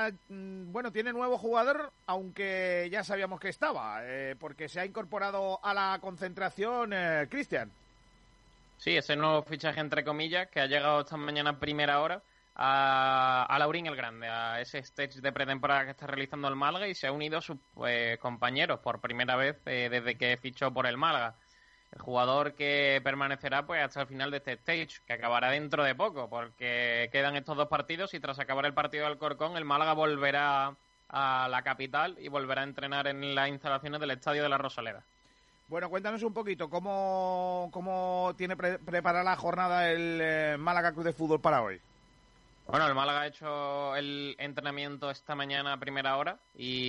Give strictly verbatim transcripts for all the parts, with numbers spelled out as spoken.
Málaga, bueno, tiene nuevo jugador, aunque ya sabíamos que estaba, eh, porque se ha incorporado a la concentración, eh, Cristian. Sí, ese nuevo fichaje, entre comillas, que ha llegado esta mañana a primera hora a, a Laurín el Grande, a ese stage de pretemporada que está realizando el Málaga, y se ha unido a sus pues, compañeros por primera vez eh, desde que fichó por el Málaga. El jugador que permanecerá pues hasta el final de este stage, que acabará dentro de poco, porque quedan estos dos partidos y tras acabar el partido de Alcorcón, el Málaga volverá a la capital y volverá a entrenar en las instalaciones del Estadio de la Rosaleda. Bueno, cuéntanos un poquito cómo, cómo tiene pre- preparada la jornada el eh, Málaga Club de Fútbol para hoy. Bueno, el Málaga ha hecho el entrenamiento esta mañana a primera hora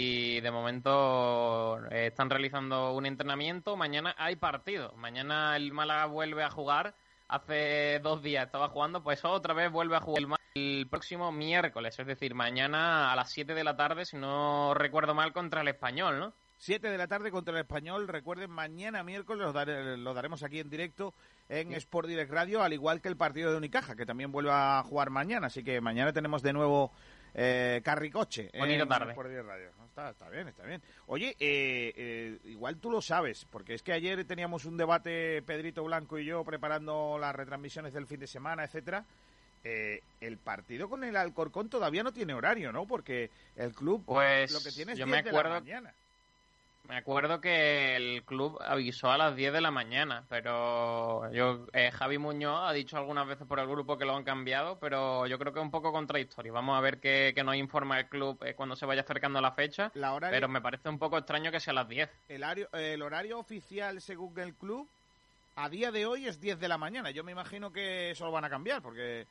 y de momento eh, están realizando un entrenamiento. Mañana hay partido. Mañana el Málaga vuelve a jugar. Hace dos días estaba jugando, pues otra vez vuelve a jugar el, el próximo miércoles. Es decir, mañana a las siete de la tarde, si no recuerdo mal, contra el Español, ¿no? siete de la tarde contra el Español. Recuerden, mañana miércoles lo, dar, lo daremos aquí en directo en sí. Sport Direct Radio, al igual que el partido de Unicaja, que también vuelve a jugar mañana. Así que mañana tenemos de nuevo eh, carricoche Bonita en tarde. Sport Direct Radio. Está, está bien, está bien. Oye, eh, eh, igual tú lo sabes, porque es que ayer teníamos un debate, Pedrito Blanco y yo, preparando las retransmisiones del fin de semana, etcétera. Eh, el partido con el Alcorcón todavía no tiene horario, ¿no? Porque el club pues, lo que tiene es yo diez me acuerdo... de la mañana. Me acuerdo que el club avisó a las diez de la mañana, pero yo eh, Javi Muñoz ha dicho algunas veces por el grupo que lo han cambiado, pero yo creo que es un poco contradictorio. Vamos a ver qué, qué nos informa el club eh, cuando se vaya acercando la fecha, la horario, pero me parece un poco extraño que sea a las diez. El horario, el horario oficial, según el club, a día de hoy es diez de la mañana. Yo me imagino que eso lo van a cambiar, porque...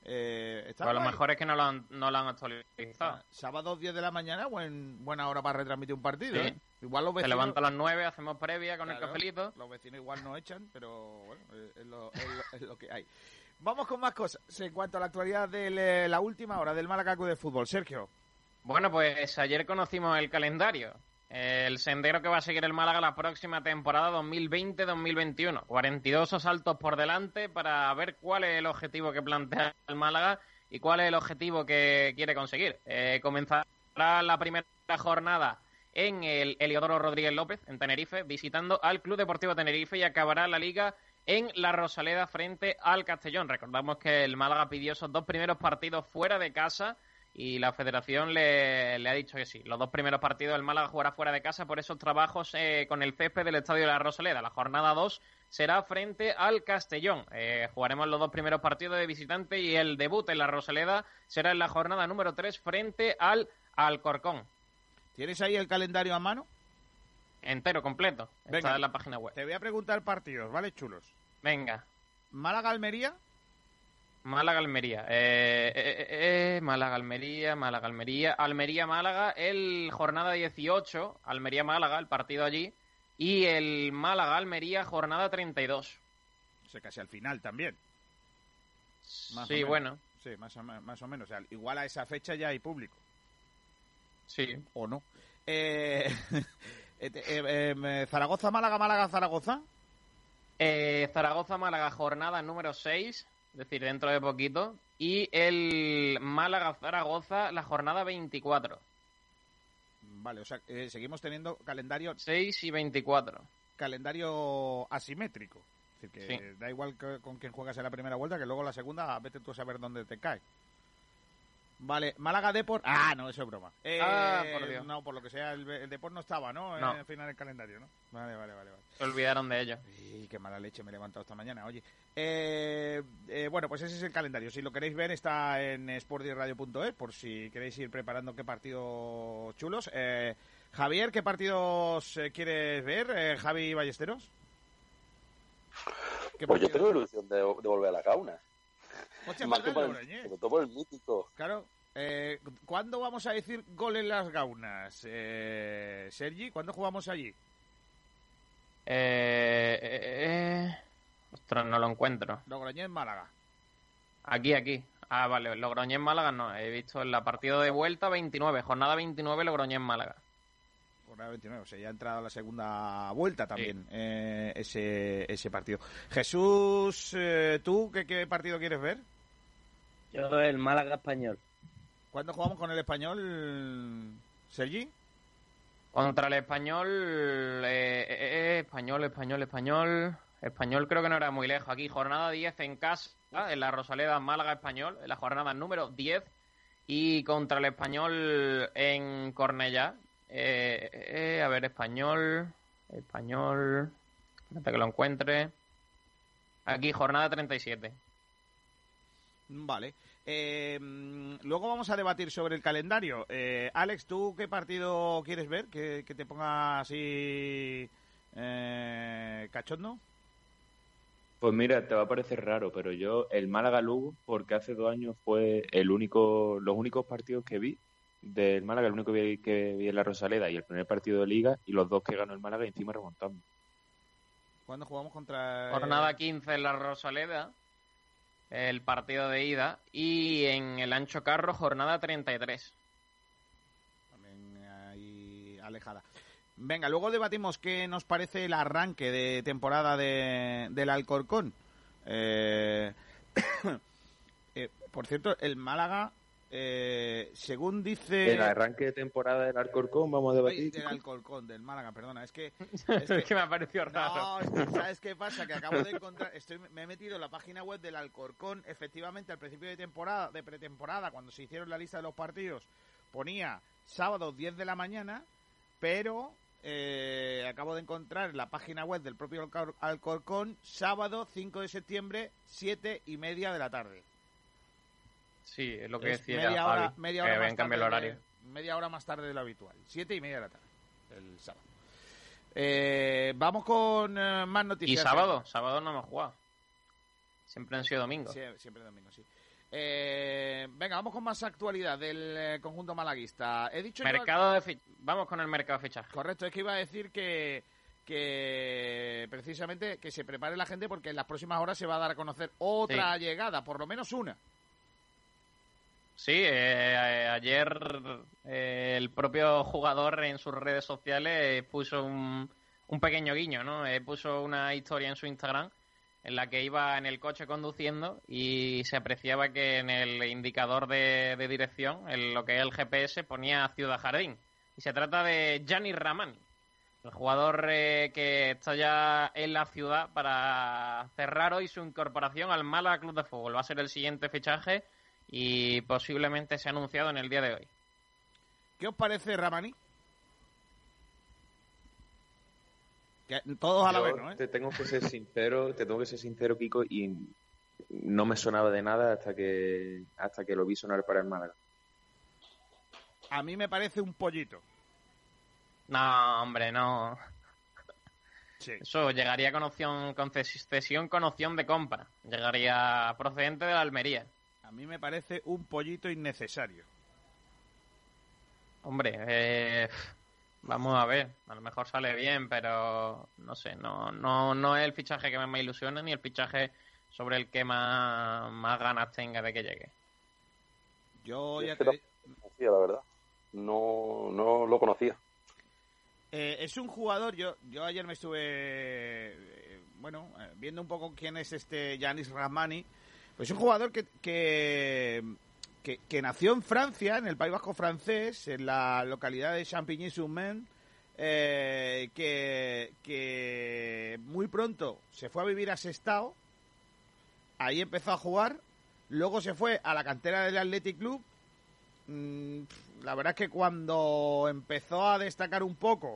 Eh, pues a lo mejor es que no lo han, no lo han actualizado. Sábado diez de la mañana, buen, buena hora para retransmitir un partido, sí. ¿eh? Igual los vecinos... Se levanta a las nueve, hacemos previa con claro, el cafelito. Los vecinos igual no echan, pero bueno, es lo, es, lo, es lo que hay. Vamos con más cosas en cuanto a la actualidad de la última hora del Málaga Club de Fútbol. Sergio. Bueno, pues ayer conocimos el calendario. El sendero que va a seguir el Málaga la próxima temporada dos mil veinte dos mil veintiuno. cuarenta y dos asaltos por delante para ver cuál es el objetivo que plantea el Málaga y cuál es el objetivo que quiere conseguir. Eh, comenzará la primera jornada en el Heliodoro Rodríguez López, en Tenerife, visitando al Club Deportivo Tenerife, y acabará la Liga en la Rosaleda frente al Castellón. Recordamos que el Málaga pidió esos dos primeros partidos fuera de casa y la Federación le, le ha dicho que sí. Los dos primeros partidos el Málaga jugará fuera de casa por esos trabajos eh, con el césped del Estadio de la Rosaleda. La jornada dos será frente al Castellón. Eh, jugaremos los dos primeros partidos de visitante y el debut en la Rosaleda será en la jornada número tres frente al Alcorcón. ¿Tienes ahí el calendario a mano? Entero, completo. Venga, está en la página web. Te voy a preguntar partidos, ¿vale, chulos? Venga. ¿Málaga-Almería? Málaga-Almería. Eh, eh, eh, Málaga-Almería, Málaga-Almería. Almería-Málaga, el jornada dieciocho. Almería-Málaga, el partido allí. Y el Málaga-Almería, jornada treinta y dos. O sea, casi al final también. Más sí, bueno. Sí, más o, más o menos. O sea, igual a esa fecha ya hay público. Sí. ¿O no? Eh, eh, eh, eh, ¿Zaragoza-Málaga, Málaga-Zaragoza? Eh, Zaragoza-Málaga, jornada número seis. Es decir, dentro de poquito. Y el Málaga-Zaragoza, la jornada veinticuatro. Vale, o sea, eh, seguimos teniendo calendario... seis y veinticuatro. Calendario asimétrico. Es decir, que sí. Da igual que, con quién juegas en la primera vuelta, que luego la segunda, vete tú a saber dónde te cae. Vale, Málaga Deport... Ah, no, eso es broma. Eh, ah, por Dios. No, por lo que sea, el, el Deport no estaba, ¿no? no. En final del calendario, ¿no? Vale, vale, vale. vale. Se olvidaron de ello. Y qué mala leche me he levantado esta mañana, oye. Eh, eh, bueno, pues ese es el calendario. Si lo queréis ver, está en sport direct radio punto es, por si queréis ir preparando qué partidos chulos. Eh, Javier, ¿qué partidos eh, quieres ver? Eh, Javi Ballesteros. ¿Qué pues yo tengo ilusión de, de volver a la Gauna. Hostia, más que por el, sobre todo por el mítico. Claro. Eh, ¿Cuándo vamos a decir gol en las Gaunas? Eh, Sergi, ¿cuándo jugamos allí? Eh, eh, eh... Ostras, no lo encuentro. Logroñés, Málaga. Aquí, aquí. Ah, vale, Logroñés, Málaga no. He visto en la partida de vuelta veintinueve, jornada veintinueve, Logroñés, Málaga. Jornada veintinueve, o sea, ya ha entrado la segunda vuelta también, sí. eh, ese, ese partido. Jesús, eh, ¿tú qué, qué partido quieres ver? Yo el Málaga Español. ¿Cuándo jugamos con el Español, Sergi? Contra el Español, eh, eh, eh, Español, Español, Español... Español creo que no era muy lejos. Aquí, jornada diez en casa, en la Rosaleda, Málaga, Español, en la jornada número diez. Y contra el Español en Cornellá. Eh, eh, a ver, Español, Español... Espérate que lo encuentre. Aquí, jornada treinta y siete. Vale. Eh, luego vamos a debatir sobre el calendario. Eh, Alex, ¿tú qué partido quieres ver? ¿Que, que te ponga así eh, cachondo? Pues mira, te va a parecer raro, pero yo el Málaga-Lugo, porque hace dos años fue el único, los únicos partidos que vi del Málaga, el único que vi, que vi en la Rosaleda y el primer partido de Liga, y los dos que ganó el Málaga y encima remontando. ¿Cuándo jugamos contra...? Jornada quince en la Rosaleda, el partido de ida, y en el Ancho Carro, jornada treinta y tres. También ahí alejada. Venga, luego debatimos qué nos parece el arranque de temporada de, del Alcorcón. Eh, eh, por cierto, el Málaga, eh, según dice... El arranque de temporada del Alcorcón, vamos a debatir. Ay, del Alcorcón, del Málaga, perdona. Es que, es que, es que me ha parecido raro. No, es que, ¿sabes qué pasa? Que acabo de encontrar... Estoy, me he metido en la página web del Alcorcón. Efectivamente, al principio de temporada, de pretemporada, cuando se hicieron la lista de los partidos, ponía sábado diez de la mañana, pero... Eh, acabo de encontrar en la página web del propio Alcorcón, sábado cinco de septiembre, siete y media de la tarde. Sí, es lo que es decía media hora, media hora que más tarde el horario. De, media hora más tarde de lo habitual, siete y media de la tarde, el sábado. Eh, vamos con eh, más noticias. ¿Y sábado? Sábado no hemos jugado. Siempre han sido domingos. Sí, siempre domingo, sí. Eh, venga, vamos con más actualidad del eh, conjunto malaguista. He dicho mercado yo... de fi... Vamos con el mercado de fichaje. Correcto, es que iba a decir que que precisamente que se prepare la gente porque en las próximas horas se va a dar a conocer otra sí. llegada, por lo menos una. Sí, eh, ayer eh, el propio jugador en sus redes sociales puso un, un pequeño guiño, ¿no? Eh, puso una historia en su Instagram en la que iba en el coche conduciendo y se apreciaba que en el indicador de, de dirección, en lo que es el G P S, ponía Ciudad Jardín. Y se trata de Gianni Ramani, el jugador eh, que está ya en la ciudad para cerrar hoy su incorporación al Málaga Club de Fútbol. Va a ser el siguiente fichaje y posiblemente sea anunciado en el día de hoy. ¿Qué os parece Ramani? Que todos a la vez, ¿no? ¿eh? Te tengo que ser sincero, te tengo que ser sincero, Kiko, y no me sonaba de nada hasta que hasta que lo vi sonar para el Málaga. A mí me parece un pollito. No, hombre, no. Sí. Eso llegaría con opción, con cesión con opción de compra. Llegaría procedente de la Almería. A mí me parece un pollito innecesario. Hombre, eh, vamos a ver. A lo mejor sale bien, pero no sé. No, no, no es el fichaje que más me ilusiona ni el fichaje sobre el que más, más ganas tenga de que llegue. Yo ya te... conocía, la verdad. No, no lo conocía. Eh, es un jugador, yo yo ayer me estuve, eh, bueno, eh, viendo un poco quién es este Gianni Ramani. Pues es un jugador que, que, que, que nació en Francia, en el País Vasco francés, en la localidad de Champigny-sur-Marne, eh, que, que muy pronto se fue a vivir a Sestao, ahí empezó a jugar, luego se fue a la cantera del Athletic Club. La verdad es que cuando empezó a destacar un poco,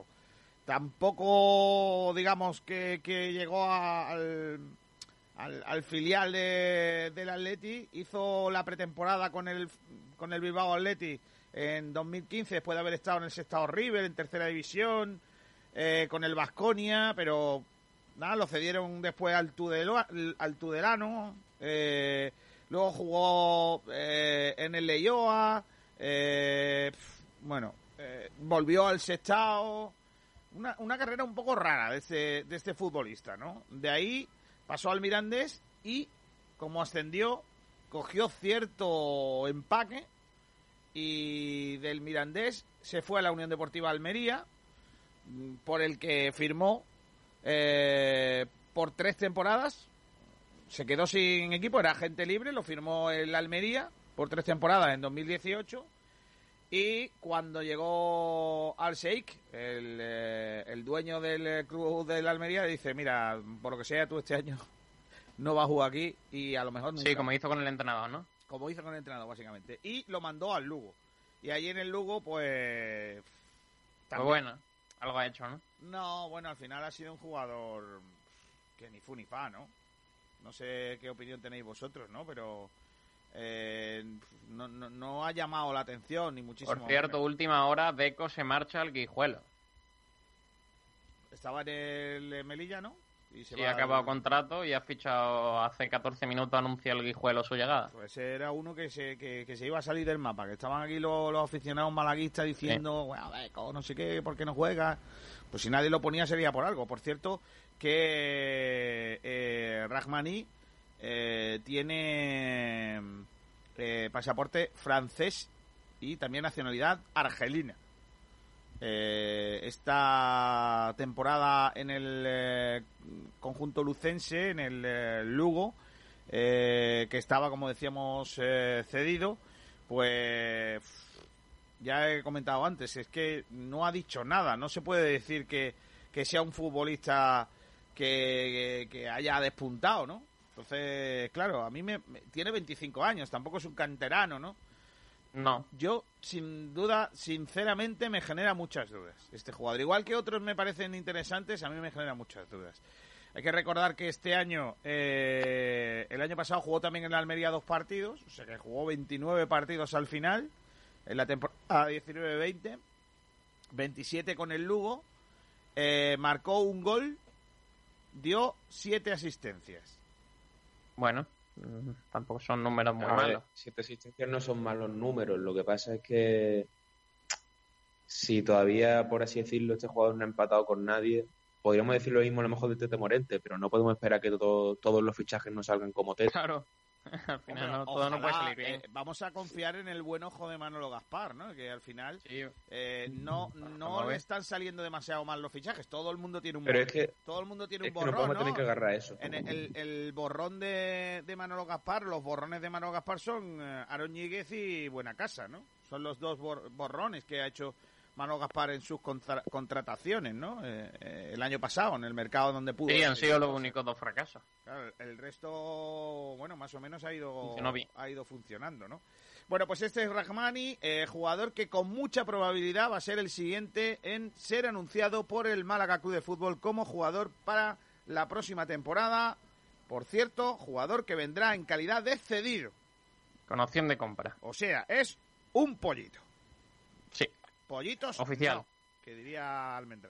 tampoco digamos que, que llegó a, al, al, al filial de, del Atleti. Hizo la pretemporada con el con el Bilbao Athletic en dos mil quince, después de haber estado en el Sestao River, en tercera división, eh, con el Baskonia, pero nada, lo cedieron después al, Tudelo, al Tudelano, eh, luego jugó eh, en el Leioa. Eh, bueno, eh, volvió al Sestao, una, una carrera un poco rara de este, de este futbolista, ¿no? De ahí pasó al Mirandés y, como ascendió, cogió cierto empaque y del Mirandés se fue a la Unión Deportiva Almería, por el que firmó eh, por tres temporadas. Se quedó sin equipo, era agente libre, lo firmó el Almería. por tres temporadas en dos mil dieciocho. Y cuando llegó Al Sheikh, el, eh, el dueño del club de la Almería, le dice, mira, por lo que sea, tú este año no vas a jugar aquí y a lo mejor nunca. Sí, como hizo con el entrenador, ¿no? Como hizo con el entrenador, básicamente. Y lo mandó al Lugo. Y ahí en el Lugo, pues... Pues bueno, algo ha hecho, ¿no? No, bueno, al final ha sido un jugador que ni fu ni fa, ¿no? No sé qué opinión tenéis vosotros, ¿no? Pero... Eh, no, no, no ha llamado la atención ni muchísimo. Por cierto, última hora, Deco se marcha al Guijuelo. Estaba en el Melilla, ¿no? Y se sí, ha acabado al... contrato y ha fichado hace catorce minutos, anunció el Guijuelo su llegada. Pues era uno que se, que, que se iba a salir del mapa, que estaban aquí los, los aficionados malaguistas diciendo, sí. Bueno, Deco, no sé qué, ¿por qué no juega? Pues si nadie lo ponía sería por algo. Por cierto, que eh, Rahmani Eh, tiene eh, pasaporte francés y también nacionalidad argelina. Eh, esta temporada en el eh, conjunto lucense, en el eh, Lugo, eh, que estaba, como decíamos, eh, cedido, pues ya he comentado antes, es que no ha dicho nada. No se puede decir que, que sea un futbolista que, que, que haya despuntado, ¿no? Entonces, claro, a mí me, me tiene veinticinco años, tampoco es un canterano, ¿no? No. Yo, sin duda, sinceramente, me genera muchas dudas este jugador. Igual que otros me parecen interesantes, a mí me genera muchas dudas. Hay que recordar que este año, eh, el año pasado jugó también en la Almería dos partidos, o sea que jugó veintinueve partidos al final, en la temporada diecinueve veinte, veintisiete con el Lugo, eh, marcó un gol, dio siete asistencias. Bueno, tampoco son números muy a malos. Ver, siete asistencias no son malos números. Lo que pasa es que si todavía, por así decirlo, este jugador no ha empatado con nadie, podríamos decir lo mismo a lo mejor de Tete Morente, pero no podemos esperar que todo, todos los fichajes no salgan como Tete. Claro. Al final Hombre, no, todo ojalá, no puede salir bien. Eh, vamos a confiar en el buen ojo de Manolo Gaspar, ¿no? Que al final sí. eh, no, no le están saliendo demasiado mal los fichajes. Todo el mundo tiene un Pero borrón. es que, todo el mundo tiene es un borrón, que no podemos ¿no? tener que agarrar eso. En el, el, el borrón de, de Manolo Gaspar, los borrones de Manolo Gaspar son eh, Aaron Ñíguez y Buenacasa, ¿no? Son los dos bor- borrones que ha hecho Manolo Gaspar en sus contra- contrataciones, ¿no? Eh, eh, el año pasado, en el mercado donde pudo. Sí, han sido los únicos dos fracasos. Claro, el resto, bueno, más o menos ha ido, bien. ha ido funcionando, ¿no? Bueno, pues este es Rahmani, eh, jugador que con mucha probabilidad va a ser el siguiente en ser anunciado por el Málaga Club de Fútbol como jugador para la próxima temporada. Por cierto, jugador que vendrá en calidad de cedido. Con opción de compra. O sea, es un pollito. Sí. Pollitos oficial, no, que diría Almendral.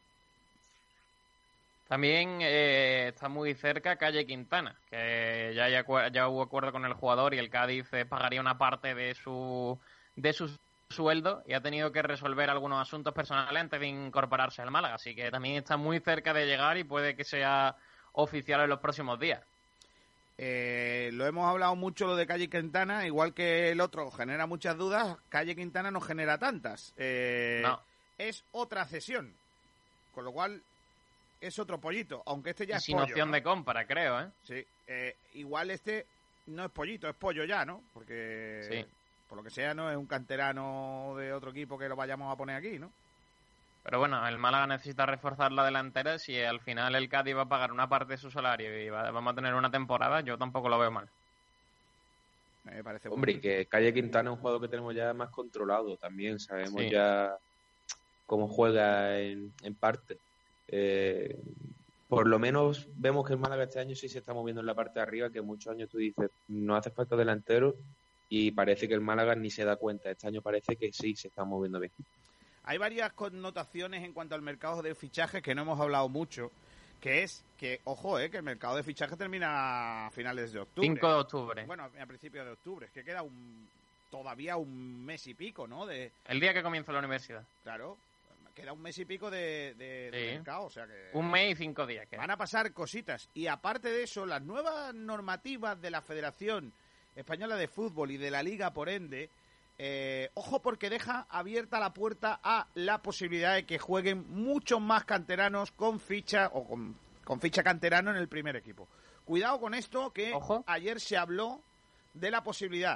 También eh, está muy cerca Calle Quintana, que ya, ya, ya hubo acuerdo con el jugador y el Cádiz eh, pagaría una parte de su de su sueldo y ha tenido que resolver algunos asuntos personales antes de incorporarse al Málaga, así que también está muy cerca de llegar y puede que sea oficial en los próximos días. Eh, lo hemos hablado mucho lo de Calle Quintana, igual que el otro genera muchas dudas, Calle Quintana no genera tantas. Eh, no. Es otra cesión, con lo cual es otro pollito, aunque este ya y es sin pollo, opción ¿no? de compra, creo, ¿eh? Sí, eh, igual este no es pollito, es pollo ya, ¿no? Porque sí. Por lo que sea no es un canterano de otro equipo que lo vayamos a poner aquí, ¿no? Pero bueno, el Málaga necesita reforzar la delantera. Si al final el Cádiz va a pagar una parte de su salario y va, vamos a tener una temporada, yo tampoco lo veo mal. Me parece Hombre, muy... y que Calle Quintana es un jugador que tenemos ya más controlado también. Sabemos sí. ya cómo juega en, en parte. Eh, por lo menos vemos que el Málaga este año sí se está moviendo en la parte de arriba, que muchos años tú dices, no hace falta delantero, y parece que el Málaga ni se da cuenta. Este año parece que sí se está moviendo bien. Hay varias connotaciones en cuanto al mercado de fichajes que no hemos hablado mucho, que es que, ojo, eh, que el mercado de fichajes termina a finales de octubre. cinco de octubre. Bueno, a principios de octubre, es que queda un todavía un mes y pico, ¿no? De, el día que comienza la universidad. Claro, queda un mes y pico de, de, sí. de mercado, o sea que... Un mes y cinco días. Queda. Van a pasar cositas, y aparte de eso, las nuevas normativas de la Federación Española de Fútbol y de la Liga, por ende... Eh, ojo porque deja abierta la puerta a la posibilidad de que jueguen muchos más canteranos con ficha o con, con ficha canterano en el primer equipo. Cuidado con esto, que ojo. Ayer se habló de la posibilidad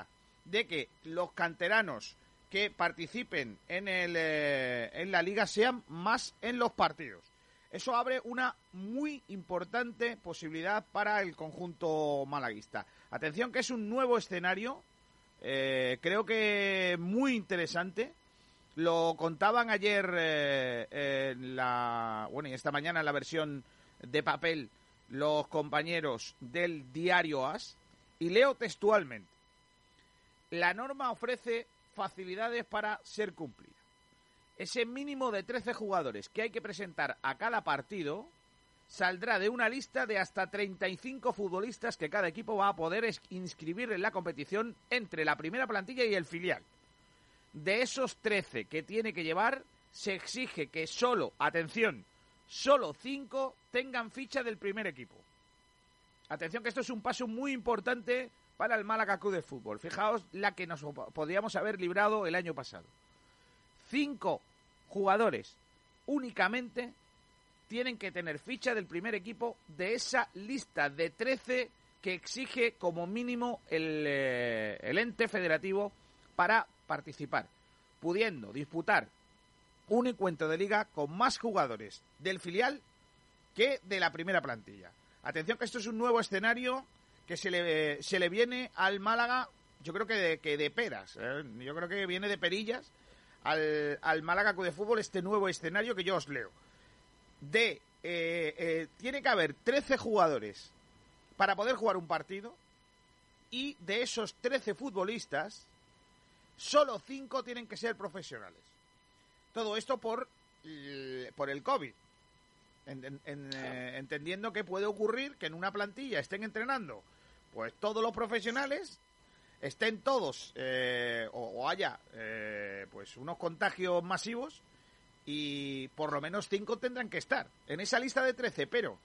de que los canteranos que participen en, el, eh, en la liga sean más en los partidos. Eso abre una muy importante posibilidad para el conjunto malaguista. Atención que es un nuevo escenario, eh, creo que muy interesante. Lo contaban ayer, eh, en la, bueno, y esta mañana en la versión de papel, los compañeros del diario AS, y leo textualmente. La norma ofrece facilidades para ser cumplida. Ese mínimo de trece jugadores que hay que presentar a cada partido saldrá de una lista de hasta treinta y cinco futbolistas que cada equipo va a poder inscribir en la competición entre la primera plantilla y el filial. De esos trece que tiene que llevar, se exige que solo, atención, solo cinco tengan ficha del primer equipo. Atención que esto es un paso muy importante para el Málaga Club de Fútbol. Fijaos la que nos podíamos haber librado el año pasado. Cinco jugadores únicamente tienen que tener ficha del primer equipo de esa lista de trece que exige como mínimo el, eh, el ente federativo para participar, pudiendo disputar un encuentro de liga con más jugadores del filial que de la primera plantilla. Atención que esto es un nuevo escenario que se le, se le viene al Málaga, yo creo que de, que de peras, ¿eh? Yo creo que viene de perillas al, al Málaga Club de Fútbol este nuevo escenario que yo os leo. De eh, eh, tiene que haber trece jugadores para poder jugar un partido y de esos trece futbolistas solo cinco tienen que ser profesionales. Todo esto por, por el COVID. En, en, en, eh, entendiendo que puede ocurrir que en una plantilla estén entrenando pues todos los profesionales, estén todos eh, o, o haya eh, pues unos contagios masivos y por lo menos cinco tendrán que estar en esa lista de trece, pero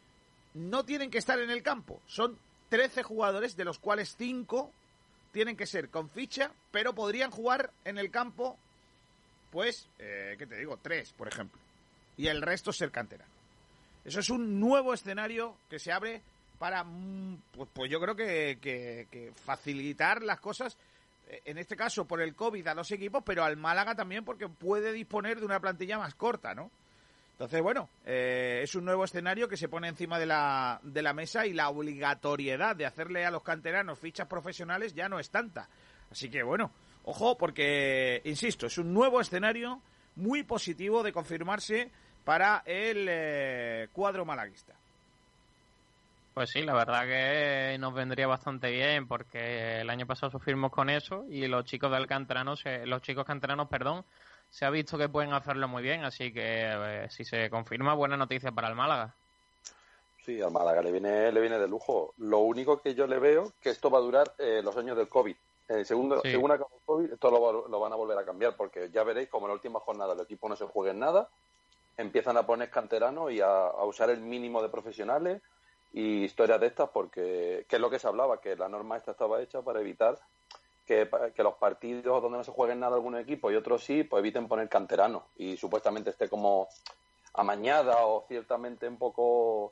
no tienen que estar en el campo. Son trece jugadores de los cuales cinco tienen que ser con ficha, pero podrían jugar en el campo pues, eh, ¿qué te digo? Tres, por ejemplo. Y el resto ser canterano. Eso es un nuevo escenario que se abre para, pues, pues yo creo que, que, que facilitar las cosas, en este caso por el COVID a los equipos, pero al Málaga también porque puede disponer de una plantilla más corta, ¿no? Entonces, bueno, eh, es un nuevo escenario que se pone encima de la, de la mesa y la obligatoriedad de hacerle a los canteranos fichas profesionales ya no es tanta. Así que, bueno, ojo porque, insisto, es un nuevo escenario muy positivo de confirmarse para el eh, cuadro malaguista. Pues sí, la verdad que nos vendría bastante bien porque el año pasado sufrimos con eso y los chicos del canterano, se, los chicos canteranos, perdón, se ha visto que pueden hacerlo muy bien, así que eh, si se confirma, buena noticia para el Málaga. Sí, al Málaga le viene le viene de lujo. Lo único que yo le veo que esto va a durar eh, los años del COVID. Eh, segundo, sí. Según acabe el COVID, esto lo, lo van a volver a cambiar porque ya veréis como en la última jornada el equipo no se juegue en nada, empiezan a poner canteranos y a, a usar el mínimo de profesionales y historias de estas porque que es lo que se hablaba, que la norma esta estaba hecha para evitar que, que los partidos donde no se jueguen nada algunos equipos y otros sí, pues eviten poner canteranos y supuestamente esté como amañada o ciertamente un poco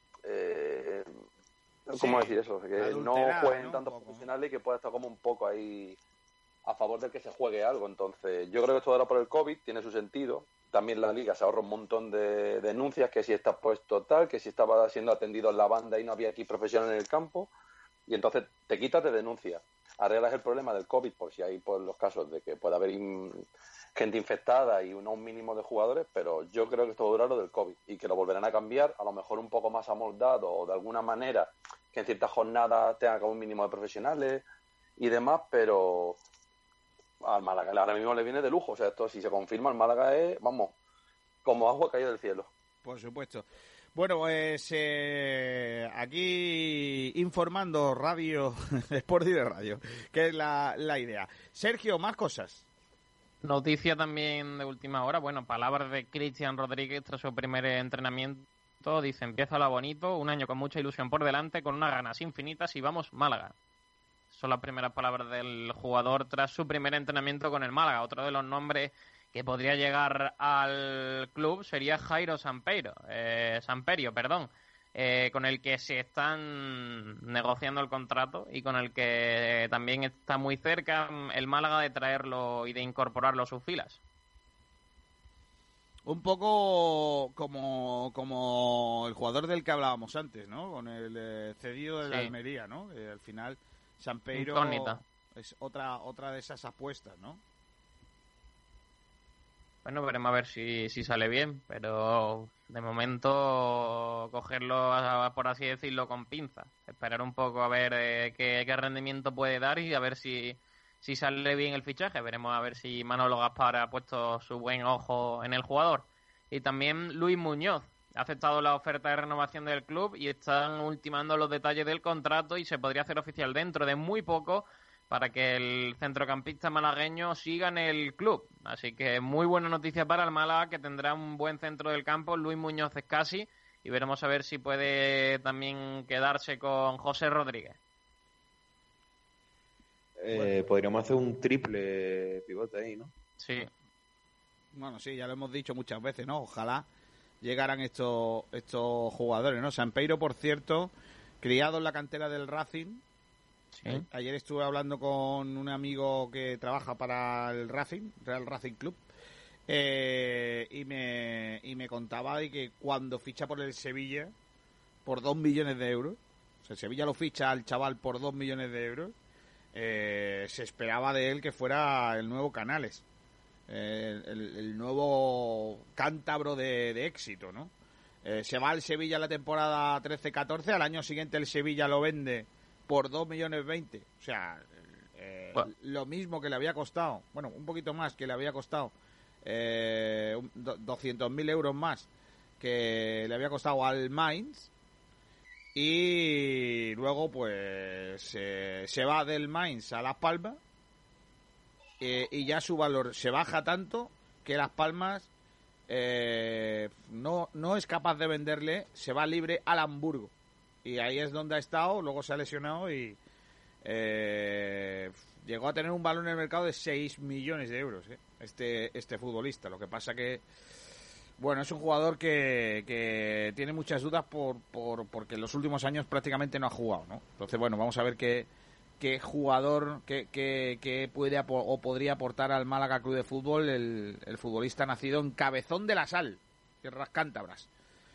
eh, ¿cómo sí, decir eso? Que no jueguen ¿no? tantos profesionales y que pueda estar como un poco ahí a favor de que se juegue algo. Entonces yo creo que esto ahora por el COVID tiene su sentido. También la Liga se ahorra un montón de denuncias, que si está puesto tal, que si estaba siendo atendido en la banda y no había aquí profesional en el campo, y entonces te quitas de denuncia. Arreglas el problema del COVID, por si hay pues, los casos de que pueda haber in... gente infectada y no un mínimo de jugadores, pero yo creo que esto va a durar lo del COVID y que lo volverán a cambiar, a lo mejor un poco más amoldado o de alguna manera que en ciertas jornadas tenga como un mínimo de profesionales y demás, pero al Málaga ahora mismo le viene de lujo. O sea, esto si se confirma, el Málaga es, vamos, como agua caída del cielo. Por supuesto. Bueno, pues eh, aquí informando Radio Sport y de Radio, que es la, la idea. Sergio, más cosas. Noticia también de última hora. Bueno, palabras de Cristian Rodríguez tras su primer entrenamiento. Dice, empieza la bonito, un año con mucha ilusión por delante, con unas ganas infinitas y vamos, Málaga. Son las primeras palabras del jugador tras su primer entrenamiento con el Málaga. Otro de los nombres que podría llegar al club sería Jairo Sampeiro, eh, Samperio, perdón. eh, con el que se están negociando el contrato y con el que también está muy cerca el Málaga de traerlo y de incorporarlo a sus filas. Un poco como, como el jugador del que hablábamos antes, ¿no? Con el eh, cedido de la Sí. Almería, ¿no? Eh, al final, Sampeiro Incógnita. es otra otra de esas apuestas, ¿no? Bueno, veremos a ver si, si sale bien, pero de momento cogerlo, a- por así decirlo, con pinzas. Esperar un poco a ver eh, qué, qué rendimiento puede dar y a ver si, si sale bien el fichaje. Veremos a ver si Manolo Gaspar ha puesto su buen ojo en el jugador. Y también Luis Muñoz ha aceptado la oferta de renovación del club y están ultimando los detalles del contrato y se podría hacer oficial dentro de muy poco para que el centrocampista malagueño siga en el club. Así que muy buena noticia para el Málaga, que tendrá un buen centro del campo, Luis Muñoz Escasi, y veremos a ver si puede también quedarse con José Rodríguez. Eh, podríamos hacer un triple pivote ahí, ¿no? Sí, Bueno, sí, ya lo hemos dicho muchas veces, ¿no? Ojalá llegaran estos estos jugadores, ¿no? Sampeiro, por cierto, criado en la cantera del Racing. sí. A- Ayer estuve hablando con un amigo que trabaja para el Racing, Real Racing Club, eh, y me y me contaba de que cuando ficha por el Sevilla por dos millones de euros, o sea, el Sevilla lo ficha al chaval por dos millones de euros, eh, se esperaba de él que fuera el nuevo Canales, eh, el, el nuevo cántabro de, de éxito, ¿no? Eh, se va al Sevilla la temporada trece catorce, al año siguiente el Sevilla lo vende por dos millones veinte, o sea, eh, Bueno. lo mismo que le había costado, bueno, un poquito más que le había costado, eh, un- do- doscientos mil euros más que le había costado al Mainz, y luego pues eh, se va del Mainz a Las Palmas, eh, y ya su valor se baja tanto que Las Palmas eh, no, no es capaz de venderle, se va libre al Hamburgo. Y ahí es donde ha estado, luego se ha lesionado y eh, llegó a tener un valor en el mercado de seis millones de euros, ¿eh? este, este futbolista. Lo que pasa que, bueno, es un jugador que, que tiene muchas dudas por, por porque en los últimos años prácticamente no ha jugado, ¿no? Entonces, bueno, vamos a ver qué, qué jugador, qué, qué, qué puede apo- o podría aportar al Málaga Club de Fútbol el, el futbolista nacido en Cabezón de la Sal, tierras cántabras.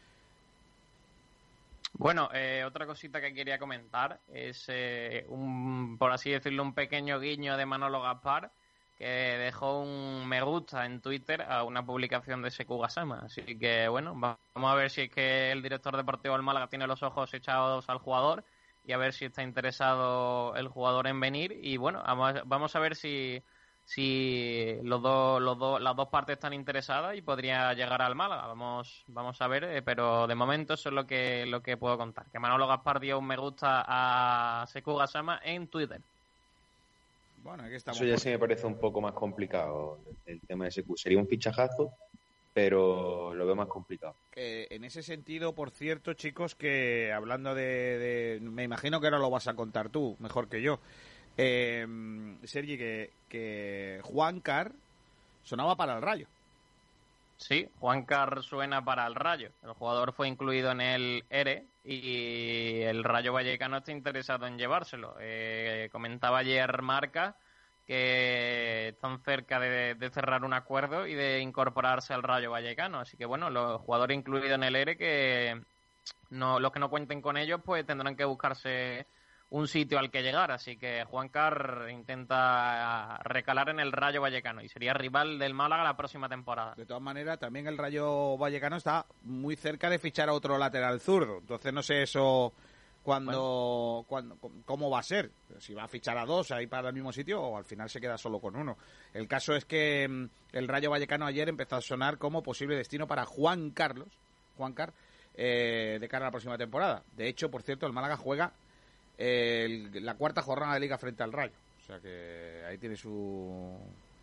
Bueno, eh, otra cosita que quería comentar es, eh, un, por así decirlo, un pequeño guiño de Manolo Gaspar, que dejó un me gusta en Twitter a una publicación de Sekou Gassama. Así que, bueno, va- vamos a ver si es que el director deportivo del Málaga tiene los ojos echados al jugador y a ver si está interesado el jugador en venir. Y, bueno, vamos, vamos a ver si, si los dos, los dos, las dos partes están interesadas y podría llegar al Málaga. Vamos, vamos a ver, eh, pero de momento eso es lo que, lo que puedo contar. Que Manolo Gaspar dio un me gusta a Sekou Gassama en Twitter. Bueno, aquí estamos. Eso ya por- sí me parece un poco más complicado, el tema de ese Q. Sería un fichajazo, pero lo veo más complicado. Eh, en ese sentido, por cierto, chicos, que hablando de, de- me imagino que ahora lo vas a contar tú, mejor que yo, eh, Sergi, que, que Juan Car sonaba para el Rayo. Sí, Juan Car suena para el Rayo. El jugador fue incluido en el E R E y el Rayo Vallecano está interesado en llevárselo. Eh, comentaba ayer Marca que están cerca de, de cerrar un acuerdo y de incorporarse al Rayo Vallecano. Así que, bueno, los jugadores incluidos en el E R E, que no, los que no cuenten con ellos, pues tendrán que buscarse un sitio al que llegar. Así que Juan Car intenta recalar en el Rayo Vallecano y sería rival del Málaga la próxima temporada. De todas maneras, también el Rayo Vallecano está muy cerca de fichar a otro lateral zurdo. Entonces no sé eso cuando, cuando cómo va a ser. Si va a fichar a dos ahí para el mismo sitio o al final se queda solo con uno. El caso es que mm, el Rayo Vallecano ayer empezó a sonar como posible destino para Juan Carlos, Juan Car, eh, de cara a la próxima temporada. De hecho, por cierto, el Málaga juega eh, el- la cuarta jornada de Liga frente al Rayo. O sea que ahí tiene su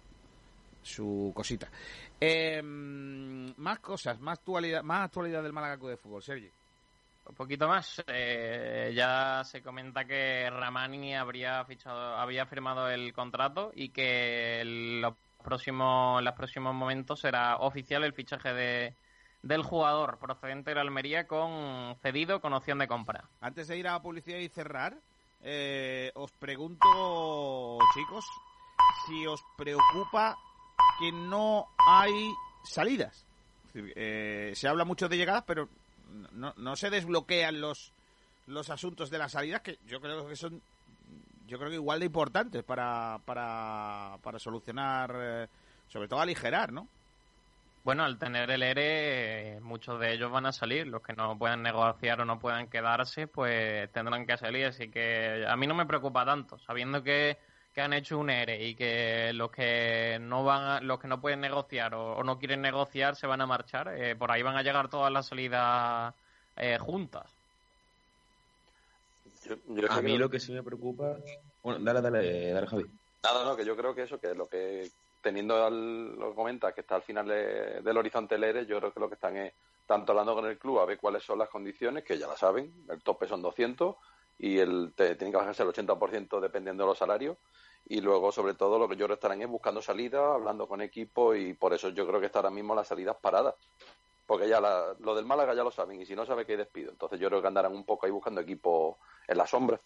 su cosita. Eh, más cosas, más actualidad, más actualidad del Málaga Club de Fútbol, Sergi. Un poquito más. Eh, ya se comenta que Ramani habría fichado, había firmado el contrato y que en los próximos, en los próximos momentos será oficial el fichaje de, del jugador procedente de la Almería con cedido con opción de compra. Antes de ir a publicidad y cerrar, eh, os pregunto, chicos, si os preocupa que no hay salidas. Es decir, eh, se habla mucho de llegadas, pero no, no se desbloquean los los asuntos de las salidas, que yo creo que son yo creo que igual de importantes para para, para solucionar, eh, sobre todo aligerar, ¿no? Bueno, al tener el E R E, eh, muchos de ellos van a salir. Los que no puedan negociar o no puedan quedarse, pues tendrán que salir. Así que a mí no me preocupa tanto, sabiendo que, que han hecho un E R E y que los que no van a, los que no pueden negociar o, o no quieren negociar se van a marchar. Eh, por ahí van a llegar todas las salidas eh, juntas. Yo, yo a mí lo que sí me preocupa... Bueno, dale, dale, dale, Javi. Nada, no, que yo creo que eso, que lo que teniendo al, lo que comenta, que está al final de, del horizonte del E R E, yo creo que lo que están es tanto hablando con el club a ver cuáles son las condiciones, que ya la saben, el tope son doscientos y el te, tienen que bajarse el ochenta por ciento dependiendo de los salarios, y luego sobre todo lo que yo creo que estarán es buscando salidas, hablando con equipos, y por eso yo creo que está ahora mismo las salidas paradas. Porque ya la, lo del Málaga ya lo saben, y si no sabe que hay despido. Entonces yo creo que andarán un poco ahí buscando equipos en la sombra.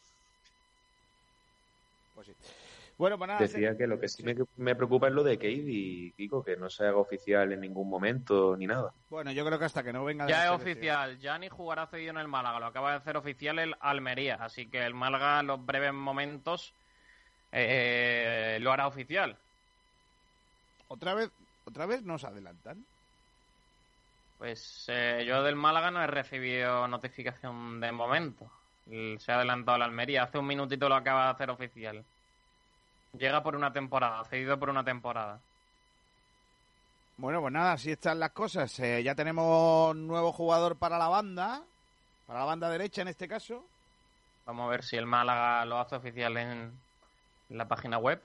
Pues sí. Bueno, pues nada. Decía sí. que lo que sí, sí. Me, me preocupa es lo de Keidi, Kiko, que no se haga oficial en ningún momento ni nada. Bueno, yo creo que hasta que no venga... Ya es oficial, Gianni jugará cedido en el Málaga, lo acaba de hacer oficial el Almería, así que el Málaga en los breves momentos eh, lo hará oficial. ¿Otra vez, otra vez nos adelantan? Pues eh, yo del Málaga no he recibido notificación de momento. Se ha adelantado la Almería. Hace un minutito lo acaba de hacer oficial. Llega por una temporada, cedido por una temporada. Bueno, pues nada, así están las cosas. Eh, ya tenemos nuevo jugador para la banda, para la banda derecha en este caso. Vamos a ver si el Málaga lo hace oficial en, en la página web.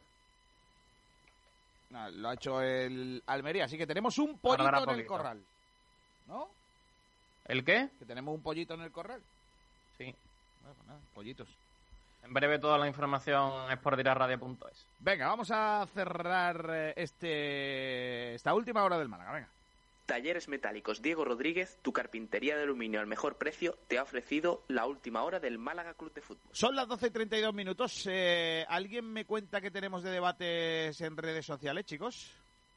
No, lo ha hecho el Almería, así que tenemos un pollito Tardará en poquito. el corral. ¿No? ¿El qué? Que tenemos un pollito en el corral. Sí. Bueno, pues nada, pollitos. En breve toda la información es por dirarradio punto es. Venga, vamos a cerrar este esta última hora del Málaga, venga. Talleres Metálicos Diego Rodríguez, tu carpintería de aluminio al mejor precio, te ha ofrecido la última hora del Málaga Club de Fútbol. Son las doce y treinta y dos minutos. Eh, ¿Alguien me cuenta qué tenemos de debates en redes sociales, chicos?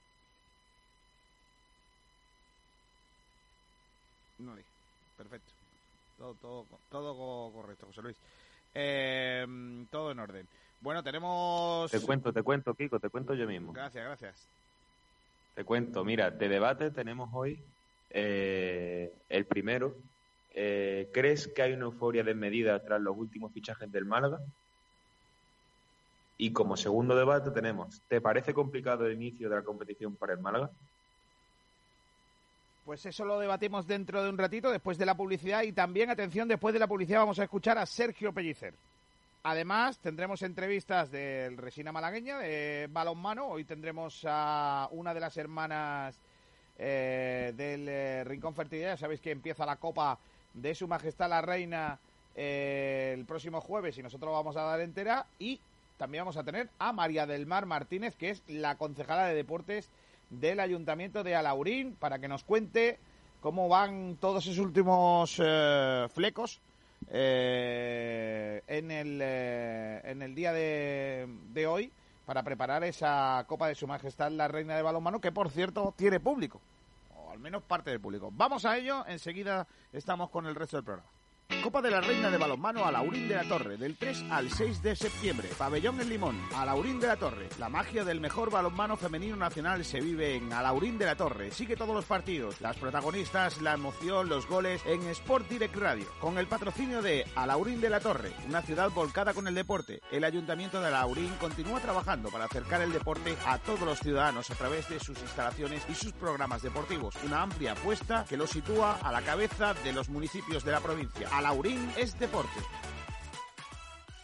No, perfecto. Todo, todo, todo correcto, José Luis. Eh, todo en orden. Bueno, tenemos... Te cuento, te cuento, Kiko, te cuento yo mismo. Gracias, gracias. Te cuento, mira, de debate tenemos hoy eh, el primero. Eh, ¿Crees que hay una euforia desmedida tras los últimos fichajes del Málaga? Y como segundo debate tenemos, ¿te parece complicado el inicio de la competición para el Málaga? Pues eso lo debatimos dentro de un ratito, después de la publicidad, y también, atención, después de la publicidad vamos a escuchar a Sergio Pellicer. Además, tendremos entrevistas del Resina Malagueña, de balonmano. Hoy tendremos a una de las hermanas eh, del eh, Rincón Fertilidad. Ya sabéis que empieza la Copa de Su Majestad la Reina eh, el próximo jueves y nosotros vamos a dar entera. Y también vamos a tener a María del Mar Martínez, que es la concejala de Deportes del Ayuntamiento de Alaurín, para que nos cuente cómo van todos esos últimos eh, flecos Eh, en el eh, en el día de, de hoy para preparar esa Copa de Su Majestad la Reina de Balonmano, que por cierto tiene público, o al menos parte del público. Vamos a ello, enseguida estamos con el resto del programa. Copa de la Reina de Balonmano Alaurín de la Torre, del tres al seis de septiembre. Pabellón en Limón, Alaurín de la Torre. La magia del mejor balonmano femenino nacional se vive en Alaurín de la Torre. Sigue todos los partidos, las protagonistas, la emoción, los goles en Sport Direct Radio. Con el patrocinio de Alaurín de la Torre, una ciudad volcada con el deporte. El Ayuntamiento de Alaurín continúa trabajando para acercar el deporte a todos los ciudadanos a través de sus instalaciones y sus programas deportivos. Una amplia apuesta que lo sitúa a la cabeza de los municipios de la provincia. Alaurín es deporte.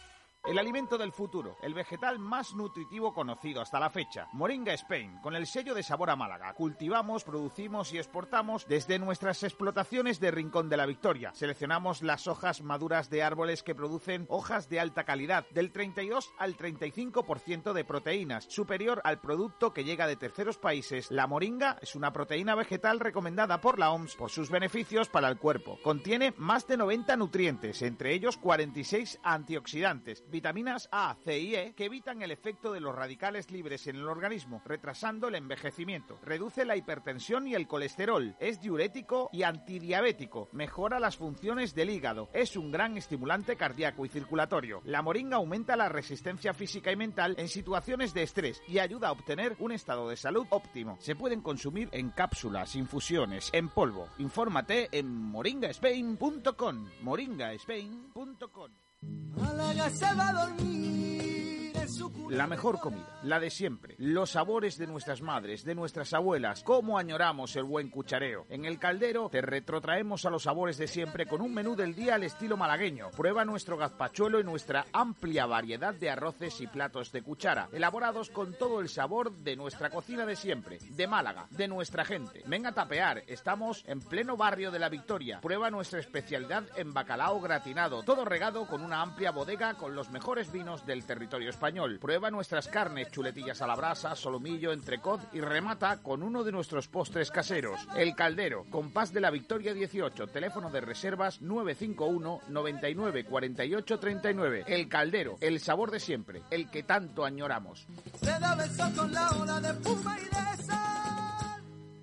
el alimento del futuro, el vegetal más nutritivo conocido hasta la fecha. Moringa Spain, con el sello de sabor a Málaga. Cultivamos, producimos y exportamos desde nuestras explotaciones de Rincón de la Victoria. Seleccionamos las hojas maduras de árboles que producen hojas de alta calidad, del treinta y dos al treinta y cinco por ciento de proteínas, superior al producto que llega de terceros países. La moringa es una proteína vegetal recomendada por la O M S por sus beneficios para el cuerpo. Contiene más de noventa nutrientes, entre ellos cuarenta y seis antioxidantes, vitaminas A, C y E que evitan el efecto de los radicales libres en el organismo, retrasando el envejecimiento. Reduce la hipertensión y el colesterol, es diurético y antidiabético, mejora las funciones del hígado, es un gran estimulante cardíaco y circulatorio. La moringa aumenta la resistencia física y mental en situaciones de estrés y ayuda a obtener un estado de salud óptimo. Se pueden consumir en cápsulas, infusiones, en polvo. Infórmate en moringa spain punto com. moringa spain punto com. Málaga se va a dormir en su cuna. La mejor comida, la de siempre, los sabores de nuestras madres, de nuestras abuelas, cómo añoramos el buen cuchareo. En El Caldero te retrotraemos a los sabores de siempre con un menú del día al estilo malagueño. Prueba nuestro gazpachuelo y nuestra amplia variedad de arroces y platos de cuchara, elaborados con todo el sabor de nuestra cocina de siempre, de Málaga, de nuestra gente. Ven a tapear, estamos en pleno barrio de la Victoria. Prueba nuestra especialidad en bacalao gratinado, todo regado con una amplia bodega con los mejores vinos del territorio español. Prueba nuestras carnes, chuletillas a la brasa, solomillo, entrecot y remata con uno de nuestros postres caseros. El Caldero, Compás de la Victoria dieciocho, teléfono de reservas nueve cinco uno, noventa y nueve, cuarenta y ocho, treinta y nueve. El Caldero, el sabor de siempre, el que tanto añoramos. Se da besos con la ola de espuma y de sal.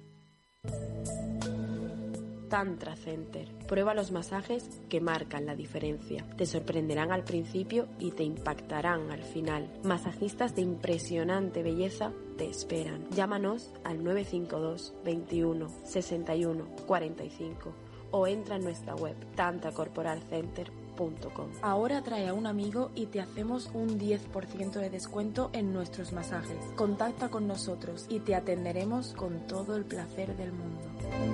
Tantra Center. Prueba los masajes que marcan la diferencia. Te sorprenderán al principio y te impactarán al final. Masajistas de impresionante belleza te esperan. Llámanos al nueve cinco dos, veintiuno, sesenta y uno, cuarenta y cinco o entra en nuestra web tantra corporal center punto com. Ahora trae a un amigo y te hacemos un diez por ciento de descuento en nuestros masajes. Contacta con nosotros y te atenderemos con todo el placer del mundo.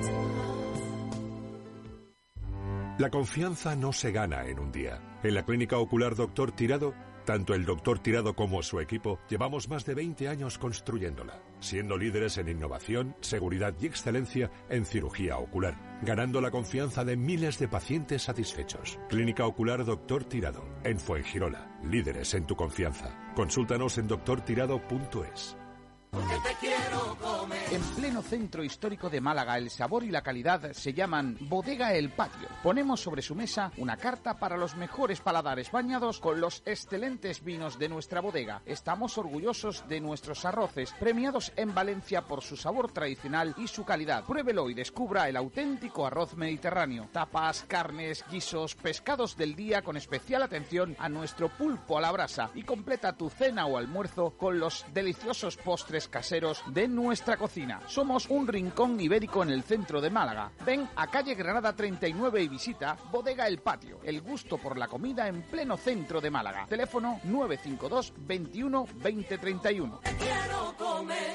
La confianza no se gana en un día. En la Clínica Ocular Doctor Tirado, tanto el doctor Tirado como su equipo llevamos más de veinte años construyéndola, siendo líderes en innovación, seguridad y excelencia en cirugía ocular, ganando la confianza de miles de pacientes satisfechos. Clínica Ocular Doctor Tirado, en Fuengirola, líderes en tu confianza. Consúltanos en doctor tirado punto es. Porque te quiero comer. En pleno centro histórico de Málaga, el sabor y la calidad se llaman Bodega El Patio. Ponemos sobre su mesa una carta para los mejores paladares bañados con los excelentes vinos de nuestra bodega. Estamos orgullosos de nuestros arroces, premiados en Valencia por su sabor tradicional y su calidad. Pruébelo y descubra el auténtico arroz mediterráneo. Tapas, carnes, guisos, pescados del día con especial atención a nuestro pulpo a la brasa. Y completa tu cena o almuerzo con los deliciosos postres caseros de nuestra cocina. Somos un rincón ibérico en el centro de Málaga. Ven a calle Granada treinta y nueve y visita Bodega El Patio, el gusto por la comida en pleno centro de Málaga. Teléfono nueve cinco dos, veintiuno, veinte, treinta y uno. Te quiero comer.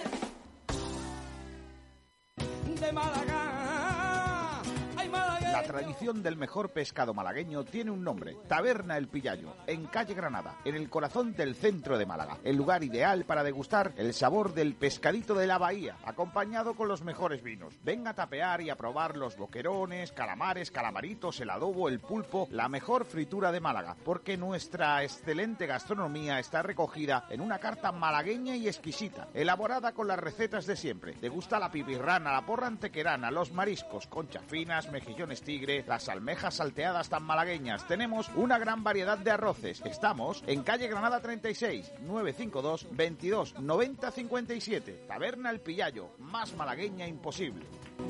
De Málaga. Ay, Málaga. La tradición del mejor pescado malagueño tiene un nombre: Taberna El Pillayo, en calle Granada, en el corazón del centro de Málaga. El lugar ideal para degustar el sabor del pescadito de la bahía, acompañado con los mejores vinos. Ven a tapear y a probar los boquerones, calamares, calamaritos, el adobo, el pulpo, la mejor fritura de Málaga, porque nuestra excelente gastronomía está recogida en una carta malagueña y exquisita, elaborada con las recetas de siempre. Degusta la pipirrana, la porra antequerana, los mariscos, conchas finas, mejillones tigre, las almejas salteadas tan malagueñas. Tenemos una gran variedad de arroces. Estamos en calle Granada treinta y seis, nueve cinco dos, veintidós, noventa, cincuenta y siete. Taberna El Pillayo, más malagueña imposible.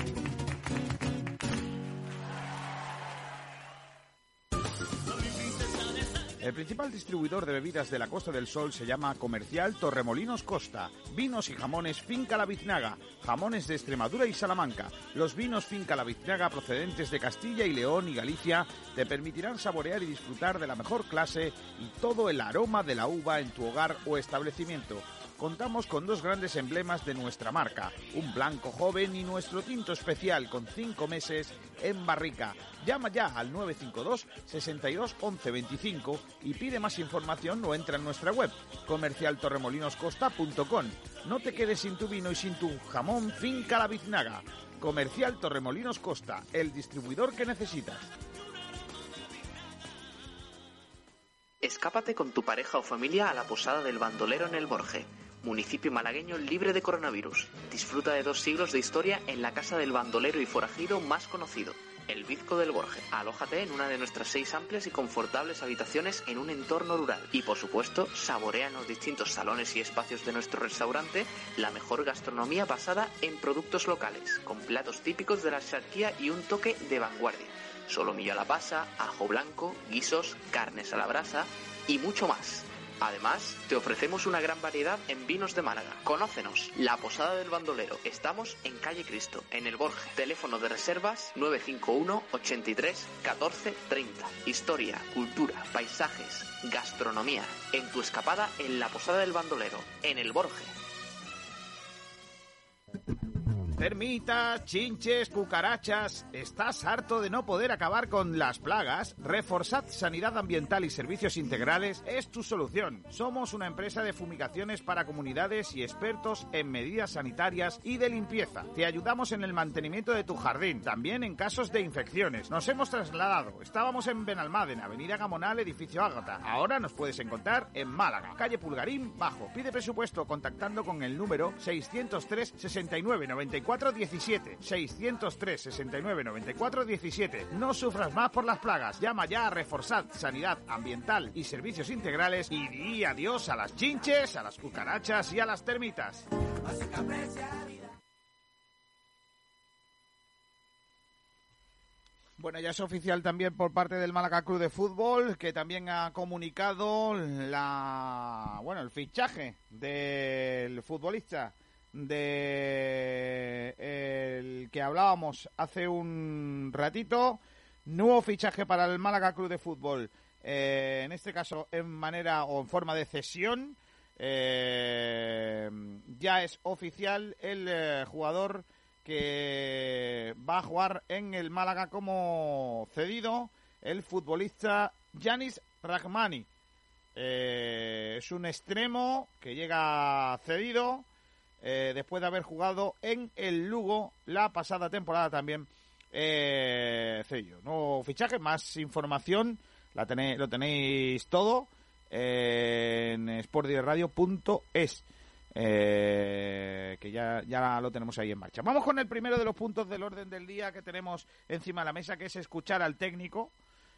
El principal distribuidor de bebidas de la Costa del Sol se llama Comercial Torremolinos Costa. Vinos y jamones Finca La Biznaga, jamones de Extremadura y Salamanca. Los vinos Finca La Biznaga procedentes de Castilla y León y Galicia te permitirán saborear y disfrutar de la mejor clase y todo el aroma de la uva en tu hogar o establecimiento. contamos con dos grandes emblemas de nuestra marca, un blanco joven y nuestro tinto especial con cinco meses en barrica. Llama ya al nueve cinco dos, sesenta y dos, once veinticinco y pide más información o entra en nuestra web, comercial torremolinos costa punto com. No te quedes sin tu vino y sin tu jamón Finca La Biznaga. Comercial Torremolinos Costa, el distribuidor que necesitas. Escápate con tu pareja o familia a la Posada del Bandolero en el Borje, municipio malagueño libre de coronavirus. Disfruta de dos siglos de historia en la casa del bandolero y forajido más conocido, el Bizco del Borje. Alójate en una de nuestras seis amplias y confortables habitaciones en un entorno rural. Y por supuesto, saborea en los distintos salones y espacios de nuestro restaurante la mejor gastronomía basada en productos locales, con platos típicos de la Xarquía y un toque de vanguardia. Solomillo a la pasa, ajo blanco, guisos, carnes a la brasa y mucho más. Además, te ofrecemos una gran variedad en vinos de Málaga. Conócenos, La Posada del Bandolero. Estamos en Calle Cristo, en el Borje. Teléfono de reservas nueve cinco uno, ochenta y tres, catorce, treinta. Historia, cultura, paisajes, gastronomía. En tu escapada en La Posada del Bandolero, en el Borje. Termitas, chinches, cucarachas. ¿Estás harto de no poder acabar con las plagas? Reforzat Sanidad Ambiental y Servicios Integrales es tu solución. Somos una empresa de fumigaciones para comunidades y expertos en medidas sanitarias y de limpieza. Te ayudamos en el mantenimiento de tu jardín, también en casos de infecciones. Nos hemos trasladado. Estábamos en Benalmádena, Avenida Gamonal, Edificio Ágata. Ahora nos puedes encontrar en Málaga, calle Pulgarín, Bajo. Pide presupuesto contactando con el número seiscientos tres, sesenta y nueve, noventa y cuatro diecisiete, seiscientos tres, sesenta y nueve, noventa y cuatro diecisiete. No sufras más por las plagas. Llama ya a Reforzat Sanidad Ambiental y Servicios Integrales y di adiós a las chinches, a las cucarachas y a las termitas. Bueno, ya es oficial también por parte del Málaga Club de Fútbol, que también ha comunicado la, bueno, el fichaje del futbolista de el que hablábamos hace un ratito. Nuevo fichaje para el Málaga Club de Fútbol, eh, en este caso en manera o en forma de cesión. Eh, ya es oficial el eh, jugador que va a jugar en el Málaga como cedido, el futbolista Yanis Rahmani. Eh, es un extremo que llega cedido eh, después de haber jugado en el Lugo la pasada temporada también. Eh, cedido. Nuevo fichaje, más información, la tenéis, lo tenéis todo eh, en sport direct radio punto es. Eh, que ya, ya lo tenemos ahí en marcha. Vamos con el primero de los puntos del orden del día que tenemos encima de la mesa, que es escuchar al técnico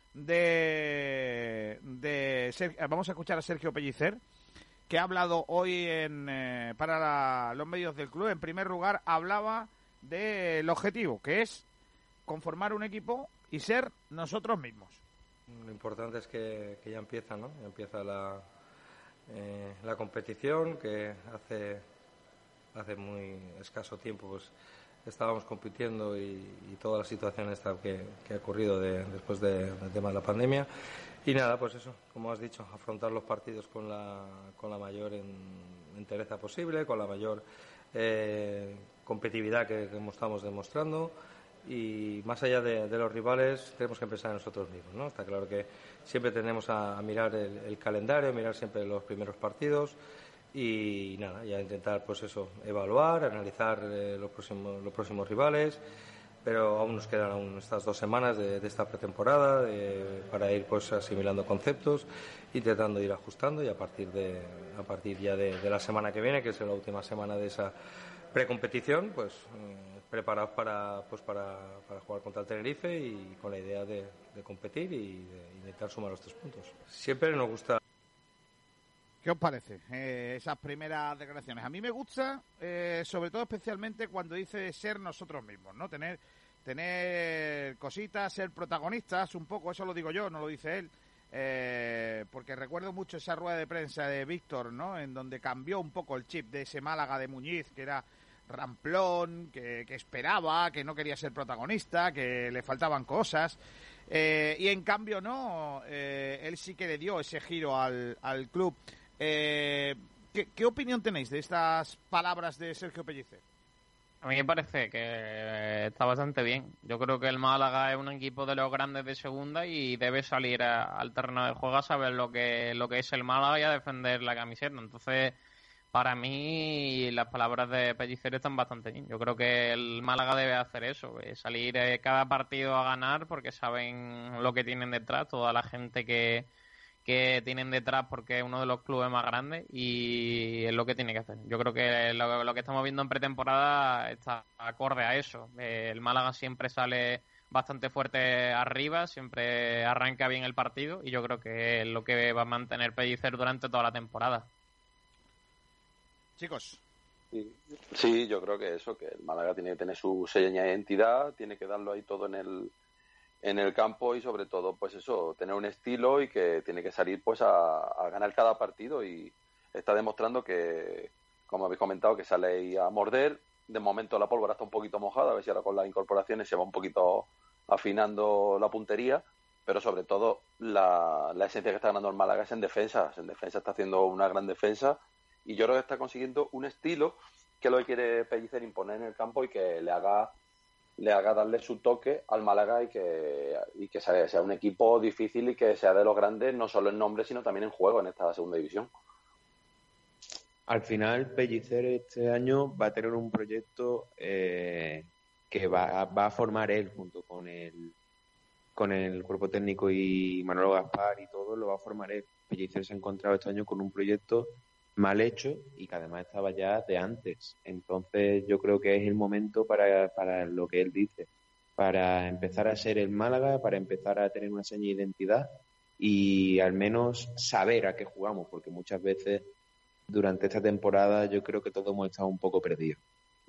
de, de Ser, vamos a escuchar a Sergio Pellicer, que ha hablado hoy en eh, para la, los medios del club. En primer lugar, hablaba del objetivo, que es conformar un equipo y ser nosotros mismos. Lo importante es que, que ya empieza, ¿no? Ya empieza la Eh, la competición, que hace hace muy escaso tiempo pues estábamos compitiendo y, y toda la situación esta que, que ha ocurrido de, después de, del tema de la pandemia. Y nada, pues eso, como has dicho, afrontar los partidos con la, con la mayor en, entereza posible, con la mayor eh, competitividad que, que estamos demostrando. Y más allá de, de los rivales, tenemos que pensar en nosotros mismos, ¿no? Está claro que siempre tenemos a, a mirar el, el calendario, mirar siempre los primeros partidos y nada, ya intentar pues eso, evaluar, analizar eh, los próximos los próximos rivales, pero aún nos quedan aún estas dos semanas de, de esta pretemporada de, para ir pues asimilando conceptos, intentando ir ajustando y a partir de a partir ya de, de la semana que viene, que es la última semana de esa precompetición, pues eh, preparados para pues para, para jugar contra el Tenerife y con la idea de, de competir y de intentar sumar los tres puntos. Siempre nos gusta. ¿Qué os parece eh, esas primeras declaraciones? A mí me gusta, eh, sobre todo especialmente cuando dice ser nosotros mismos, ¿no? Tener tener cositas, ser protagonistas, un poco, eso lo digo yo, no lo dice él. Eh, porque recuerdo mucho esa rueda de prensa de Víctor, ¿no? En donde cambió un poco el chip de ese Málaga de Muñiz, que era ramplón, que, que esperaba, que no quería ser protagonista, que le faltaban cosas, eh, y en cambio no, eh, él sí que le dio ese giro al, al club. Eh, ¿qué, ¿qué opinión tenéis de estas palabras de Sergio Pellicer? A mí me parece que está bastante bien. Yo creo que el Málaga es un equipo de los grandes de segunda y debe salir a, al terreno de juego a saber lo que, lo que es el Málaga y a defender la camiseta. Entonces, para mí, las palabras de Pellicer están bastante bien. Yo creo que el Málaga debe hacer eso, salir cada partido a ganar porque saben lo que tienen detrás, toda la gente que... que tienen detrás porque es uno de los clubes más grandes y es lo que tiene que hacer. Yo creo que lo, lo que estamos viendo en pretemporada está acorde a eso. El Málaga siempre sale bastante fuerte arriba, siempre arranca bien el partido y yo creo que es lo que va a mantener Pellicer durante toda la temporada. Chicos. Sí, sí, yo creo que eso, que el Málaga tiene que tener su seña de identidad, tiene que darlo ahí todo en el en el campo y sobre todo pues eso, tener un estilo y que tiene que salir pues a, a ganar cada partido y está demostrando que, como habéis comentado, que sale ahí a morder. De momento la pólvora está un poquito mojada, a ver si ahora con las incorporaciones se va un poquito afinando la puntería, pero sobre todo la, la esencia que está ganando el Málaga es en defensa, en defensa está haciendo una gran defensa y yo creo que está consiguiendo un estilo que es lo que quiere Pellicer imponer en el campo y que le haga le haga darle su toque al Málaga y que y que sea, sea un equipo difícil y que sea de los grandes, no solo en nombre, sino también en juego en esta segunda división. Al final, Pellicer este año va a tener un proyecto eh, que va, va a formar él junto con el con el cuerpo técnico y Manolo Gaspar y todo, lo va a formar él. Pellicer se ha encontrado este año con un proyecto mal hecho y que además estaba ya de antes. Entonces yo creo que es el momento para, para lo que él dice, para empezar a ser el Málaga, para empezar a tener una seña de identidad y al menos saber a qué jugamos, porque muchas veces durante esta temporada yo creo que todos hemos estado un poco perdidos.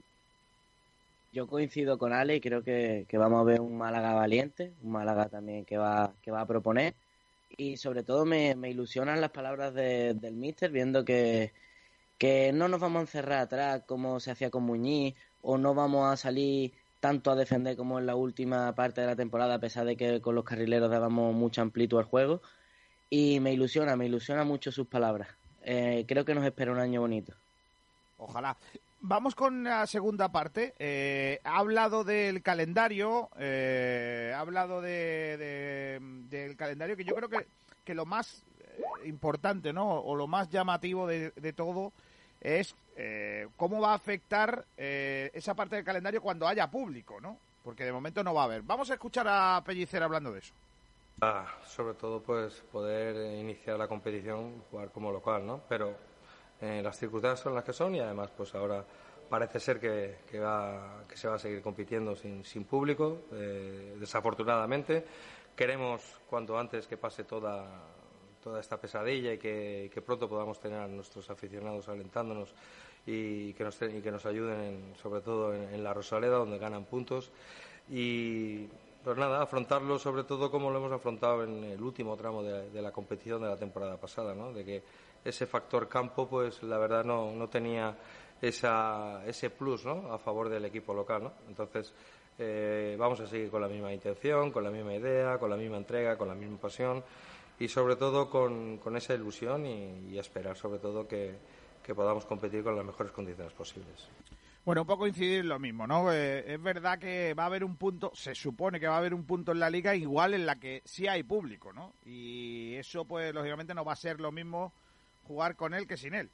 Yo coincido con Ale y creo que, que vamos a ver un Málaga valiente, un Málaga también que va, que va a proponer. Y sobre todo me, me ilusionan las palabras de, del míster, viendo que, que no nos vamos a encerrar atrás como se hacía con Muñiz, o no vamos a salir tanto a defender como en la última parte de la temporada, a pesar de que con los carrileros dábamos mucha amplitud al juego. Y me ilusiona, me ilusiona mucho sus palabras. Eh, creo que nos espera un año bonito. Ojalá. Vamos con la segunda parte. Eh, ha hablado del calendario, eh, ha hablado de, de, del calendario, que yo creo que, que lo más importante, ¿no? O lo más llamativo de, de todo es eh, cómo va a afectar eh, esa parte del calendario cuando haya público, ¿no? Porque de momento no va a haber. Vamos a escuchar a Pellicer hablando de eso. Ah, sobre todo, pues, poder iniciar la competición, jugar como local, ¿no? Pero Eh, las circunstancias son las que son y además pues ahora parece ser que, que, va, que se va a seguir compitiendo sin, sin público, eh, desafortunadamente. Queremos cuanto antes que pase toda, toda esta pesadilla y que, que pronto podamos tener a nuestros aficionados alentándonos y que nos, y que nos ayuden en, sobre todo en, en la Rosaleda, donde ganan puntos. Y pues nada, afrontarlo sobre todo como lo hemos afrontado en el último tramo de, de la competición de la temporada pasada, ¿no? De que ese factor campo, pues la verdad no, no tenía esa, ese plus, ¿no? A favor del equipo local, ¿no? Entonces eh, vamos a seguir con la misma intención, con la misma idea, con la misma entrega, con la misma pasión y sobre todo con, con esa ilusión y, y esperar sobre todo que, que podamos competir con las mejores condiciones posibles. Bueno, un poco incidir en lo mismo, ¿no? Eh, es verdad que va a haber un punto, se supone que va a haber un punto en la liga igual en la que sí hay público, ¿no? Y eso, pues, lógicamente no va a ser lo mismo jugar con él que sin él.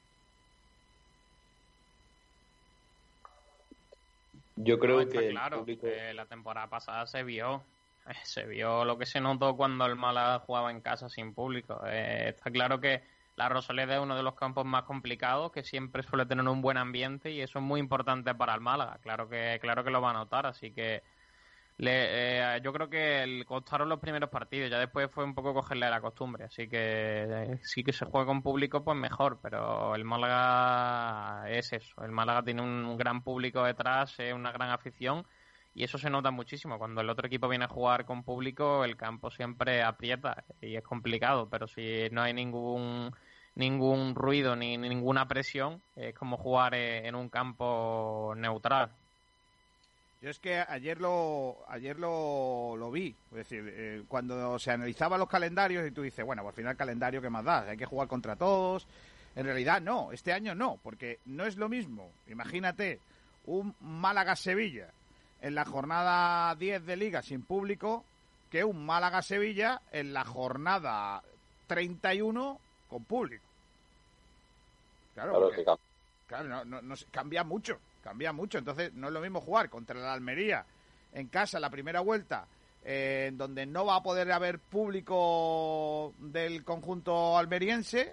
Yo creo no, que claro, el público... que la temporada pasada se vio, eh, se vio lo que se notó cuando el Málaga jugaba en casa sin público. Eh, está claro que la Rosaleda es uno de los campos más complicados, que siempre suele tener un buen ambiente y eso es muy importante para el Málaga. Claro que claro que lo va a notar, así que le, eh, yo creo que le costaron los primeros partidos, ya después fue un poco cogerle la costumbre, así que eh, sí que se juega con público, pues mejor, pero el Málaga es eso, el Málaga tiene un gran público detrás, es una gran afición y eso se nota muchísimo. Cuando el otro equipo viene a jugar con público, el campo siempre aprieta y es complicado, pero si no hay ningún ningún ruido ni ninguna presión, es como jugar en un campo neutral. Yo es que ayer lo ayer lo, lo vi, es decir, eh, cuando se analizaban los calendarios y tú dices, bueno, pues al final el calendario, ¿qué más da? Hay que jugar contra todos, En realidad no, este año no, porque no es lo mismo. Imagínate un Málaga-Sevilla en la jornada diez de Liga sin público que un Málaga-Sevilla en la jornada treinta y uno con público. Claro, claro, porque, que cambia. claro no, no, no, cambia mucho, cambia mucho. Entonces no es lo mismo jugar contra la Almería en casa la primera vuelta, eh, en donde no va a poder haber público del conjunto almeriense,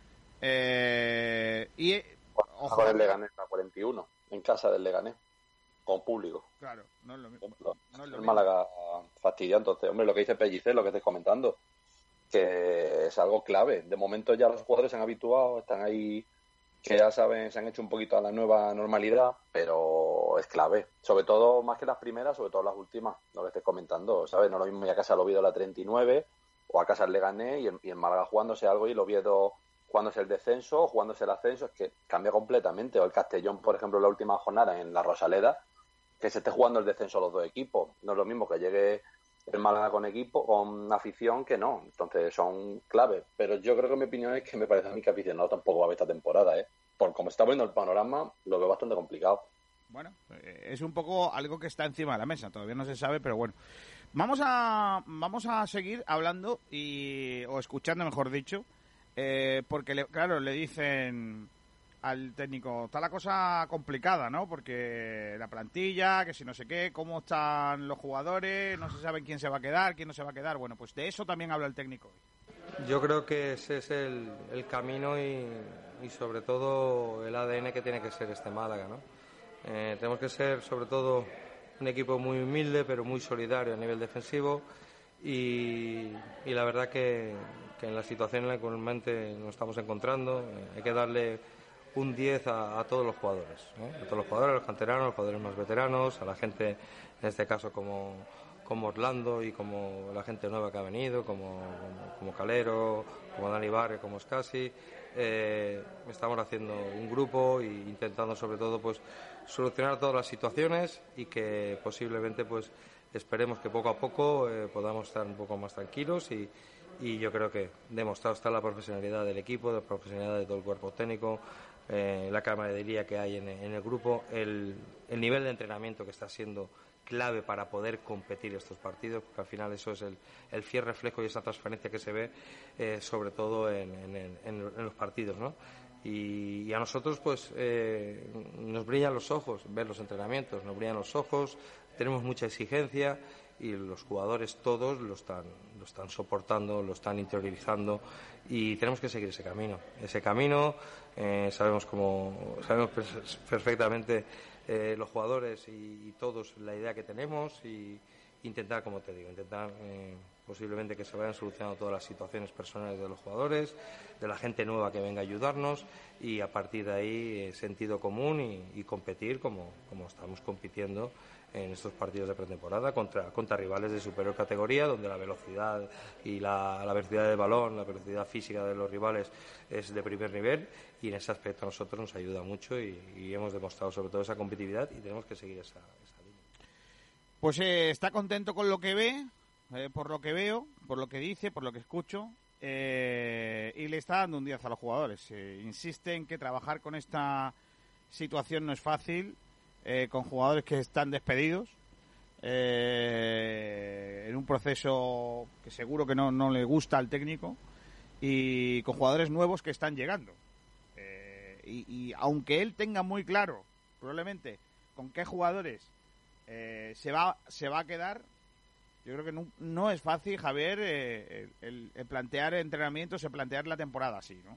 eh, y ojo, con el Leganés a cuarenta y uno en casa del Leganés con público. Claro, no es lo mismo. No, no es lo el mismo. Málaga fastidia. Entonces, hombre, lo que dice Pellicer, lo que estáis comentando, que es algo clave. De momento ya los jugadores se han habituado, están ahí, que ya saben, se han hecho un poquito a la nueva normalidad, pero es clave. Sobre todo, más que las primeras, sobre todo las últimas, lo que estáis comentando, ¿sabes? No es lo mismo ir a casa al Oviedo la treinta y nueve o a casa al Leganés y en, y en Málaga jugándose algo y el Oviedo jugándose el descenso o jugándose el ascenso, es que cambia completamente. O el Castellón, por ejemplo, en la última jornada en la Rosaleda, que se esté jugando el descenso los dos equipos. No es lo mismo que llegue el Málaga con equipo, con afición, que no. Entonces son claves. Pero yo creo que mi opinión es que me parece a mí que aficionado tampoco va a haber esta temporada, ¿eh? Por como está poniendo el panorama, lo veo bastante complicado. Bueno, es un poco algo que está encima de la mesa. Todavía no se sabe, pero bueno. Vamos a vamos a seguir hablando y o escuchando, mejor dicho, eh, porque, le, claro, le dicen al técnico, está la cosa complicada, ¿no? Porque la plantilla, que si no sé qué, cómo están los jugadores, no se sabe quién se va a quedar, quién no se va a quedar. Bueno, pues de eso también habla el técnico hoy. Yo creo que ese es el, el camino y, y sobre todo el A D N que tiene que ser este Málaga, ¿no? Eh, tenemos que ser sobre todo un equipo muy humilde pero muy solidario a nivel defensivo y, y la verdad que, que en la situación en la que actualmente nos estamos encontrando eh, hay que darle un diez a, a todos los jugadores, ¿eh? A todos los jugadores, a los canteranos, a los jugadores más veteranos, a la gente, en este caso como, como Orlando y como la gente nueva que ha venido, como, como, como Calero, como Dani Barrio, como Scassi. Eh, estamos haciendo un grupo e intentando sobre todo pues solucionar todas las situaciones y que posiblemente pues esperemos que poco a poco eh, podamos estar un poco más tranquilos y, y yo creo que demostrado está la profesionalidad del equipo, la profesionalidad de todo el cuerpo técnico, eh, la camaradería que hay en, en el grupo, el, el nivel de entrenamiento que está siendo clave para poder competir estos partidos, porque al final eso es el, el fiel reflejo y esa transparencia que se ve eh, sobre todo en, en, en, en los partidos, ¿no? Y, y a nosotros pues eh, nos brillan los ojos ver los entrenamientos, nos brillan los ojos, tenemos mucha exigencia y los jugadores todos lo están, lo están soportando, lo están interiorizando y tenemos que seguir ese camino. Ese camino eh, sabemos como sabemos perfectamente eh, los jugadores y, y todos la idea que tenemos y intentar, como te digo, intentar eh, posiblemente que se vayan solucionando todas las situaciones personales de los jugadores, de la gente nueva que venga a ayudarnos y a partir de ahí eh, sentido común y, y competir como, como estamos compitiendo en estos partidos de pretemporada contra, contra rivales de superior categoría, donde la velocidad y la, la velocidad del balón, la velocidad física de los rivales es de primer nivel y en ese aspecto a nosotros nos ayuda mucho y, y hemos demostrado sobre todo esa competitividad y tenemos que seguir esa, esa línea. Pues eh, está contento con lo que ve, eh, por lo que veo, por lo que dice, por lo que escucho, eh, y le está dando un diez a los jugadores. Eh, insiste en que trabajar con esta situación no es fácil, eh, con jugadores que están despedidos, eh, en un proceso que seguro que no, no le gusta al técnico, y con jugadores nuevos que están llegando. Eh, y, y aunque él tenga muy claro, probablemente, con qué jugadores eh, se va se va a quedar, yo creo que no, no es fácil, Javier, eh, el, el plantear entrenamientos, el plantear la temporada así, ¿no?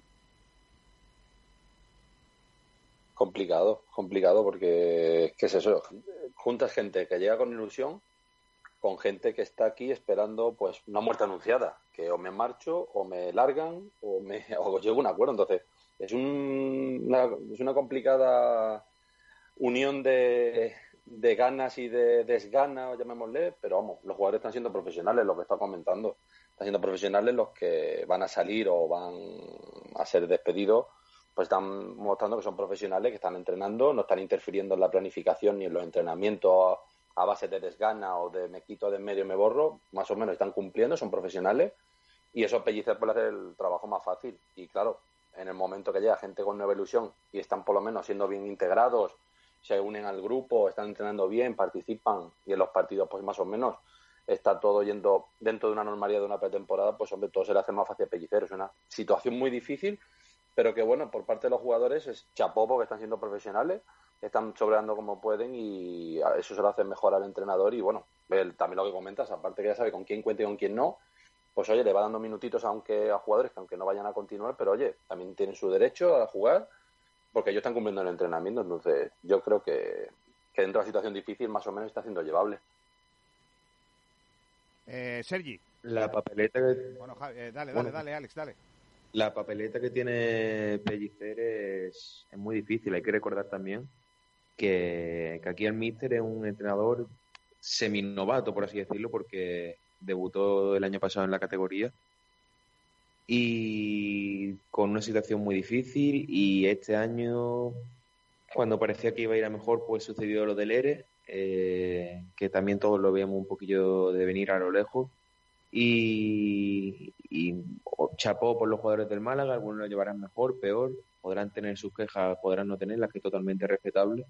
Complicado, complicado porque, ¿qué es eso? Juntas gente que llega con ilusión con gente que está aquí esperando pues una muerte anunciada, que o me marcho o me largan o me o llego a un acuerdo. Entonces es, un, una, es una complicada unión de, de ganas y de desganas, llamémosle, pero vamos, los jugadores están siendo profesionales, lo que está comentando, están siendo profesionales los que van a salir o van a ser despedidos, pues están mostrando que son profesionales, que están entrenando, no están interfiriendo en la planificación ni en los entrenamientos a base de desgana o de me quito de en medio y me borro, más o menos están cumpliendo, son profesionales y eso Pellicer puede hacer el trabajo más fácil. Y claro, en el momento que llega gente con nueva ilusión y están por lo menos siendo bien integrados, se unen al grupo, están entrenando bien, participan y en los partidos pues más o menos está todo yendo dentro de una normalidad de una pretemporada, pues hombre, todo se le hace más fácil a Pellicer. Es una situación muy difícil, pero que bueno, por parte de los jugadores es chapó porque están siendo profesionales, están sobreando como pueden y eso se lo hace mejor al entrenador. Y bueno, él, también lo que comentas, aparte que ya sabe con quién cuenta y con quién no, pues oye, le va dando minutitos aunque a jugadores que aunque no vayan a continuar, pero oye, también tienen su derecho a jugar porque ellos están cumpliendo el entrenamiento. Entonces yo creo que, que dentro de la situación difícil más o menos está siendo llevable. Eh, Sergi. La papeleta que... Bueno, Javi, eh, dale, bueno, dale, dale, Alex, dale. La papeleta que tiene Pellicer es, es muy difícil. Hay que recordar también que, que aquí el míster es un entrenador seminovato, por así decirlo, porque debutó el año pasado en la categoría y con una situación muy difícil, y este año, cuando parecía que iba a ir a mejor, pues sucedió lo del ERE, eh, que también todos lo veíamos un poquillo de venir a lo lejos, y, y chapó por los jugadores del Málaga. Algunos lo llevarán mejor, peor, podrán tener sus quejas, podrán no tenerlas, que es totalmente respetable.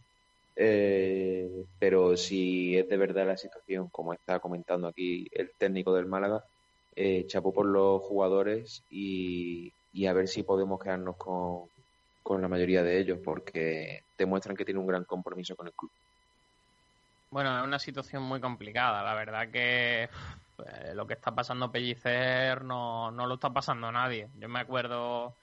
Eh, pero si es de verdad la situación, como está comentando aquí el técnico del Málaga, eh, chapó por los jugadores y, y a ver si podemos quedarnos con, con la mayoría de ellos, porque demuestran que tiene un gran compromiso con el club. Bueno, es una situación muy complicada. La verdad que eh, lo que está pasando Pellicer no, no lo está pasando nadie. Yo me acuerdo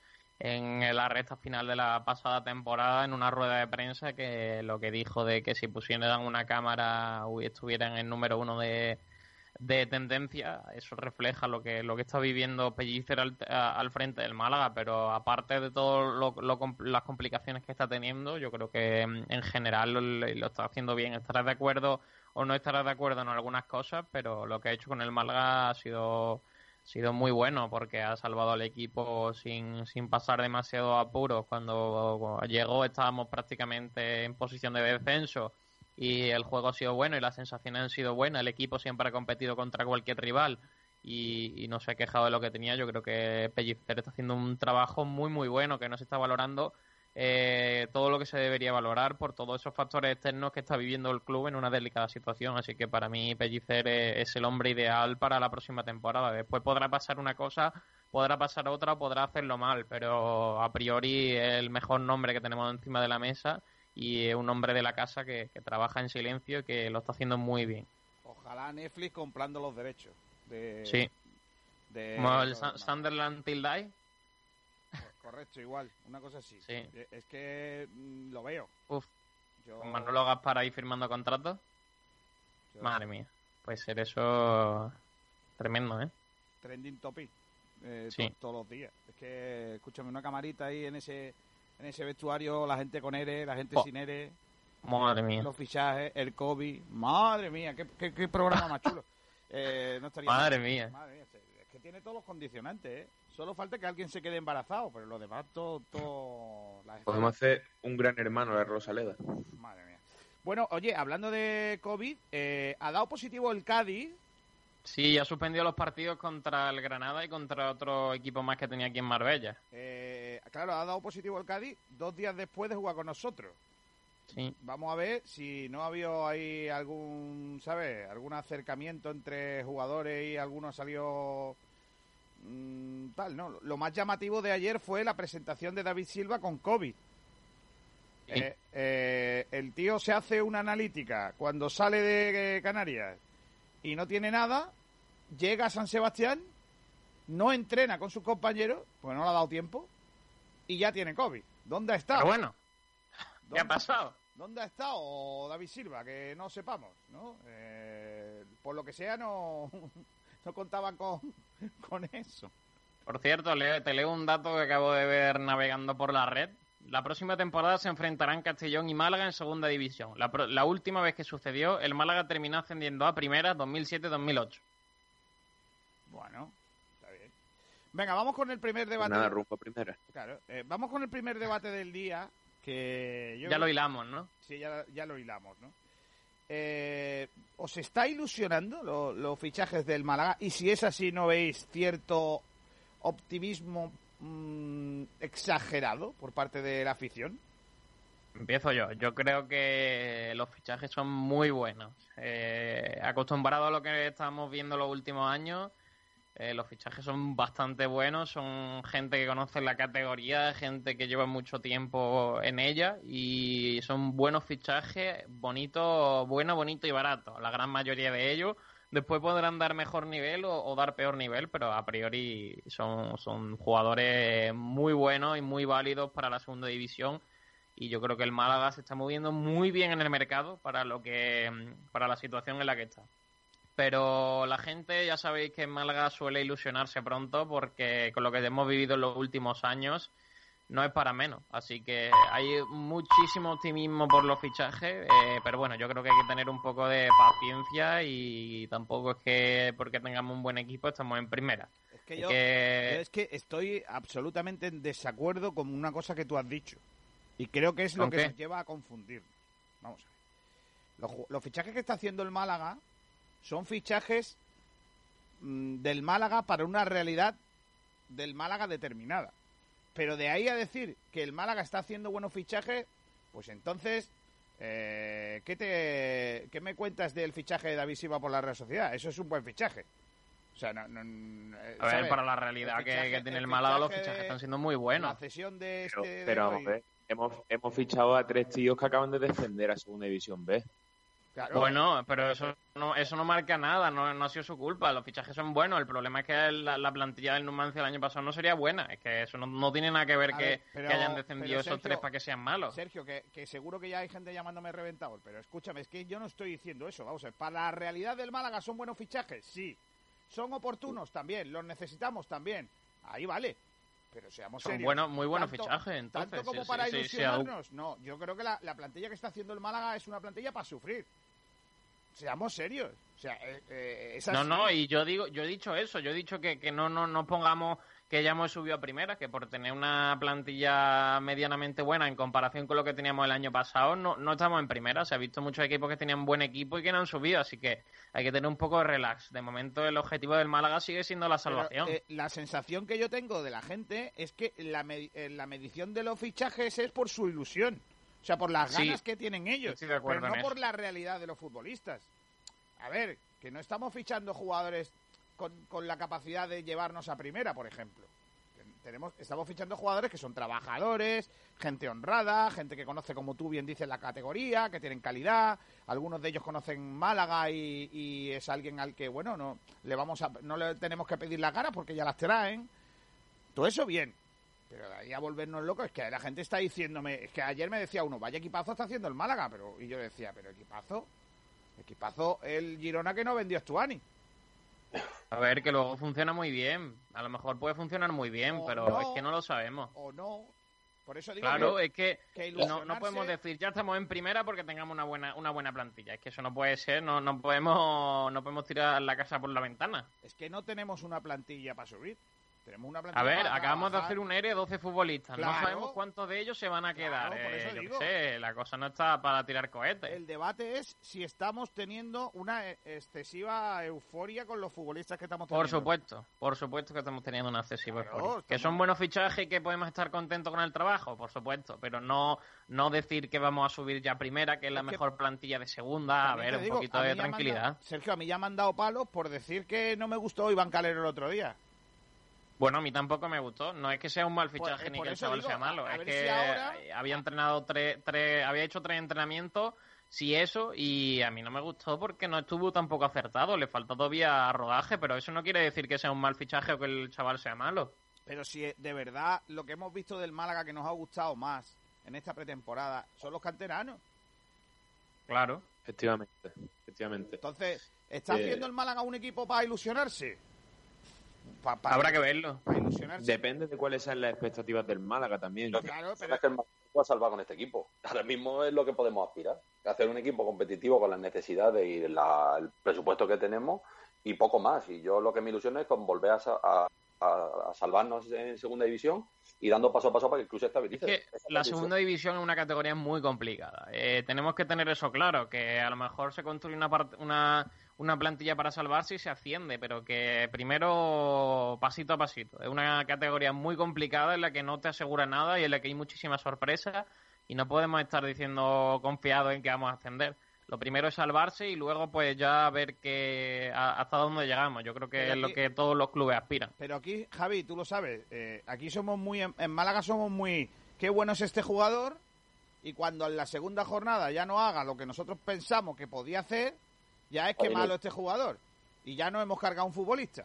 en la recta final de la pasada temporada, en una rueda de prensa, que lo que dijo de que si pusieran una cámara estuvieran en número uno de, de tendencia, eso refleja lo que lo que está viviendo Pellicer al, al frente del Málaga. Pero aparte de todo lo, lo, las complicaciones que está teniendo, yo creo que en general lo, lo está haciendo bien. Estarás de acuerdo o no estarás de acuerdo en algunas cosas, pero lo que ha hecho con el Málaga ha sido ha sido muy bueno, porque ha salvado al equipo sin, sin pasar demasiado apuros. Cuando llegó estábamos prácticamente en posición de descenso y el juego ha sido bueno y las sensaciones han sido buenas. El equipo siempre ha competido contra cualquier rival y, y no se ha quejado de lo que tenía. Yo creo que Pellicer está haciendo un trabajo muy muy bueno, que no se está valorando eh, todo lo que se debería valorar por todos esos factores externos que está viviendo el club en una delicada situación. Así que para mí Pellicer es, es el hombre ideal para la próxima temporada. Después podrá pasar una cosa, podrá pasar otra, podrá hacerlo mal, pero a priori es el mejor nombre que tenemos encima de la mesa y es un hombre de la casa que, que trabaja en silencio y que lo está haciendo muy bien. Ojalá Netflix comprando los derechos de... Sí. De, como el Sa- Sunderland Till Die. Correcto, igual, una cosa así. Sí. Es que mm, lo veo. Uf. Yo... Con Manolo Gaspar ahí firmando contratos. Yo... Madre mía. Puede ser eso tremendo, ¿eh? Trending topic. Eh, sí. to- todos los días. Es que, escúchame, una camarita ahí en ese en ese vestuario, la gente con ERE, la gente oh. sin ERE. Madre mía. Los fichajes, el COVID. Madre mía, qué, qué, qué programa más chulo. Eh, no estaría Madre mal. mía. Madre mía. Es que tiene todos los condicionantes, ¿eh? Solo falta que alguien se quede embarazado, pero lo demás todo... todo la Podemos hacer un gran hermano de Rosaleda. Madre mía. Bueno, oye, hablando de COVID, eh, ¿ha dado positivo el Cádiz? Sí, ha suspendido los partidos contra el Granada y contra otro equipo más que tenía aquí en Marbella. Eh, claro, ha dado positivo el Cádiz dos días después de jugar con nosotros. Sí. Vamos a ver si no ha habido ahí algún, ¿sabes? Algún acercamiento entre jugadores y alguno ha salido mmm, tal, ¿no? Lo más llamativo de ayer fue la presentación de David Silva con COVID. Sí. Eh, eh, el tío se hace una analítica cuando sale de Canarias y no tiene nada, llega a San Sebastián, no entrena con sus compañeros, porque no le ha dado tiempo, y ya tiene COVID. ¿Dónde ha estado? Pero bueno, ¿qué ha pasado? ¿Dónde ha estado David Silva? Que no sepamos, ¿no? Eh, por lo que sea, no, no contaban con, con eso. Por cierto, le, te leo un dato que acabo de ver navegando por la red. La próxima temporada se enfrentarán Castellón y Málaga en segunda división. La, la última vez que sucedió, el Málaga terminó ascendiendo a primera dos mil siete dos mil ocho. Bueno, está bien. Venga, vamos con el primer debate. Pues nada, rumbo primera. Claro, eh, vamos con el primer debate del día. Que yo ya lo hilamos, ¿no? Sí, ya, ya lo hilamos, ¿no? Eh, ¿Os está ilusionando los lo fichajes del Málaga? Y si es así, ¿no veis cierto optimismo mmm, mmm, exagerado por parte de la afición? Empiezo yo. Yo creo que los fichajes son muy buenos. Eh, acostumbrado a lo que estamos viendo los últimos años, eh, los fichajes son bastante buenos. Son gente que conoce la categoría, gente que lleva mucho tiempo en ella y son buenos fichajes, bonitos, bueno, bonito y barato. La gran mayoría de ellos. Después podrán dar mejor nivel o, o dar peor nivel, pero a priori son, son jugadores muy buenos y muy válidos para la segunda división. Y yo creo que el Málaga se está moviendo muy bien en el mercado para lo que para la situación en la que está. Pero la gente, ya sabéis que en Málaga suele ilusionarse pronto porque con lo que hemos vivido en los últimos años no es para menos. Así que hay muchísimo optimismo por los fichajes, eh, pero bueno, yo creo que hay que tener un poco de paciencia y tampoco es que porque tengamos un buen equipo estamos en primera. Es que yo, que... yo es que estoy absolutamente en desacuerdo con una cosa que tú has dicho. Y creo que es lo que qué? nos lleva a confundir. Vamos a ver. Los, los fichajes que está haciendo el Málaga son fichajes mmm, del Málaga para una realidad del Málaga determinada. Pero de ahí a decir que el Málaga está haciendo buenos fichajes, pues entonces, eh, ¿qué, te, ¿qué me cuentas del fichaje de David Silva por la Real Sociedad? Eso es un buen fichaje. O sea, no, no, a ver, ¿sabes? Para la realidad fichaje, que, que tiene el, el Málaga, los fichajes de, están siendo muy buenos. La cesión de este... Pero, pero vamos a ver. Hemos, hemos fichado a tres tíos que acaban de descender a Segunda División B. Claro. Bueno, pero eso no eso no marca nada, no, no ha sido su culpa. Los fichajes son buenos. El problema es que la, la plantilla del Numancia el año pasado no sería buena. Es que eso no, no tiene nada que ver, que, ver pero, que hayan descendido Sergio, esos tres para que sean malos. Sergio, que, que seguro que ya hay gente llamándome reventador, pero escúchame, es que yo no estoy diciendo eso. Vamos a ver, para la realidad del Málaga son buenos fichajes, sí. Son oportunos también, los necesitamos también. Ahí vale. Pero seamos Son serios. Bueno, muy buenos tanto, fichajes, entonces. Tanto como sí, para sí, ilusionarnos. Sí, sí, no, yo creo que la, la plantilla que está haciendo el Málaga es una plantilla para sufrir. Seamos serios. O sea, eh, eh, es así. No, no, y yo digo, yo he dicho eso. Yo he dicho que, que no, no, no pongamos que ya hemos subido a primera, que por tener una plantilla medianamente buena en comparación con lo que teníamos el año pasado, no, no estamos en primera. Se ha visto muchos equipos que tenían buen equipo y que no han subido, así que hay que tener un poco de relax. De momento el objetivo del Málaga sigue siendo la salvación. Pero, eh, la sensación que yo tengo de la gente es que la, med- eh, la medición de los fichajes es por su ilusión. O sea, por las ganas sí, que tienen ellos, pero no por la realidad de los futbolistas. A ver, que no estamos fichando jugadores con, con la capacidad de llevarnos a primera, por ejemplo. Tenemos, estamos fichando jugadores que son trabajadores, gente honrada, gente que conoce, como tú bien dices, la categoría, que tienen calidad. Algunos de ellos conocen Málaga y, y es alguien al que, bueno, no le vamos a, no le tenemos que pedir la cara porque ya las traen. Todo eso bien. Pero de ahí a volvernos locos, es que la gente está diciéndome, es que ayer me decía uno, vaya equipazo está haciendo el Málaga, pero y yo decía, pero equipazo, equipazo el Girona que no vendió a Stuani. A ver, que luego funciona muy bien, a lo mejor puede funcionar muy bien, o pero no, es que no lo sabemos. O no, por eso digo claro, que, es que, que no, no podemos decir, ya estamos en primera porque tengamos una buena una buena plantilla, es que eso no puede ser, no no podemos no podemos tirar la casa por la ventana. Es que no tenemos una plantilla para subir. Tenemos una plantilla a ver, para acabamos trabajar. de hacer un E R E doce futbolistas. Claro. No sabemos cuántos de ellos se van a quedar. Claro, por eso eh, yo digo. qué sé, la cosa no está para tirar cohetes. El debate es si estamos teniendo una excesiva euforia con los futbolistas que estamos teniendo. Por supuesto, por supuesto que estamos teniendo una excesiva claro, euforia. estamos... Que son buenos fichajes y que podemos estar contentos con el trabajo, por supuesto. Pero no no decir que vamos a subir ya primera, que es la es mejor que... plantilla de segunda. A ver, un digo, poquito de tranquilidad. Mandado, Sergio, a mí ya me han dado palos por decir que no me gustó Iván Calero el otro día. Bueno, a mí tampoco me gustó. No es que sea un mal fichaje por, ni por que el chaval digo, sea malo. Es que si ahora... había entrenado tres, tres, había hecho tres entrenamientos, sí eso, y a mí no me gustó porque no estuvo tampoco acertado. Le faltó todavía rodaje, pero eso no quiere decir que sea un mal fichaje o que el chaval sea malo. Pero si de verdad lo que hemos visto del Málaga que nos ha gustado más en esta pretemporada son los canteranos. Claro. Efectivamente, efectivamente. Entonces, ¿está eh... haciendo el Málaga un equipo para ilusionarse? Pa, pa, Habrá que verlo. Depende de cuáles sean las expectativas del Málaga también. Lo que claro, pero es que el Málaga va a salvar con este equipo. Ahora mismo es lo que podemos aspirar. Hacer un equipo competitivo con las necesidades y la, el presupuesto que tenemos y poco más. Y yo lo que me ilusiona es con volver a, a a, a salvarnos en segunda división y dando paso a paso para que el club se estabilice. Es que la segunda división es una categoría muy complicada. Eh, tenemos que tener eso claro, que a lo mejor se construye una, part- una, una plantilla para salvarse y se asciende, pero que primero pasito a pasito. Es una categoría muy complicada en la que no te asegura nada y en la que hay muchísimas sorpresas y no podemos estar diciendo confiados en que vamos a ascender. Lo primero es salvarse y luego pues ya ver que a, hasta dónde llegamos. Yo creo que Pero es lo aquí- que todos los clubes aspiran. Pero aquí, Javi, tú lo sabes, eh, aquí somos muy, en, en Málaga somos muy, qué bueno es este jugador, y cuando en la segunda jornada ya no haga lo que nosotros pensamos que podía hacer, ya es que Ahí no. malo este jugador, y ya no hemos cargado un futbolista.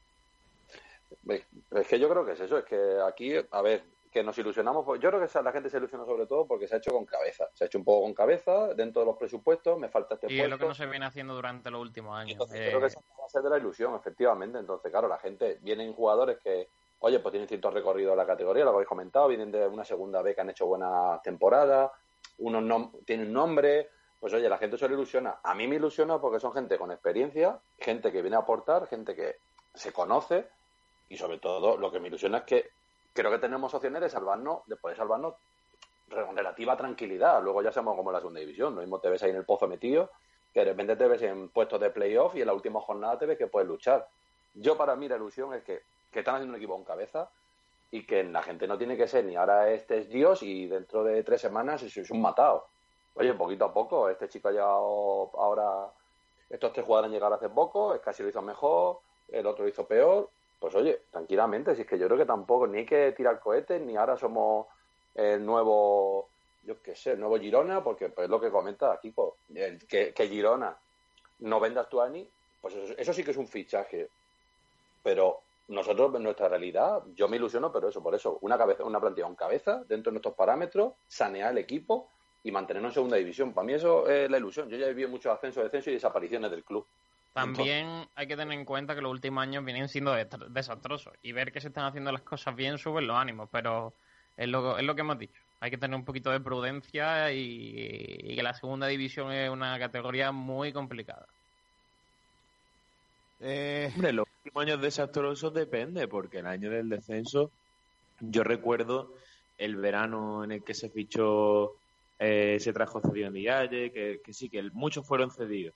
Ve, Es que yo creo que es eso, es que aquí, a ver, que nos ilusionamos, pues yo creo que esa- la gente se ilusiona sobre todo porque se ha hecho con cabeza, se ha hecho un poco con cabeza dentro de los presupuestos, me falta este Y puesto. es lo que no se viene haciendo durante los últimos años. Entonces, Eh, creo que esa va a ser de la ilusión, efectivamente. Entonces, claro, la gente, vienen jugadores que, oye, pues tienen cierto recorrido en la categoría, lo habéis comentado, vienen de una segunda B que han hecho buenas temporadas, unos nom- tienen un nombre, pues oye, la gente se le ilusiona. A mí me ilusiona porque son gente con experiencia, gente que viene a aportar, gente que se conoce, y sobre todo lo que me ilusiona es que creo que tenemos opciones de salvarnos, de poder salvarnos con relativa tranquilidad. Luego ya somos como en la segunda división, lo mismo te ves ahí en el pozo metido, que de repente te ves en puestos de playoff y en la última jornada te ves que puedes luchar. Yo, para mí, la ilusión es que, que están haciendo un equipo con cabeza y que la gente no tiene que ser ni ahora este es Dios y dentro de tres semanas es, es un matado. Oye, poquito a poco, este chico ha llegado ahora, estos tres jugadores han llegado hace poco, es casi lo hizo mejor, el otro lo hizo peor. Pues oye, tranquilamente, si es que yo creo que tampoco ni hay que tirar cohetes, ni ahora somos el nuevo, yo qué sé, el nuevo Girona, porque pues lo que comenta Kiko, el, que, que Girona no venda a Stuani, pues eso, eso sí que es un fichaje. Pero nosotros, en nuestra realidad, yo me ilusiono, pero eso, por eso, una cabeza, una plantilla con cabeza, dentro de nuestros parámetros, sanear el equipo y mantenernos en segunda división. Para mí eso es la ilusión. Yo ya he vivido muchos ascensos, descensos y desapariciones del club. También hay que tener en cuenta que los últimos años vienen siendo dest- desastrosos y ver que se están haciendo las cosas bien suben los ánimos, pero es lo, es lo que hemos dicho. Hay que tener un poquito de prudencia y, y que la segunda división es una categoría muy complicada. Eh... Hombre, los últimos años desastrosos depende, porque el año del descenso, yo recuerdo el verano en el que se fichó, eh, se trajo cedido en Dialle, que, que sí, que el- muchos fueron cedidos.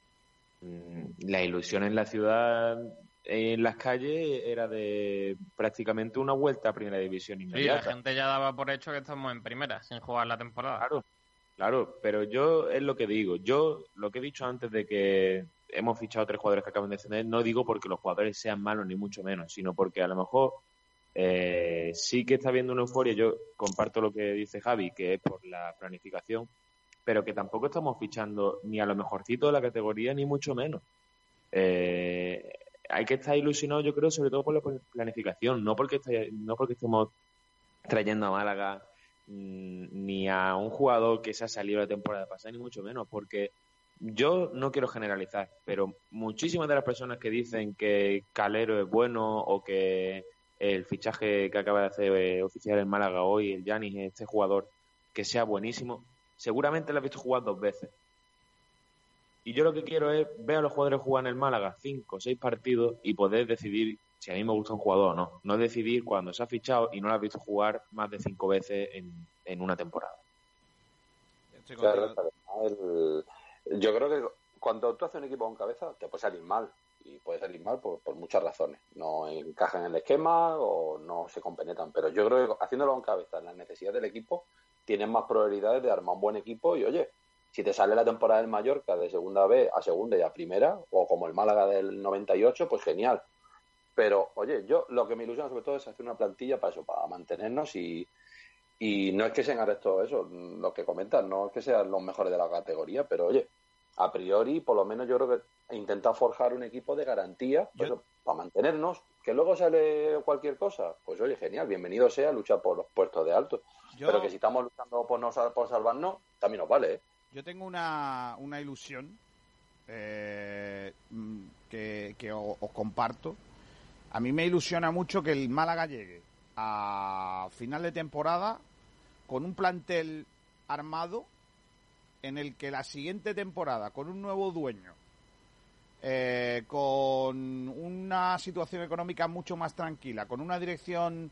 La ilusión en la ciudad, en las calles, era de prácticamente una vuelta a primera división Sí, inmediata. la gente ya daba por hecho que estamos en primera, sin jugar la temporada. Claro, claro, pero yo es lo que digo. Yo lo que he dicho antes de que hemos fichado tres jugadores que acaban de descender, no digo porque los jugadores sean malos ni mucho menos, sino porque a lo mejor eh, sí que está habiendo una euforia. Yo comparto lo que dice Javi, que es por la planificación, pero que tampoco estamos fichando ni a lo mejorcito de la categoría, ni mucho menos. Eh, hay que estar ilusionado, yo creo, sobre todo por la planificación, no porque, esté- no porque estemos trayendo a Málaga mm, ni a un jugador que se ha salido la temporada pasada, ni mucho menos, porque yo no quiero generalizar, pero muchísimas de las personas que dicen que Calero es bueno o que el fichaje que acaba de hacer eh, oficial en Málaga hoy, el Yanis, este jugador, que sea buenísimo, seguramente lo has visto jugar dos veces. Y yo lo que quiero es ver a los jugadores jugar en el Málaga cinco o seis partidos y poder decidir si a mí me gusta un jugador o no. No decidir cuando se ha fichado y no lo has visto jugar más de cinco veces en, en una temporada. Claro, el- yo creo que cuando tú haces un equipo con cabeza te puede salir mal, y puede salir mal por, por muchas razones. No encajan en el esquema o no se compenetran, pero yo creo que haciéndolo con cabeza en las necesidades del equipo tienes más probabilidades de armar un buen equipo. Y oye, si te sale la temporada del Mallorca de segunda B a segunda y a primera, o como el Málaga del noventa y ocho, pues genial. Pero oye, yo lo que me ilusiona sobre todo es hacer una plantilla para eso, para mantenernos y Y no es que sean esto, eso, lo que comentan, no es que sean los mejores de la categoría, pero oye, a priori, por lo menos yo creo que intenta forjar un equipo de garantía pues, para mantenernos. Que luego sale cualquier cosa, pues oye, genial, bienvenido sea luchar por los puestos de alto. Yo- Pero que si estamos luchando por, no, sal- por salvarnos, también nos vale, ¿eh? Yo tengo una, una ilusión eh, mm, que, que o- os comparto. A mí me ilusiona mucho que el Málaga llegue a final de temporada con un plantel armado en el que la siguiente temporada, con un nuevo dueño, eh, con una situación económica mucho más tranquila, con una dirección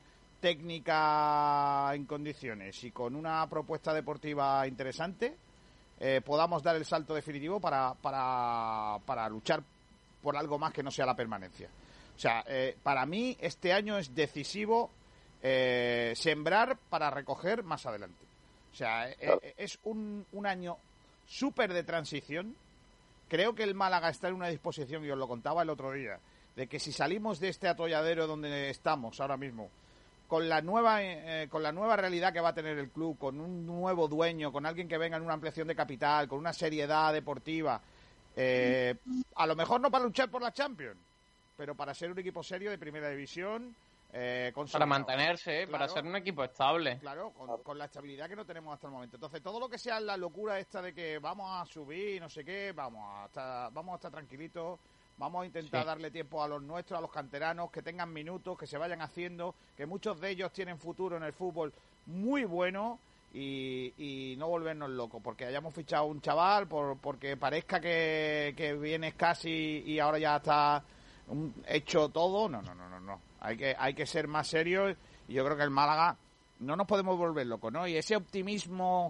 técnica en condiciones y con una propuesta deportiva interesante, eh, podamos dar el salto definitivo para, para, para luchar por algo más que no sea la permanencia. O sea, eh, para mí este año es decisivo eh, sembrar para recoger más adelante. O sea, eh, es un, un año súper de transición. Creo que el Málaga está en una disposición, y os lo contaba el otro día, de que si salimos de este atolladero donde estamos ahora mismo, con la nueva eh, con la nueva realidad que va a tener el club, con un nuevo dueño, con alguien que venga en una ampliación de capital, con una seriedad deportiva, eh, a lo mejor no para luchar por la Champions, pero para ser un equipo serio de primera división, eh, para mantenerse, claro, para ser un equipo estable. Claro, con, con la estabilidad que no tenemos hasta el momento. Entonces, todo lo que sea la locura esta de que vamos a subir, no sé qué, vamos a estar, vamos a estar tranquilitos, vamos a intentar sí. darle tiempo a los nuestros, a los canteranos, que tengan minutos, que se vayan haciendo, que muchos de ellos tienen futuro en el fútbol muy bueno, y, y no volvernos locos porque hayamos fichado un chaval, por porque parezca que, que vienes casi y ahora ya está hecho todo. No, no, no, no, no. Hay que, hay que ser más serios, y yo creo que el Málaga no nos podemos volver locos, ¿no? Y ese optimismo,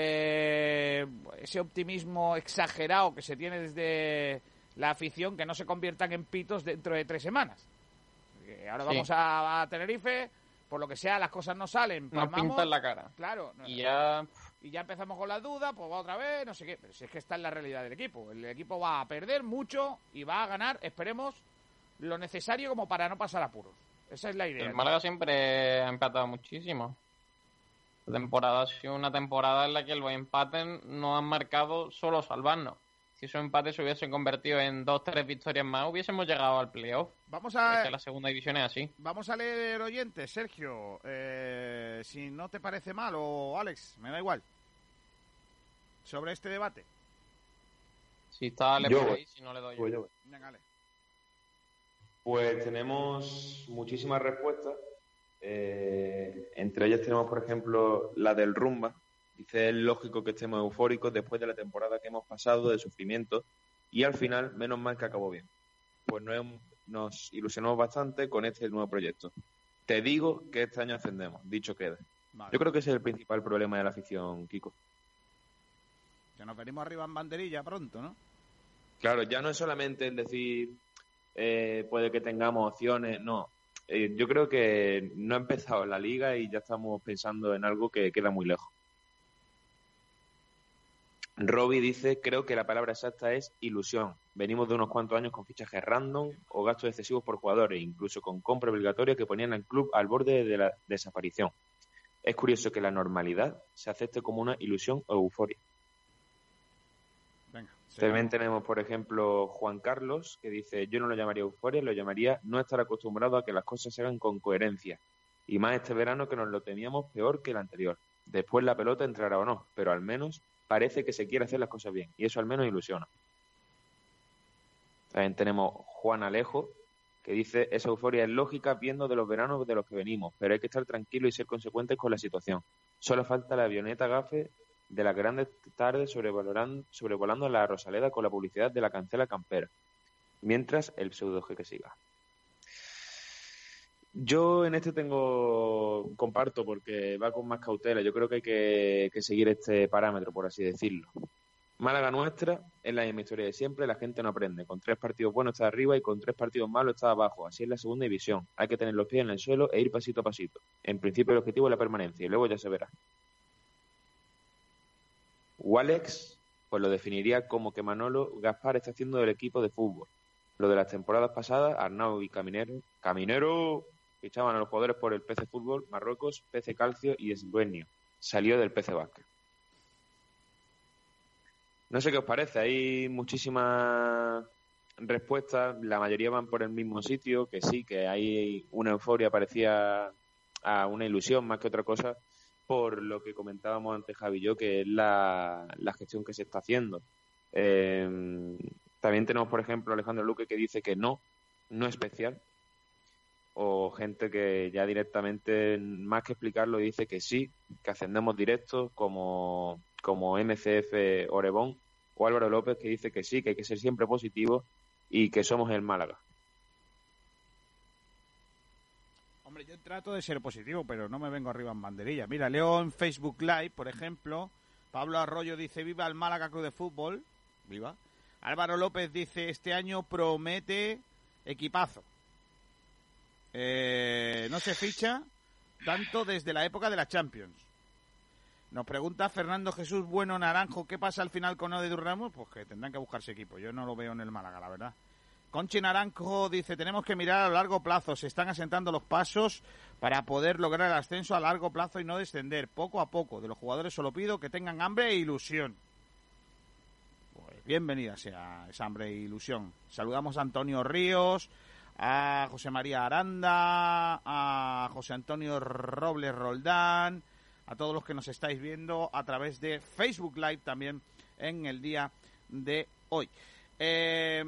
eh, ese optimismo exagerado que se tiene desde la afición, que no se conviertan en pitos dentro de tres semanas. Ahora sí. vamos a, a Tenerife, por lo que sea, las cosas no salen. Nos pintan la cara. Claro. Y ya... Y ya empezamos con las dudas, pues va otra vez, no sé qué. Pero si es que está en la realidad del equipo. El equipo va a perder mucho y va a ganar, esperemos, lo necesario como para no pasar apuros. Esa es la idea. El Málaga siempre ha empatado muchísimo. La temporada ha sido una temporada en la que los empates no han marcado solo salvarnos. Si esos empates se hubiesen convertido en dos, tres victorias más, hubiésemos llegado al playoff. Vamos a... Es que la segunda división es así. Vamos a leer oyentes, Sergio. Eh, si no te parece mal, o Alex, me da igual. Sobre este debate. Si está, le yo, ahí, si no le doy yo. Pues, yo. Venga, Ale. Pues tenemos muchísimas respuestas. Eh, entre ellas tenemos, por ejemplo, la del Rumba. Dice, es lógico que estemos eufóricos después de la temporada que hemos pasado de sufrimiento, y al final, menos mal que acabó bien. Pues nos, nos ilusionamos bastante con este nuevo proyecto. Te digo que este año ascendemos, dicho queda. Vale. Yo creo que ese es el principal problema de la afición, Kiko. Que nos venimos arriba en banderilla pronto, ¿no? Claro, ya no es solamente el decir, eh, puede que tengamos opciones, no. Eh, yo creo que no ha empezado la liga y ya estamos pensando en algo que queda muy lejos. Robbie dice, creo que la palabra exacta es ilusión. Venimos de unos cuantos años con fichajes random o gastos excesivos por jugadores, incluso con compra obligatoria que ponían al club al borde de la desaparición. Es curioso que la normalidad se acepte como una ilusión o euforia. Venga, también tenemos, por ejemplo, Juan Carlos, que dice, yo no lo llamaría euforia, lo llamaría no estar acostumbrado a que las cosas se hagan con coherencia. Y más este verano que nos lo temíamos peor que el anterior. Después la pelota entrará o no, pero al menos parece que se quiere hacer las cosas bien, y eso al menos ilusiona. También tenemos Juan Alejo, que dice, esa euforia es lógica viendo de los veranos de los que venimos, pero hay que estar tranquilo y ser consecuentes con la situación. Solo falta la avioneta gafe de las grandes tardes sobrevolando, sobrevolando la Rosaleda con la publicidad de la cancela campera, mientras el pseudo que siga. Yo en este tengo, comparto porque va con más cautela. Yo creo que hay que, que seguir este parámetro, por así decirlo. Málaga nuestra es la misma historia de siempre, la gente no aprende. Con tres partidos buenos está arriba y con tres partidos malos está abajo. Así es la segunda división. Hay que tener los pies en el suelo e ir pasito a pasito. En principio el objetivo es la permanencia y luego ya se verá. Walex, pues lo definiría como que Manolo Gaspar está haciendo del equipo de fútbol. Lo de las temporadas pasadas, Arnau y Caminero, Caminero fichaban a los jugadores por el P C Fútbol, Marruecos, P C Calcio y Esluenio. Salió del P C Vázquez. No sé qué os parece, hay muchísimas respuestas, la mayoría van por el mismo sitio, que sí, que hay una euforia parecida a una ilusión más que otra cosa, por lo que comentábamos antes Javi y yo, que es la, la gestión que se está haciendo. Eh, también tenemos, por ejemplo, Alejandro Luque, que dice que no, no especial, o gente que ya directamente, más que explicarlo, dice que sí, que ascendemos directos, como, como M C F Orebón, o Álvaro López, que dice que sí, que hay que ser siempre positivo y que somos el Málaga. Hombre, yo trato de ser positivo, pero no me vengo arriba en banderilla. Mira, leo en Facebook Live, por ejemplo, Pablo Arroyo dice, viva el Málaga Club de Fútbol. Viva. Álvaro López dice, este año promete equipazo. Eh, no se ficha tanto desde la época de la Champions. Nos pregunta Fernando Jesús Bueno Naranjo, ¿qué pasa al final con Ode Ramos? Pues que tendrán que buscarse equipo. Yo no lo veo en el Málaga, la verdad. Conchi Naranjo dice, tenemos que mirar a largo plazo, se están asentando los pasos para poder lograr el ascenso a largo plazo y no descender, poco a poco. De los jugadores solo pido que tengan hambre e ilusión. Pues bienvenida sea esa hambre e ilusión. Saludamos a Antonio Ríos, a José María Aranda, a José Antonio Robles Roldán, a todos los que nos estáis viendo a través de Facebook Live también en el día de hoy. Eh,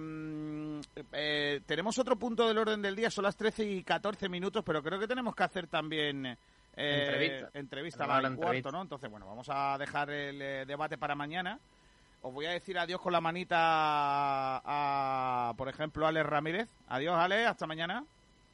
eh, tenemos otro punto del orden del día, son las trece y catorce minutos, pero creo que tenemos que hacer también eh, entrevista, entrevista a la cuarto, ¿no? Entonces, bueno, vamos a dejar el eh, debate para mañana. Os voy a decir adiós con la manita a, a por ejemplo, Alex Ramírez. Adiós, Alex, hasta mañana.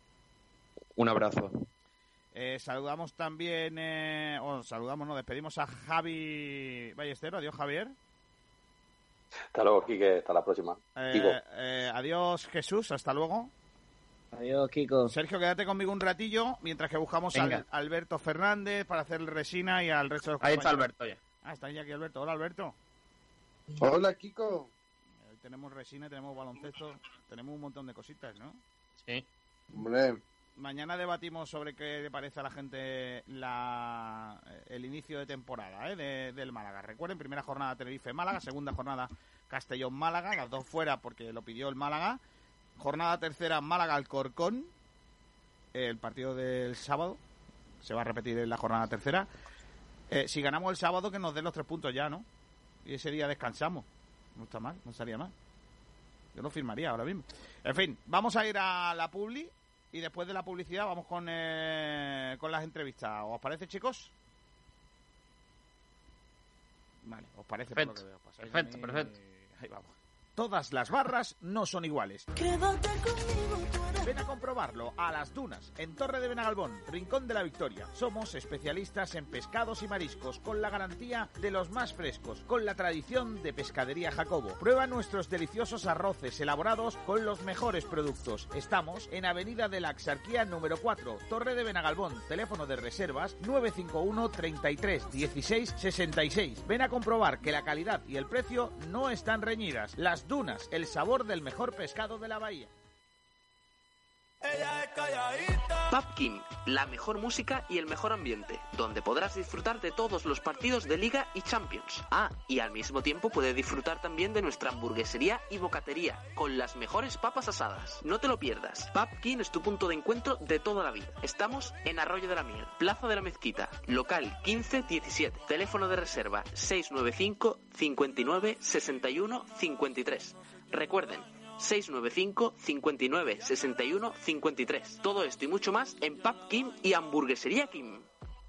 Un abrazo. Eh, saludamos también, eh, o saludamos, no, despedimos a Javi Ballestero. Adiós, Javier. Hasta luego, Quique. Hasta la próxima. Eh, Kiko. Eh, adiós, Jesús. Hasta luego. Adiós, Kiko. Sergio, quédate conmigo un ratillo mientras que buscamos a Al, Alberto Fernández para hacer el resina y al resto de los Ahí está Alberto ya. Ah, está ya aquí Alberto. Hola, Alberto. Hola, Kiko. Eh, tenemos resina, tenemos baloncesto, tenemos un montón de cositas, ¿no? Sí. Hombre. Mañana debatimos sobre qué le parece a la gente la, el inicio de temporada ¿eh? de, del Málaga. Recuerden, primera jornada Tenerife-Málaga, segunda jornada Castellón-Málaga, las dos fuera porque lo pidió el Málaga. Jornada tercera Málaga-Alcorcón, el partido del sábado, se va a repetir en la jornada tercera. Eh, si ganamos el sábado, que nos den los tres puntos ya, ¿no? Y ese día descansamos. No está mal, no estaría mal. Yo lo firmaría ahora mismo. En fin, vamos a ir a la publi. Y después de la publicidad vamos con, eh, con las entrevistas. ¿Os parece, chicos? Vale, ¿os parece? Perfecto, por lo que veo? Pasáis perfecto, a mí... perfecto. Ahí vamos. Todas las barras no son iguales. Quédate conmigo, tú eres... Ven a comprobarlo a Las Dunas, en Torre de Benagalbón, Rincón de la Victoria. Somos especialistas en pescados y mariscos, con la garantía de los más frescos, con la tradición de Pescadería Jacobo. Prueba nuestros deliciosos arroces elaborados con los mejores productos. Estamos en Avenida de la Axarquía número cuatro, Torre de Benagalbón. Teléfono de reservas nueve cinco uno, treinta y tres, dieciséis, sesenta y seis. Ven a comprobar que la calidad y el precio no están reñidas. Las Dunas, el sabor del mejor pescado de la bahía. Ella es calladita. Pub King, la mejor música y el mejor ambiente, donde podrás disfrutar de todos los partidos de Liga y Champions. Ah, y al mismo tiempo puedes disfrutar también de nuestra hamburguesería y bocatería, con las mejores papas asadas. No te lo pierdas. Pub King es tu punto de encuentro de toda la vida. Estamos en Arroyo de la Miel, Plaza de la Mezquita, local quince diecisiete. Teléfono de reserva seis nueve cinco, cincuenta y nueve, sesenta y uno, cincuenta y tres. Recuerden, seis nueve cinco, cincuenta y nueve, sesenta y uno, cincuenta y tres. Todo esto y mucho más en Pub Kim y Hamburguesería Kim.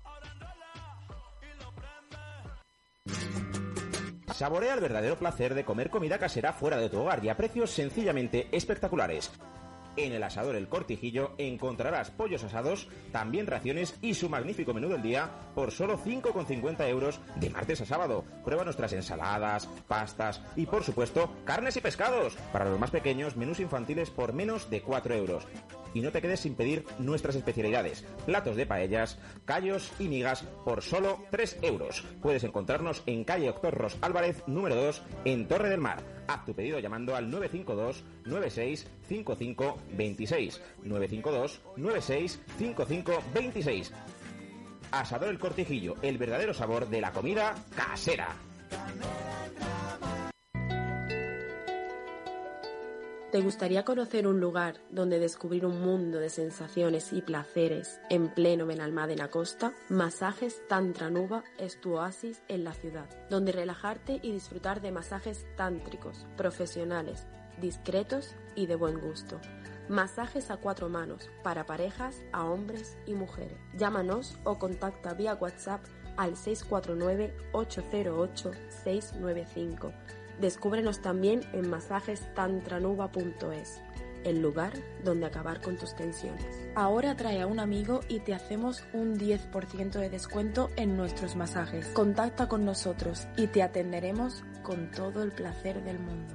Saborea el verdadero placer de comer comida casera fuera de tu hogar y a precios sencillamente espectaculares. En el Asador El Cortijillo encontrarás pollos asados, también raciones y su magnífico menú del día por solo cinco con cincuenta euros de martes a sábado. Prueba nuestras ensaladas, pastas y por supuesto carnes y pescados. Para los más pequeños, menús infantiles por menos de cuatro euros. Y no te quedes sin pedir nuestras especialidades, platos de paellas, callos y migas por solo tres euros. Puedes encontrarnos en calle Doctor Ros Álvarez, número dos, en Torre del Mar. Haz tu pedido llamando al nueve cinco dos, nueve seis, cinco cinco, dos seis, nueve cinco dos, nueve seis, cinco cinco, dos seis. Asador El Cortijillo, el verdadero sabor de la comida casera. ¿Te gustaría conocer un lugar donde descubrir un mundo de sensaciones y placeres en pleno Benalmádena Costa? Masajes Tantra Nuba es tu oasis en la ciudad, donde relajarte y disfrutar de masajes tántricos, profesionales, discretos y de buen gusto. Masajes a cuatro manos, para parejas, a hombres y mujeres. Llámanos o contacta vía WhatsApp al seis cuatro nueve, ocho cero ocho, seis nueve cinco. Descúbrenos también en masajes tantranuba punto es, el lugar donde acabar con tus tensiones. Ahora trae a un amigo y te hacemos un diez por ciento de descuento en nuestros masajes. Contacta con nosotros y te atenderemos con todo el placer del mundo.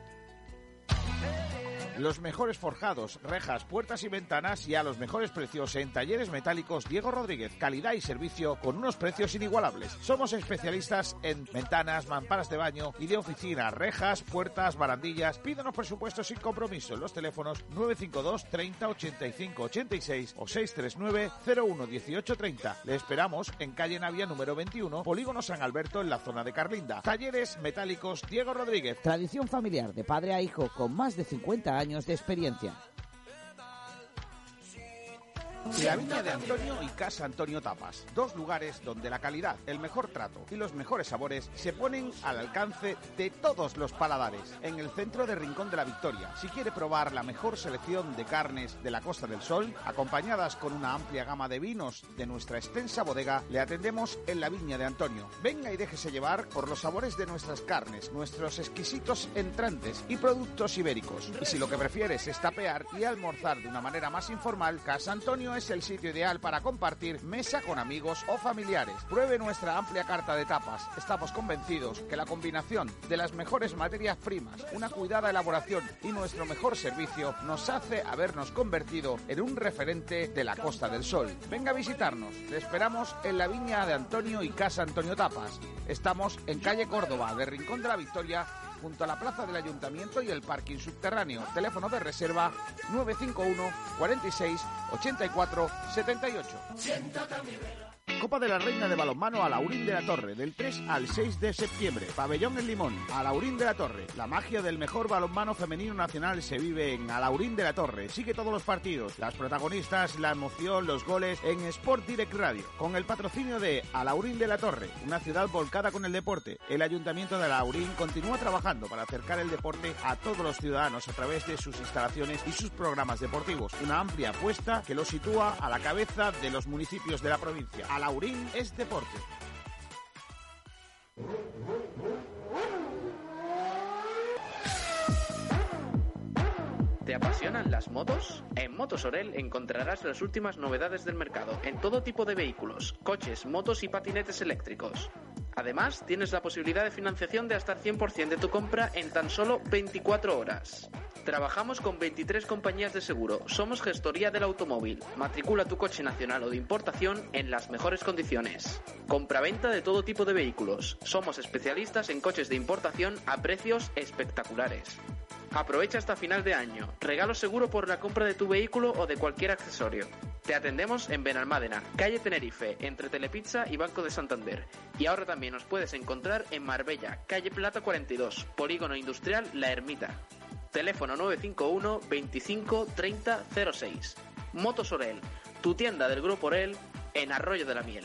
Los mejores forjados, rejas, puertas y ventanas y a los mejores precios en Talleres Metálicos Diego Rodríguez. Calidad y servicio con unos precios inigualables. Somos especialistas en ventanas, mamparas de baño y de oficina, rejas, puertas, barandillas. Pídanos presupuestos sin compromiso en los teléfonos nueve cinco dos treinta ochenta y cinco ochenta y seis o seiscientos treinta y nueve cero uno dieciocho treinta. Le esperamos en calle Navia número veintiuno, Polígono San Alberto, en la zona de Carlinda. Talleres Metálicos Diego Rodríguez. Tradición familiar de padre a hijo con más de cincuenta años de experiencia. La Viña de Antonio y Casa Antonio Tapas, dos lugares donde la calidad, el mejor trato y los mejores sabores se ponen al alcance de todos los paladares. En el centro de Rincón de la Victoria, si quiere probar la mejor selección de carnes de la Costa del Sol, acompañadas con una amplia gama de vinos de nuestra extensa bodega, le atendemos en la Viña de Antonio. Venga y déjese llevar por los sabores de nuestras carnes, nuestros exquisitos entrantes y productos ibéricos. Y si lo que prefieres es tapear y almorzar de una manera más informal, Casa Antonio es el sitio ideal para compartir mesa con amigos o familiares. Pruebe nuestra amplia carta de tapas. Estamos convencidos que la combinación de las mejores materias primas, una cuidada elaboración y nuestro mejor servicio nos hace habernos convertido en un referente de la Costa del Sol. Venga a visitarnos. Te esperamos en la Viña de Antonio y Casa Antonio Tapas. Estamos en calle Córdoba, de Rincón de la Victoria, junto a la plaza del Ayuntamiento y el parking subterráneo. Teléfono de reserva nueve cinco uno cuarenta y seis ochenta y cuatro setenta y ocho. Copa de la Reina de Balonmano Alaurín de la Torre, del tres al seis de septiembre. Pabellón El Limón, Alaurín de la Torre. La magia del mejor balonmano femenino nacional se vive en Alaurín de la Torre. Sigue todos los partidos, las protagonistas, la emoción, los goles en Sport Direct Radio. Con el patrocinio de Alaurín de la Torre, una ciudad volcada con el deporte. El Ayuntamiento de Alaurín continúa trabajando para acercar el deporte a todos los ciudadanos a través de sus instalaciones y sus programas deportivos. Una amplia apuesta que lo sitúa a la cabeza de los municipios de la provincia. Alaurín es deporte. ¿Te apasionan las motos? En Motos Orel encontrarás las últimas novedades del mercado en todo tipo de vehículos, coches, motos y patinetes eléctricos. Además, tienes la posibilidad de financiación de hasta el cien por ciento de tu compra en tan solo veinticuatro horas. Trabajamos con veintitrés compañías de seguro. Somos gestoría del automóvil. Matricula tu coche nacional o de importación en las mejores condiciones. Compraventa de todo tipo de vehículos. Somos especialistas en coches de importación a precios espectaculares. Aprovecha hasta final de año. Regalo seguro por la compra de tu vehículo o de cualquier accesorio. Te atendemos en Benalmádena, calle Tenerife, entre Telepizza y Banco de Santander. Y ahora también nos puedes encontrar en Marbella, calle Plata cuarenta y dos, Polígono Industrial La Ermita. Teléfono nueve cinco uno veinticinco treinta cero seis. Motos Orel, tu tienda del Grupo Orel en Arroyo de la Miel.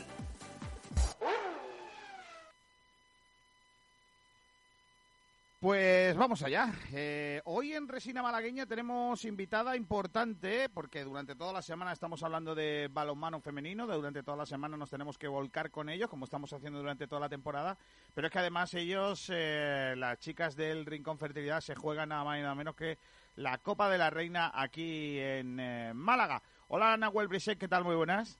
Pues vamos allá. Eh, hoy en Resina Malagueña tenemos invitada importante, porque durante toda la semana estamos hablando de balonmano femenino, de durante toda la semana nos tenemos que volcar con ellos, como estamos haciendo durante toda la temporada, pero es que además ellos, eh, las chicas del Rincón Fertilidad, se juegan nada más y nada menos que la Copa de la Reina aquí en eh, Málaga. Hola, Nahuel Brisek, ¿qué tal? Muy buenas.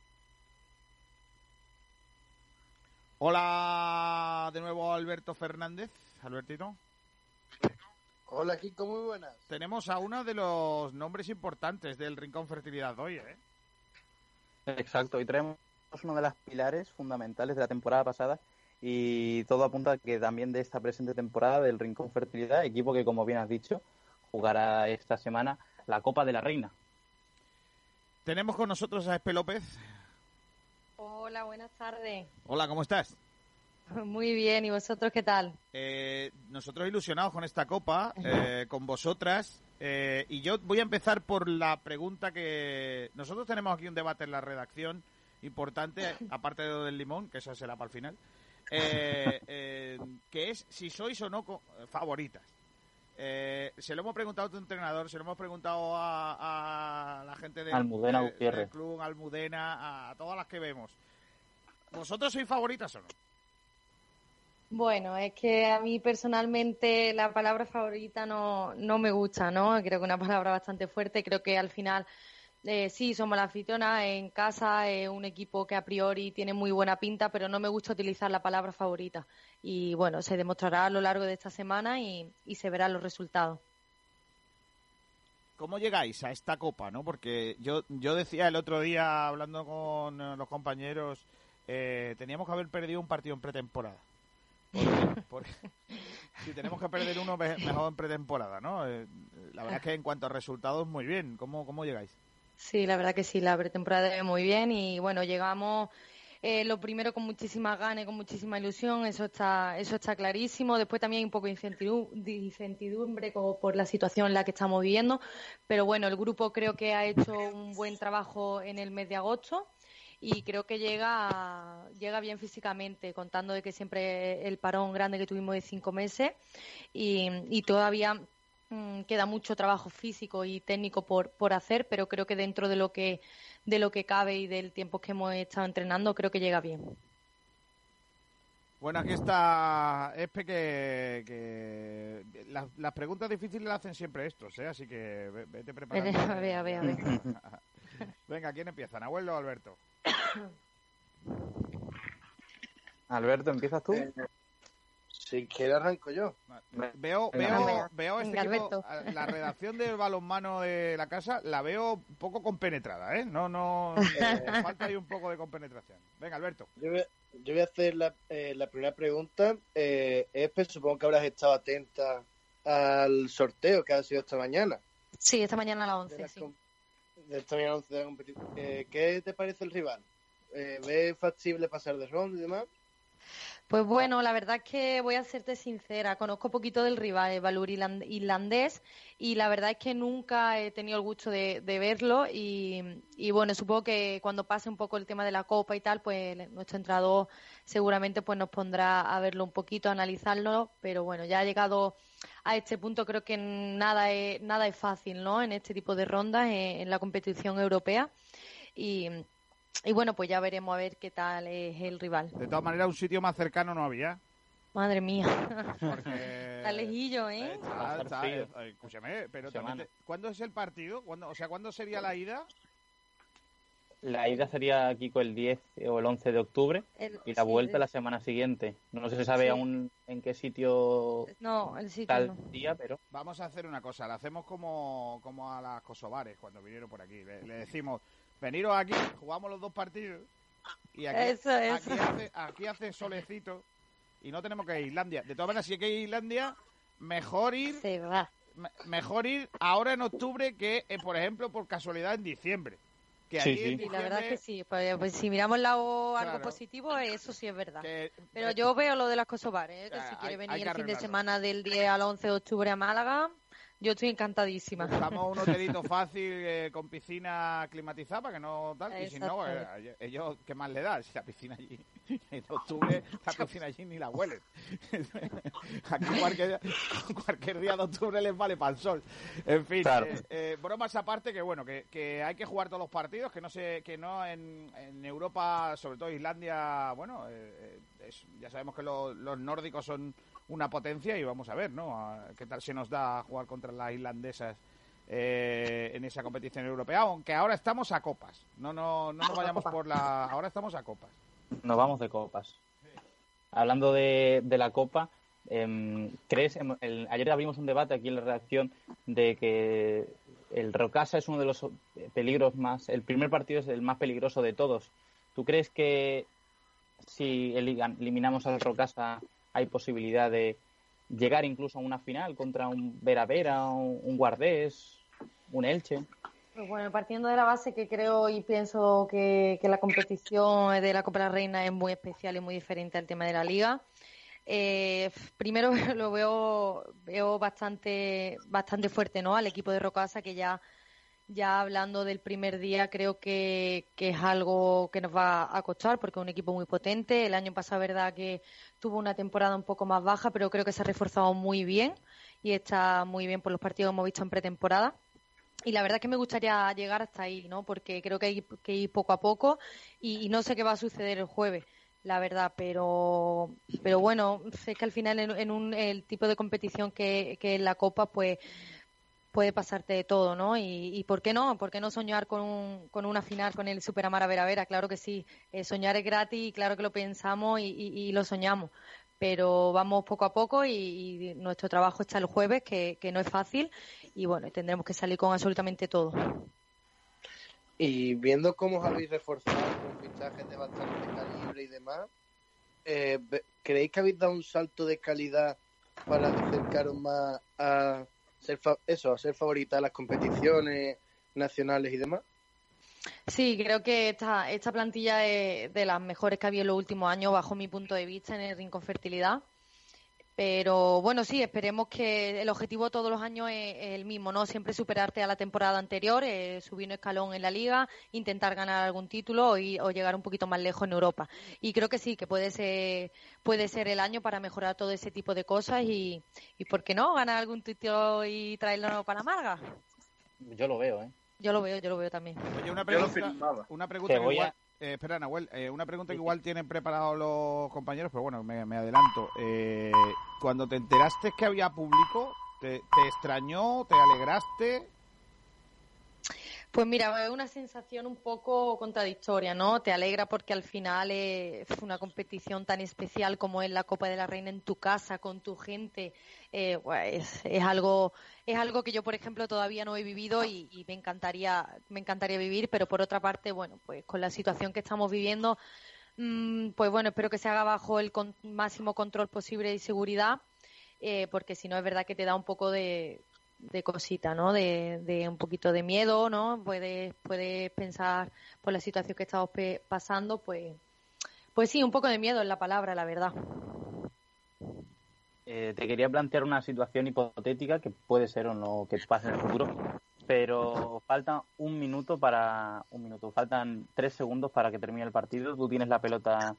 Hola de nuevo, Alberto Fernández. Albertito. Hola, Kiko, muy buenas. Tenemos a uno de los nombres importantes del Rincón Fertilidad hoy, ¿eh? Exacto, hoy traemos uno de los pilares fundamentales de la temporada pasada y todo apunta a que también de esta presente temporada del Rincón Fertilidad, equipo que, como bien has dicho, jugará esta semana la Copa de la Reina. Tenemos con nosotros a Espe López. Hola, buenas tardes. Hola, ¿cómo estás? Muy bien, ¿y vosotros qué tal? Eh, nosotros ilusionados con esta copa, eh, con vosotras, eh, y yo voy a empezar por la pregunta que... Nosotros tenemos aquí un debate en la redacción importante, aparte de lo del limón, que eso será para el final, eh, eh, que es si sois o no favoritas. Eh, se lo hemos preguntado a tu entrenador, se lo hemos preguntado a, a la gente de, Almudena de, Gutiérrez. del club, Almudena, a, a todas las que vemos. ¿Vosotros sois favoritas o no? Bueno, es que a mí personalmente la palabra favorita no, no me gusta, ¿no? Creo que es una palabra bastante fuerte. Creo que al final eh, sí, somos la anfitriona en casa, es un equipo que a priori tiene muy buena pinta, pero no me gusta utilizar la palabra favorita. Y bueno, se demostrará a lo largo de esta semana y, y se verán los resultados. ¿Cómo llegáis a esta copa, no? Porque yo yo decía el otro día, hablando con los compañeros, eh, teníamos que haber perdido un partido en pretemporada. Porque, porque si tenemos que perder uno, mejor en pretemporada, ¿no? Eh, la verdad es que en cuanto a resultados, muy bien. ¿Cómo, cómo llegáis? Sí, la verdad que sí, la pretemporada es muy bien y bueno, llegamos eh, lo primero con muchísimas ganas y con muchísima ilusión, eso está eso está clarísimo. Después también hay un poco de incertidumbre, incertidumbre como por la situación en la que estamos viviendo, pero bueno, el grupo creo que ha hecho un buen trabajo en el mes de agosto. Y creo que llega llega bien físicamente, contando de que siempre el parón grande que tuvimos de cinco meses y, y todavía mmm, queda mucho trabajo físico y técnico por, por hacer, pero creo que dentro de lo que de lo que cabe y del tiempo que hemos estado entrenando, creo que llega bien. Bueno, aquí está Espe, que, que las, las preguntas difíciles las hacen siempre estos, ¿eh? Así que vete preparando. A ver, a ver, a ver. Venga, ¿quién empieza? ¿Nahuel o Alberto? Alberto, ¿empiezas tú? Eh, si quieres arranco yo. Veo, veo, veo este equipo, la redacción del balonmano de la casa, la veo un poco compenetrada, ¿eh? No, no, eh, falta ahí un poco de compenetración. Venga, Alberto. Yo voy, yo voy a hacer la, eh, la primera pregunta. Eh, Espe, supongo que habrás estado atenta al sorteo que ha sido esta mañana. Sí, esta mañana a las once, de sí. De esta mañana a las once de la competición. Eh, ¿Qué te parece el rival? Eh, ¿Ves factible pasar de ronda y demás? Pues bueno, la verdad es que voy a serte sincera, conozco poquito del rival, el Valur irlandés, y la verdad es que nunca he tenido el gusto de, de verlo y, y bueno, supongo que cuando pase un poco el tema de la Copa y tal, pues nuestro entrenador seguramente pues nos pondrá a verlo un poquito, a analizarlo, pero bueno, ya ha llegado a este punto, creo que nada es, nada es fácil, ¿no? En este tipo de rondas, en, en la competición europea y... Y bueno, pues ya veremos a ver qué tal es el rival. De todas maneras, un sitio más cercano no había. Madre mía. Porque... Está lejillo, ¿eh? Está, está, eh, escúchame, pero también te... ¿cuándo es el partido? ¿Cuándo, o sea, ¿cuándo sería la ida? La ida sería aquí con el diez o el once de octubre el, y la sí, vuelta el... la semana siguiente. No se sabe sí. aún en qué sitio no, el sitio tal no. día, pero... Vamos a hacer una cosa, la hacemos como, como a las kosovares cuando vinieron por aquí. Le, le decimos... Veniros aquí, jugamos los dos partidos y aquí, eso, eso. aquí, hace, aquí hace solecito y no tenemos que ir a Islandia. De todas maneras, si hay que ir a Islandia, mejor ir Se va. me, mejor ir ahora en octubre que, eh, por ejemplo, por casualidad en diciembre. Que sí, allí sí. en Sí, diciembre... la verdad es que sí. Pues, pues si miramos el lado Claro. algo positivo, eso sí es verdad. Que, Pero eh, yo veo lo de las kosovares, ¿eh? que eh, si quiere hay- venir hay que el fin de arreglarlo. semana del diez al once de octubre a Málaga, yo estoy encantadísima. Buscamos un hotelito fácil eh, con piscina climatizada para que no tal. Y si no, eh, Exacto. ellos, ¿qué más le da? Si la piscina allí, en octubre, la piscina allí ni la huelen. Aquí cualquier, cualquier día de octubre les vale para el sol. En fin, Claro. eh, eh, bromas aparte, que bueno, que, que hay que jugar todos los partidos, que no sé, que no en, en Europa, sobre todo Islandia, bueno, eh, es, ya sabemos que lo, los nórdicos son una potencia y vamos a ver, ¿no? A qué tal se nos da jugar contra las islandesas eh, en esa competición europea, aunque ahora estamos a copas. No, no, no nos vayamos por la... Ahora estamos a copas. Nos vamos de copas. Hablando de, de la Copa, eh, ¿crees? El, ayer abrimos un debate aquí en la redacción de que el Rocasa es uno de los peligros más... El primer partido es el más peligroso de todos. ¿Tú crees que si eliminamos al Rocasa hay posibilidad de llegar incluso a una final contra un Vera Vera, un, un Guardés, un Elche? Pues bueno, partiendo de la base que creo y pienso que, que la competición de la Copa de la Reina es muy especial y muy diferente al tema de la Liga. Eh, primero lo veo veo bastante bastante fuerte, ¿no? Al equipo de Rocasa, que ya ya hablando del primer día creo que, que es algo que nos va a costar porque es un equipo muy potente. El año pasado, verdad que tuvo una temporada un poco más baja, pero creo que se ha reforzado muy bien y está muy bien por los partidos que hemos visto en pretemporada. Y la verdad es que me gustaría llegar hasta ahí, ¿no? Porque creo que hay que ir poco a poco y, y no sé qué va a suceder el jueves. la verdad, pero pero bueno, es que al final en, en un el tipo de competición que, que es la Copa, pues puede pasarte de todo, ¿no? Y, y ¿por qué no? ¿Por qué no soñar con, un, con una final con el Super Amara Vera Vera? Claro que sí, eh, soñar es gratis y claro que lo pensamos y, y, y lo soñamos, pero vamos poco a poco y, y nuestro trabajo está el jueves, que, que no es fácil, y bueno, tendremos que salir con absolutamente todo. Y viendo cómo os habéis reforzado con fichajes de bastante calibre y demás, eh, ¿creéis que habéis dado un salto de calidad para acercaros más a ser fa- eso, a ser favorita de las competiciones nacionales y demás? Sí, creo que esta, esta plantilla es de las mejores que ha habido en los últimos años, bajo mi punto de vista, en el Rincón Fertilidad. Pero bueno, sí, esperemos que el objetivo todos los años es, es el mismo, ¿no? Siempre superarte a la temporada anterior, eh, subir un escalón en la liga, intentar ganar algún título y, o llegar un poquito más lejos en Europa. Y creo que sí, que puede ser, puede ser el año para mejorar todo ese tipo de cosas y, y ¿por qué no? Ganar algún título y traerlo para Málaga. Yo lo veo, ¿eh? Yo lo veo, yo lo veo también. Oye, una pregunta, una pregunta que igual, eh, espera, Nahuel, eh, una pregunta que igual tienen preparados los compañeros, pero bueno, me, me adelanto. Eh, cuando te enteraste que había público, ¿te, te extrañó, te alegraste? Pues mira, es una sensación un poco contradictoria, ¿no? Te alegra porque al final es una competición tan especial como es la Copa de la Reina en tu casa, con tu gente. Eh, pues, es algo es algo que yo, por ejemplo, todavía no he vivido y, y me encantaría me encantaría vivir, pero por otra parte, bueno, pues con la situación que estamos viviendo, mmm, pues bueno, espero que se haga bajo el con- máximo control posible y seguridad, eh, porque si no es verdad que te da un poco de de cosita, ¿no? De, de un poquito de miedo, ¿no? Puedes, puedes pensar por la situación que estamos pe- pasando, pues, pues sí, un poco de miedo es la palabra, la verdad. Eh, te quería plantear una situación hipotética que puede ser o no que pase en el futuro, pero falta un minuto para un minuto, faltan tres segundos para que termine el partido. Tú tienes la pelota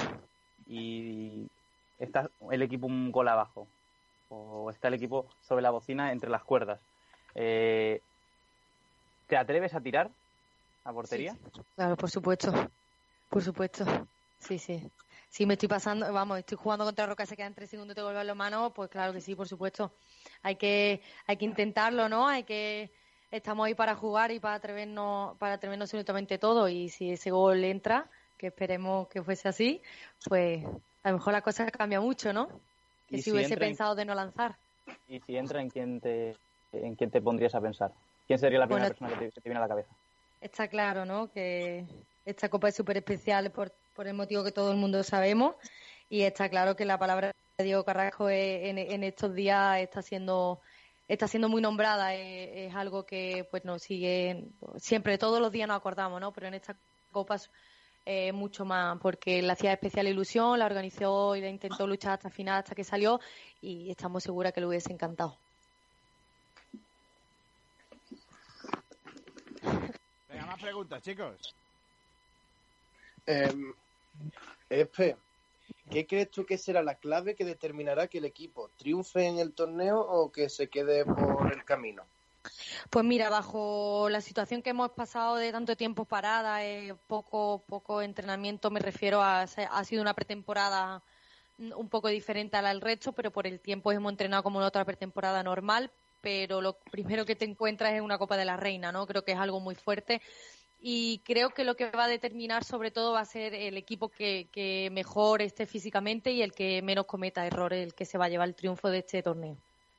y está el equipo un gol abajo. O está el equipo sobre la bocina entre las cuerdas. Eh, ¿Te atreves a tirar a portería? Sí, claro, por supuesto. Por supuesto. Sí, sí. Si me estoy pasando, vamos, estoy jugando contra Roca, se quedan tres segundos, te vuelven las manos, pues claro que sí, por supuesto. Hay que, hay que intentarlo, ¿no? Hay que, estamos ahí para jugar y para atrevernos, para atrevernos absolutamente todo. Y si ese gol entra, que esperemos que fuese así, pues a lo mejor la cosa cambia mucho, ¿no? Que si, si hubiese pensado en... de no lanzar. Y si entra, ¿en quién te, en quién te pondrías a pensar? ¿Quién sería la primera bueno, persona que te, que te viene a la cabeza? Está claro, ¿no? Que esta copa es súper especial por, por el motivo que todo el mundo sabemos y está claro que la palabra de Diego Carrasco es, en, en estos días está siendo está siendo muy nombrada. Es, es algo que pues nos sigue siempre, todos los días nos acordamos, ¿no? Pero en esta copa Eh, mucho más, porque le hacía especial ilusión, la organizó y la intentó luchar hasta el final, hasta que salió, y estamos seguras que le hubiese encantado. Venga, más preguntas, chicos. Eh, Espe, ¿qué crees tú que será la clave que determinará que el equipo triunfe en el torneo o que se quede por el camino? Pues mira, bajo la situación que hemos pasado de tanto tiempo parada, eh, poco poco entrenamiento, me refiero a ha sido una pretemporada un poco diferente a la del resto, pero por el tiempo hemos entrenado como en otra pretemporada normal, pero lo primero que te encuentras es una Copa de la Reina, ¿no? Creo que es algo muy fuerte y creo que lo que va a determinar sobre todo va a ser el equipo que, que mejor esté físicamente y el que menos cometa errores, el que se va a llevar el triunfo de este torneo.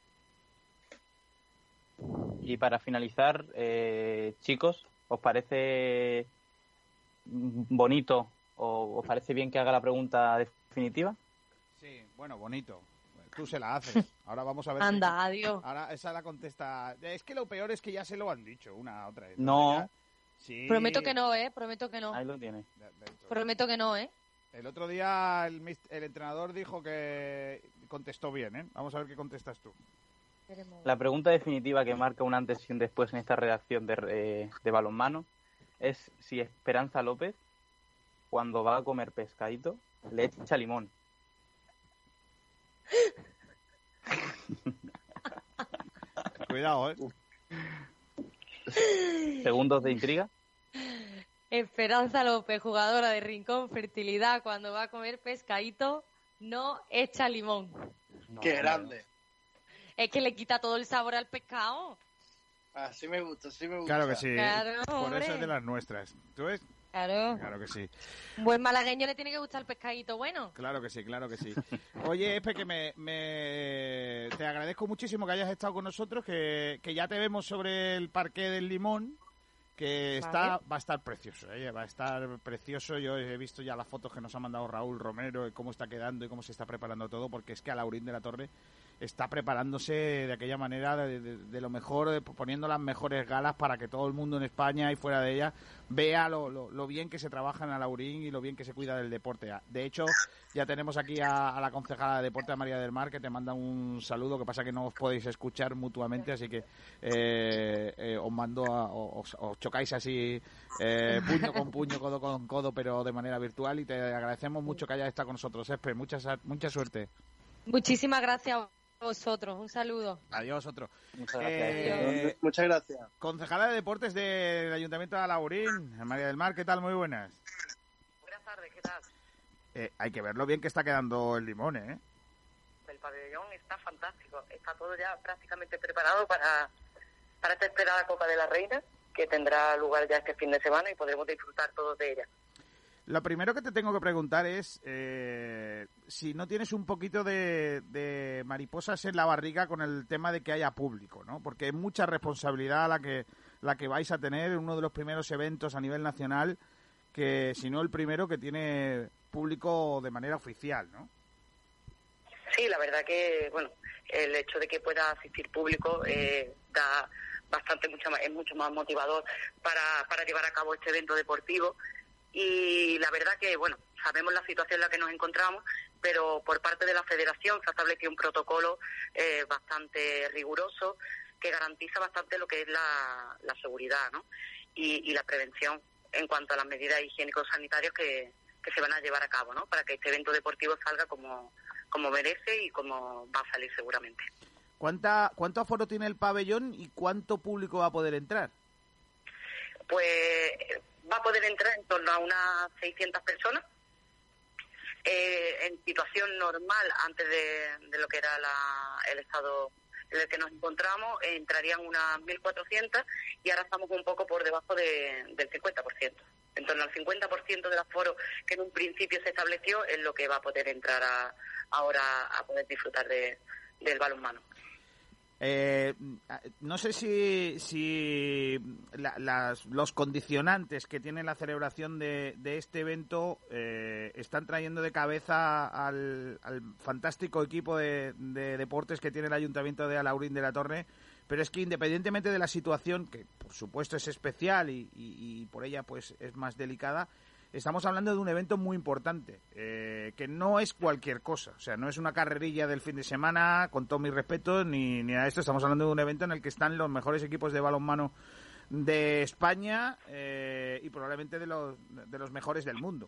Y para finalizar, eh, chicos, ¿os parece bonito o os parece bien que haga la pregunta definitiva? Sí, bueno, bonito. Tú se la haces. Ahora vamos a ver. Anda, si... adiós. Ahora esa la contesta. Es que lo peor es que ya se lo han dicho una otra vez. No. Ya... Sí. Prometo que no, ¿eh? Prometo que no. Ahí lo tiene. Prometo que no, ¿eh? El otro día el, el entrenador dijo que contestó bien, ¿eh? Vamos a ver qué contestas tú. La pregunta definitiva que marca un antes y un después en esta redacción de, eh, de balonmano es si Esperanza López, cuando va a comer pescadito, le echa limón. Cuidado, ¿eh? Segundos de intriga. Esperanza López, jugadora de Rincón Fertilidad, cuando va a comer pescadito, no echa limón. No, ¡qué grande! Es que le quita todo el sabor al pescado. Así me gusta, así me gusta. Claro que sí. Claro, Por hombre. eso es de las nuestras. ¿Tú ves? Claro. Claro que sí. Un buen malagueño le tiene que gustar el pescadito bueno. Claro que sí, claro que sí. Oye, Espe, que me, me te agradezco muchísimo que hayas estado con nosotros, que, que ya te vemos sobre el parqué del Limón, que está Vale. va a estar precioso, ¿eh? Va a estar precioso. Yo he visto ya las fotos que nos ha mandado Raúl Romero, y cómo está quedando y cómo se está preparando todo, porque es que Alaurín de la Torre está preparándose de aquella manera, de, de, de lo mejor, de, poniendo las mejores galas para que todo el mundo en España y fuera de ella vea lo, lo, lo bien que se trabaja en Alaurín y lo bien que se cuida del deporte. De hecho, ya tenemos aquí a, a la concejala de deporte, a María del Mar, que te manda un saludo, que pasa que no os podéis escuchar mutuamente, así que eh, eh, os mando a, os, os chocáis así eh, puño con puño, codo con codo, pero de manera virtual, y te agradecemos mucho que hayas estado con nosotros, Espe. Mucha, mucha suerte. Muchísimas gracias a vosotros. Un saludo. Adiós, otro. Muchas gracias. Eh, Muchas gracias. Concejala de Deportes del Ayuntamiento de Alaurín, María del Mar, ¿qué tal? Muy buenas. Buenas tardes, ¿qué tal? Eh, hay que ver lo bien que está quedando el Limón, ¿eh? El pabellón está fantástico. Está todo ya prácticamente preparado para, para esta esperada Copa de la Reina, que tendrá lugar ya este fin de semana y podremos disfrutar todos de ella. Lo primero que te tengo que preguntar es eh, si no tienes un poquito de, de mariposas en la barriga con el tema de que haya público, ¿no? Porque es mucha responsabilidad la que la que vais a tener en uno de los primeros eventos a nivel nacional, que si no el primero que tiene público de manera oficial, ¿no? Sí, la verdad que, bueno, el hecho de que pueda asistir público eh, da bastante, mucha más, es mucho más motivador para, para llevar a cabo este evento deportivo. Y la verdad que, bueno, sabemos la situación en la que nos encontramos, pero por parte de la Federación se ha establecido un protocolo eh, bastante riguroso que garantiza bastante lo que es la, la seguridad, ¿no? Y, y la prevención en cuanto a las medidas higiénico-sanitarias que, que se van a llevar a cabo, ¿no? Para que este evento deportivo salga como, como merece y como va a salir seguramente. ¿Cuánta, ¿Cuánto aforo tiene el pabellón y cuánto público va a poder entrar? Pues va a poder entrar en torno a unas seiscientas personas. Eh, en situación normal, antes de, de lo que era la, el estado en el que nos encontramos, eh, entrarían unas mil cuatrocientas y ahora estamos un poco por debajo de, del cincuenta por ciento. En torno al cincuenta por ciento del aforo que en un principio se estableció es lo que va a poder entrar a, ahora a poder disfrutar de, del balonmano. Eh, no sé si, si la, las, los condicionantes que tiene la celebración de, de este evento eh, están trayendo de cabeza al, al fantástico equipo de, de deportes que tiene el Ayuntamiento de Alaurín de la Torre, pero es que independientemente de la situación, que por supuesto es especial y, y, y por ella pues es más delicada, estamos hablando de un evento muy importante, eh, que no es cualquier cosa. O sea, no es una carrerilla del fin de semana, con todo mi respeto, ni, ni nada de esto. Estamos hablando de un evento en el que están los mejores equipos de balonmano de España eh, y probablemente de los, de los mejores del mundo.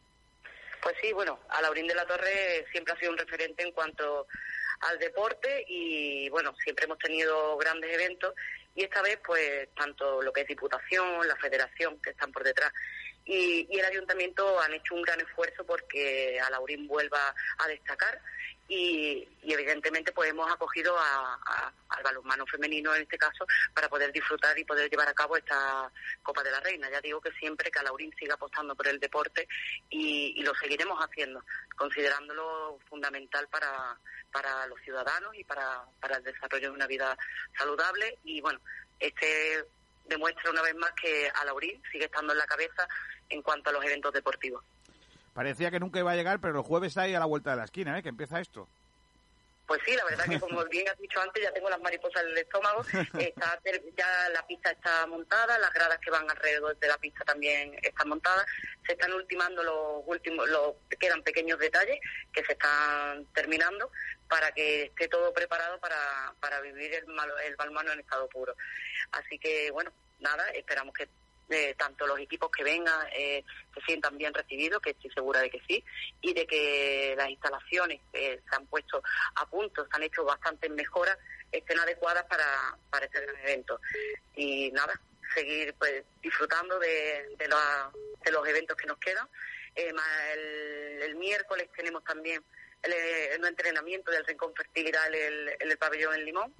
Pues sí, bueno, Alaurín de la Torre siempre ha sido un referente en cuanto al deporte y, bueno, siempre hemos tenido grandes eventos y esta vez, pues, tanto lo que es Diputación, la Federación, que están por detrás, Y, y el Ayuntamiento han hecho un gran esfuerzo porque Alaurín vuelva a destacar y, y evidentemente pues hemos acogido a, a, al balonmano femenino en este caso para poder disfrutar y poder llevar a cabo esta Copa de la Reina. Ya digo que siempre que Alaurín siga apostando por el deporte y, y lo seguiremos haciendo, considerándolo fundamental para, para los ciudadanos y para, para el desarrollo de una vida saludable. Y bueno, este demuestra una vez más que Alaurín sigue estando en la cabeza en cuanto a los eventos deportivos. Parecía que nunca iba a llegar, pero el jueves está ahí a la vuelta de la esquina, ¿eh? Que empieza esto. Pues sí, la verdad que como bien has dicho antes, ya tengo las mariposas en el estómago. Está, ya la pista está montada, las gradas que van alrededor de la pista también están montadas. Se están ultimando los últimos, los quedan pequeños detalles que se están terminando para que esté todo preparado para, para vivir el, el balonmano en estado puro. Así que, bueno, nada, esperamos que Eh, tanto los equipos que vengan eh, se sientan bien recibidos, que estoy segura de que sí, y de que las instalaciones eh, se han puesto a punto, se han hecho bastantes mejoras, estén adecuadas para, para este gran evento. Y nada, seguir pues disfrutando de, de, la, de los eventos que nos quedan. Eh, más el, el miércoles tenemos también el, el entrenamiento del Rincón Fertilidad en el, en el pabellón en Limón.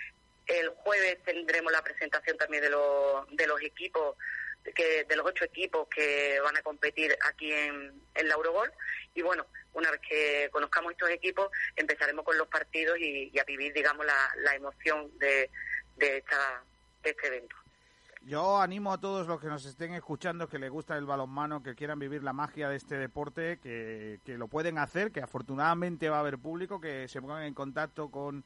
El jueves tendremos la presentación también de los, de los equipos, que de los ocho equipos que van a competir aquí en, en la Eurogol. Y bueno, una vez que conozcamos estos equipos, empezaremos con los partidos y, y a vivir, digamos, la, la emoción de, de, esta, de este evento. Yo animo a todos los que nos estén escuchando, que les gusta el balonmano, que quieran vivir la magia de este deporte, que, que lo pueden hacer, que afortunadamente va a haber público, que se pongan en contacto con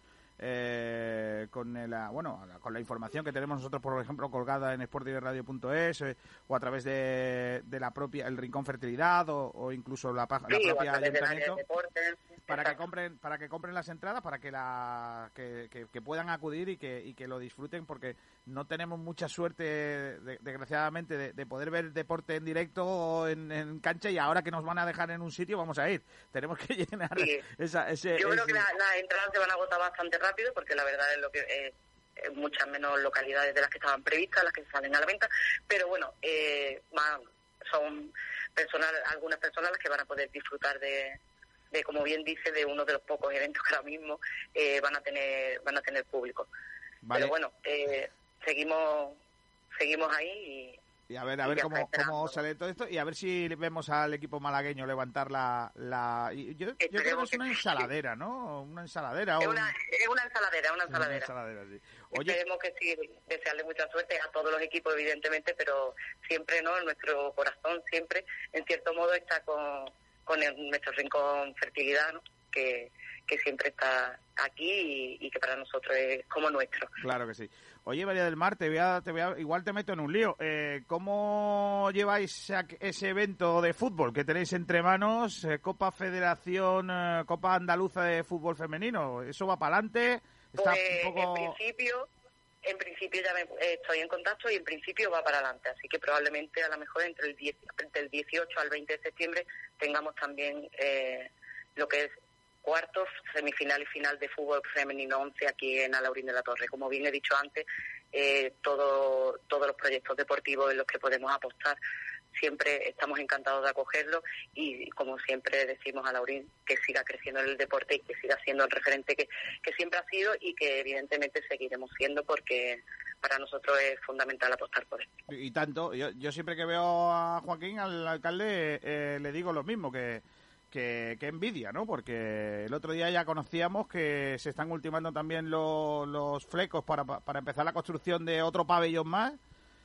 eh, con la bueno con la información que tenemos nosotros, por ejemplo, colgada en sport t v radio punto es eh, o a través de, de la propia el Rincón Fertilidad o, o incluso la, la sí, propia ayuntamiento, deporte, para que compren para que compren las entradas, para que la que, que, que puedan acudir y que y que lo disfruten, porque no tenemos mucha suerte, de, desgraciadamente, de, de poder ver deporte en directo en, en cancha, y ahora que nos van a dejar en un sitio vamos a ir. Tenemos que llenar sí. esa, ese... Yo ese... creo que las la entradas se van a agotar bastante rápido, porque la verdad es lo que eh, en muchas menos localidades de las que estaban previstas, las que salen a la venta, pero bueno, eh, más, son personas, algunas personas las que van a poder disfrutar de, de, como bien dice, de uno de los pocos eventos que ahora mismo eh, van a tener van a tener público. Vale. Pero bueno, eh, seguimos seguimos ahí y, y a ver a ver cómo, cómo sale todo esto, y a ver si vemos al equipo malagueño levantar la... la yo, yo creo que es una ensaladera, ¿no? Una ensaladera. Es o una, un... es una ensaladera, una ensaladera. Una ensaladera, sí. Oye, esperemos que sí, desearle mucha suerte a todos los equipos, evidentemente, pero siempre, ¿no? Nuestro corazón siempre, en cierto modo, está con, con el, nuestro Rincón Fertilidad, ¿no? Que, que siempre está aquí y, y que para nosotros es como nuestro. Claro que sí. Oye, María del Mar, te voy a, te voy a, igual te meto en un lío. Eh, ¿Cómo lleváis ese evento de fútbol que tenéis entre manos? Eh, Copa Federación, eh, Copa Andaluza de Fútbol Femenino. ¿Eso va para adelante? Está pues, un poco... En principio, en principio ya me, eh, estoy en contacto y en principio va para adelante. Así que probablemente a lo mejor entre el, diez, del dieciocho al veinte de septiembre tengamos también eh, lo que es cuartos, semifinal y final de fútbol femenino once aquí en Alaurín de la Torre. Como bien he dicho antes, eh, todo, todos los proyectos deportivos en los que podemos apostar, siempre estamos encantados de acogerlos, y como siempre decimos, Alaurín, que siga creciendo en el deporte y que siga siendo el referente que, que siempre ha sido y que evidentemente seguiremos siendo, porque para nosotros es fundamental apostar por él. Y tanto, yo, yo siempre que veo a Joaquín, al alcalde, eh, le digo lo mismo, que Que, que envidia, ¿no? Porque el otro día ya conocíamos que se están ultimando también los, los flecos para, para empezar la construcción de otro pabellón más,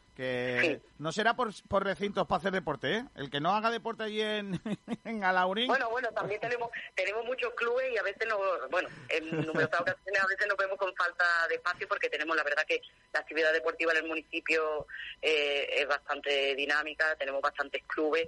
que sí. No será por, por recintos para hacer deporte, ¿eh? El que no haga deporte allí en, en Alaurín. Bueno, bueno, también tenemos tenemos muchos clubes y a veces, no, bueno, en numerosas ocasiones a veces nos vemos con falta de espacio, porque tenemos, la verdad, que la actividad deportiva en el municipio eh, es bastante dinámica, tenemos bastantes clubes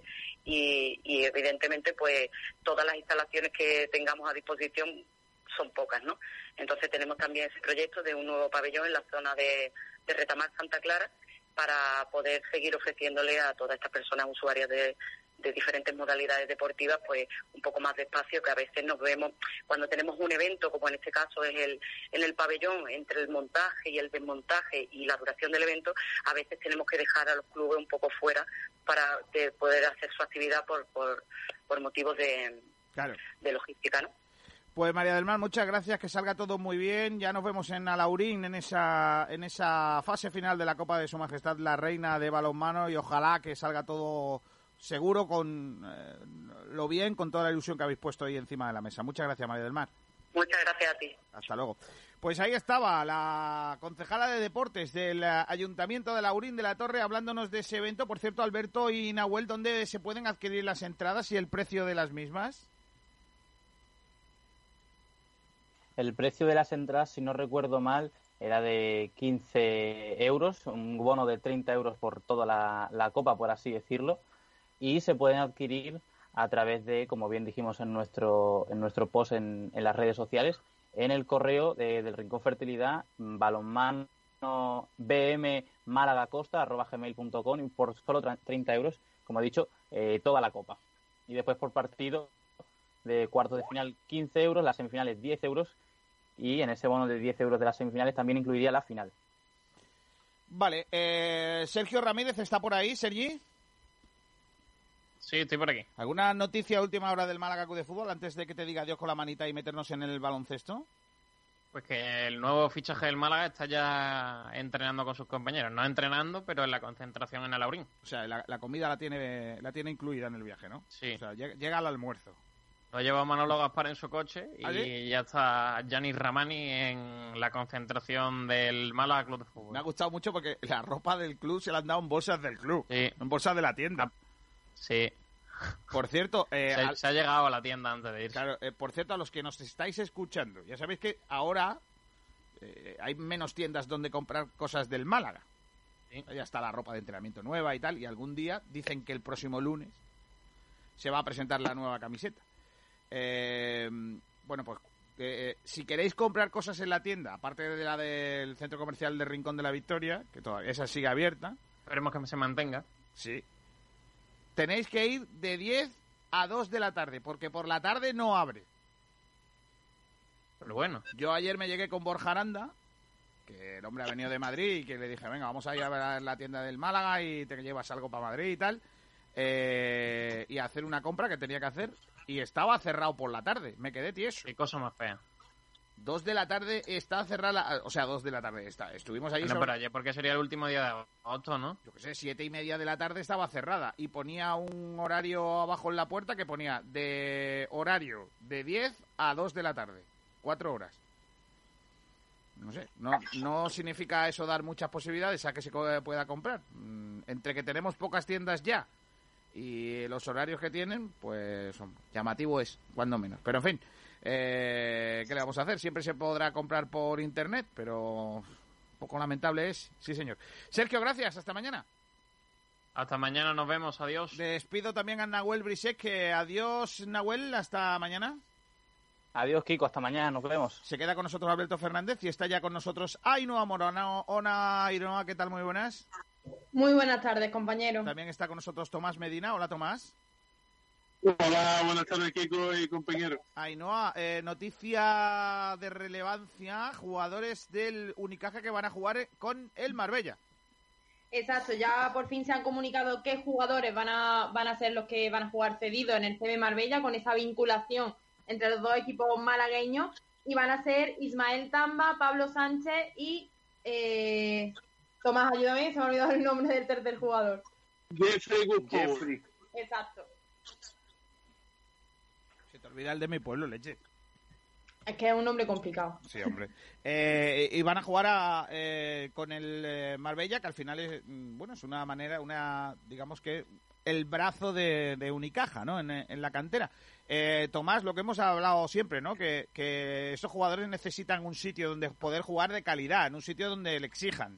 y, y evidentemente pues todas las instalaciones que tengamos a disposición son pocas, ¿no? Entonces tenemos también ese proyecto de un nuevo pabellón en la zona de, de Retamar, Santa Clara, para poder seguir ofreciéndole a todas estas personas usuarias de, de diferentes modalidades deportivas pues un poco más de espacio, que a veces nos vemos cuando tenemos un evento, como en este caso es el en el pabellón, entre el montaje y el desmontaje y la duración del evento, a veces tenemos que dejar a los clubes un poco fuera para de poder hacer su actividad por por, por motivos de, claro. de logística, ¿no? Pues María del Mar, muchas gracias, que salga todo muy bien. Ya nos vemos en Alaurín en esa en esa fase final de la Copa de Su Majestad la Reina de Balonmano, y ojalá que salga todo seguro, con eh, lo bien, con toda la ilusión que habéis puesto ahí encima de la mesa. Muchas gracias, María del Mar. Muchas gracias a ti. Hasta luego. Pues ahí estaba la concejala de Deportes del Ayuntamiento de Alaurín de la Torre hablándonos de ese evento. Por cierto, Alberto y Nahuel, ¿dónde se pueden adquirir las entradas y el precio de las mismas? El precio de las entradas, si no recuerdo mal, era de quince euros, un bono de treinta euros por toda la, la copa, por así decirlo, y se pueden adquirir a través de, como bien dijimos en nuestro en nuestro post en, en las redes sociales, en el correo de, del Rincón Fertilidad, balonmano bmmalagacosta arroba gmail punto com, y por solo treinta euros, como he dicho, eh, toda la copa. Y después por partido de cuartos de final quince euros, las semifinales diez euros, y en ese bono de diez euros de las semifinales también incluiría la final. Vale, eh, Sergio Ramírez está por ahí, Sergi. Sí, estoy por aquí. ¿Alguna noticia a última hora del Málaga Club de Fútbol antes de que te diga adiós con la manita y meternos en el baloncesto? Pues que el nuevo fichaje del Málaga está ya entrenando con sus compañeros. No entrenando, pero en la concentración en Alaurín. O sea, la, la comida la tiene la tiene incluida en el viaje, ¿no? Sí. O sea, llega, llega al almuerzo. Lo lleva Manolo Gaspar en su coche y ¿Ah, sí? ya está Gianni Ramani en la concentración del Málaga Club de Fútbol. Me ha gustado mucho porque la ropa del club se la han dado en bolsas del club, sí. En bolsas de la tienda. Sí. Por cierto... Eh, se, al... se ha llegado a la tienda antes de irse. Claro, eh, por cierto, a los que nos estáis escuchando, ya sabéis que ahora eh, hay menos tiendas donde comprar cosas del Málaga. ¿Sí? Ya está la ropa de entrenamiento nueva y tal, y algún día dicen que el próximo lunes se va a presentar la nueva camiseta. Eh, bueno, pues eh, si queréis comprar cosas en la tienda, aparte de la del Centro Comercial de Rincón de la Victoria, que todavía esa sigue abierta. Esperemos que se mantenga. Sí. Tenéis que ir de diez a dos de la tarde, porque por la tarde no abre. Pero bueno. Yo ayer me llegué con Borja Aranda, que el hombre ha venido de Madrid, y que le dije, venga, vamos a ir a ver la tienda del Málaga y te llevas algo para Madrid y tal, eh, y a hacer una compra que tenía que hacer, y estaba cerrado por la tarde. Me quedé tieso. Qué cosa más fea. Dos de la tarde está cerrada, o sea, dos de la tarde está. Estuvimos ahí. No, sobre... pero ayer porque sería el último día de agosto, ¿no? Yo qué sé, siete y media de la tarde estaba cerrada y ponía un horario abajo en la puerta que ponía de horario de diez a dos de la tarde. Cuatro horas. No sé, no, no significa eso dar muchas posibilidades a que se pueda comprar. Entre que tenemos pocas tiendas ya y los horarios que tienen, pues llamativo es, cuando menos. Pero en fin. Eh, ¿Qué le vamos a hacer? Siempre se podrá comprar por internet, pero poco lamentable es. Sí, señor. Sergio, gracias. Hasta mañana. Hasta mañana, nos vemos. Adiós. Despido también a Nahuel Brisek. Que adiós, Nahuel. Hasta mañana. Adiós, Kiko. Hasta mañana. Nos vemos. Se queda con nosotros Alberto Fernández y está ya con nosotros Ainhoa Morona. Hola, Ainhoa. ¿Qué tal? Muy buenas. Muy buenas tardes, compañero. También está con nosotros Tomás Medina. Hola, Tomás. Hola, buenas tardes, Kiko y compañeros. Ainhoa, eh, noticia de relevancia, jugadores del Unicaja que van a jugar con el Marbella. Exacto, ya por fin se han comunicado qué jugadores van a van a ser los que van a jugar cedidos en el C B Marbella, con esa vinculación entre los dos equipos malagueños, y van a ser Ismael Tamba, Pablo Sánchez y eh, Tomás, ayúdame, se me ha olvidado el nombre del tercer jugador. Jeffrey Jeffrey. Exacto. Se te olvida el de mi pueblo, leche. Es que es un nombre complicado. Sí, hombre. Eh, y van a jugar a, eh, con el eh, Marbella, que al final es, bueno, es una manera, una, digamos que el brazo de, de Unicaja, ¿no? En, en la cantera. Eh, Tomás, lo que hemos hablado siempre, ¿no? Que, que esos jugadores necesitan un sitio donde poder jugar de calidad, en un sitio donde le exijan.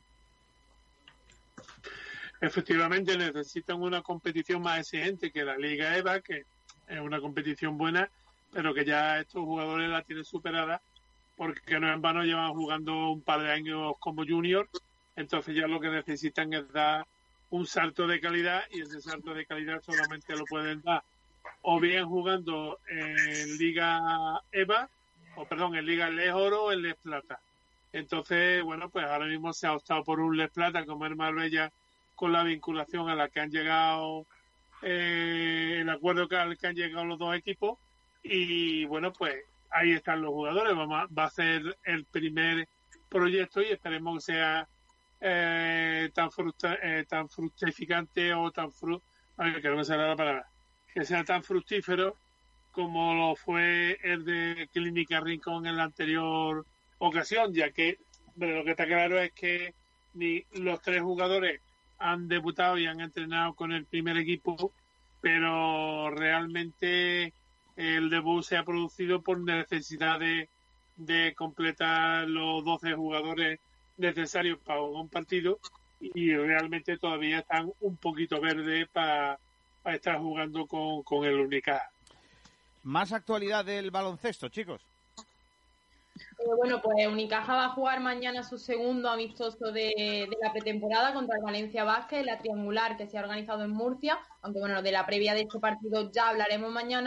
Efectivamente, necesitan una competición más exigente que la Liga E V A, que es una competición buena, pero que ya estos jugadores la tienen superada, porque no en vano llevan jugando un par de años como junior, entonces ya lo que necesitan es dar un salto de calidad, y ese salto de calidad solamente lo pueden dar o bien jugando en Liga E V A, o perdón, en Liga Les Oro o en Les Plata. Entonces, bueno, pues ahora mismo se ha optado por un Les Plata como el Marbella, con la vinculación a la que han llegado, eh, el acuerdo que, al que han llegado los dos equipos. Y bueno, pues ahí están los jugadores. Vamos a, va a ser el primer proyecto y esperemos que sea eh, tan frustra, eh, tan fructificante o tan fru a ver, que no me sale la palabra, que sea tan fructífero como lo fue el de Clínica Rincón en la anterior ocasión, ya que bueno, lo que está claro es que ni los tres jugadores han debutado y han entrenado con el primer equipo, pero realmente el debut se ha producido por necesidad de, de completar los doce jugadores necesarios para un partido, y realmente todavía están un poquito verdes para, para estar jugando con, con el Unicaja. Más actualidad del baloncesto, chicos. Eh, bueno, pues Unicaja va a jugar mañana su segundo amistoso de, de la pretemporada contra el Valencia Basket, la triangular que se ha organizado en Murcia, aunque bueno, de la previa de este partido ya hablaremos mañana,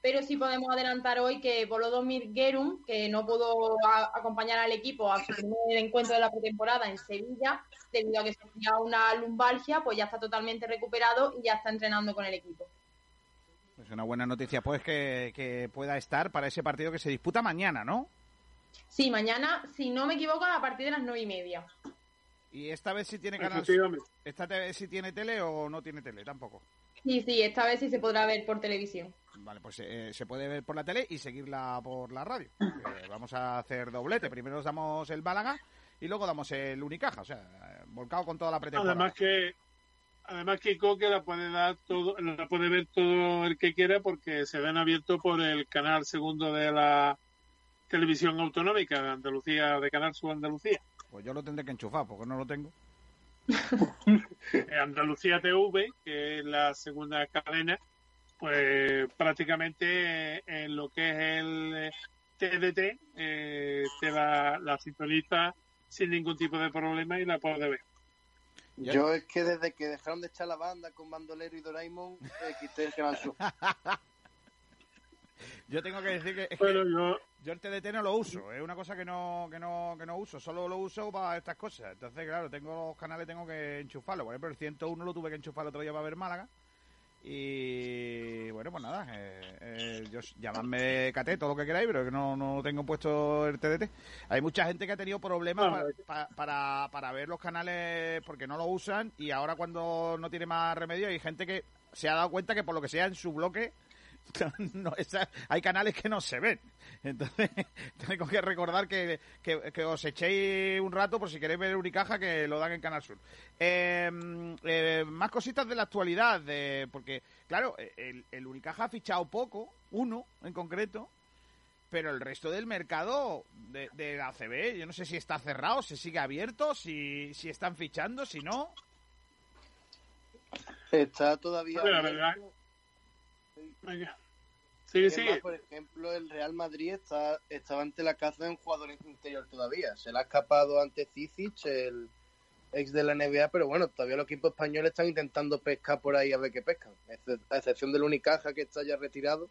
pero sí podemos adelantar hoy que Volodymyr Gerun, que no pudo a- acompañar al equipo a su primer encuentro de la pretemporada en Sevilla, debido a que sufría una lumbalgia, pues ya está totalmente recuperado y ya está entrenando con el equipo. Es una buena noticia, pues, que, que pueda estar para ese partido que se disputa mañana, ¿no? Sí, mañana, si no me equivoco, a partir de las nueve y media. ¿Y esta vez sí tiene canal? ¿Esta vez sí tiene tele o no tiene tele? Tampoco. Sí, sí, esta vez sí se podrá ver por televisión. Vale, pues eh, se puede ver por la tele y seguirla por la radio. Eh, vamos a hacer doblete. Primero nos damos el Málaga y luego damos el Unicaja. O sea, volcado con toda la pretemporada. Además que, además que Coque la puede dar todo, la puede ver todo el que quiera porque se ven abiertos por el canal segundo de la televisión autonómica de Andalucía, de Canal Sur Andalucía. Pues yo lo tendré que enchufar porque no lo tengo. Andalucía T V, que es la segunda cadena, pues prácticamente en lo que es el T D T eh, te la, la sintoniza sin ningún tipo de problema y la puedes ver. Yo es que desde que dejaron de echar la banda con Bandolero y Doraemon, eh, quité el Canal Sur. Yo tengo que decir que, es bueno, que yo... yo el T D T no lo uso, es una cosa que no, que no que no uso, solo lo uso para estas cosas. Entonces, claro, tengo los canales, tengo que enchufarlo. Por ejemplo, el ciento uno lo tuve que enchufar el otro día para ver Málaga. Y bueno, pues nada, eh, eh, yo, llamadme Cate, todo lo que queráis, pero que no, no tengo puesto el T D T. Hay mucha gente que ha tenido problemas No, pa- pa- para, para ver los canales porque no lo usan, y ahora cuando no tiene más remedio hay gente que se ha dado cuenta que por lo que sea en su bloque no, esa, hay canales que no se ven. Entonces tengo que recordar que, que, que os echéis un rato por si queréis ver Unicaja, que lo dan en Canal Sur. Eh, eh, más cositas de la actualidad, de, porque claro, el, el Unicaja ha fichado poco, uno en concreto, pero el resto del mercado de, de la A C B, yo no sé si está cerrado, si sigue abierto, si, si están fichando, si no. Está todavía... Bueno, la verdad... Venga. Sigue, Además, sigue. por ejemplo, el Real Madrid está, estaba ante la caza de un jugador interior todavía. Se le ha escapado ante Cicic, el ex de la N B A, pero bueno, todavía los equipos españoles están intentando pescar por ahí a ver qué pescan. A excepción del Unicaja, que está ya retirado.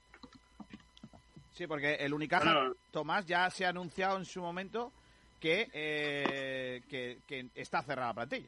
Sí, porque el Unicaja, Bueno. Tomás, ya se ha anunciado en su momento que, eh, que, que está cerrada la plantilla.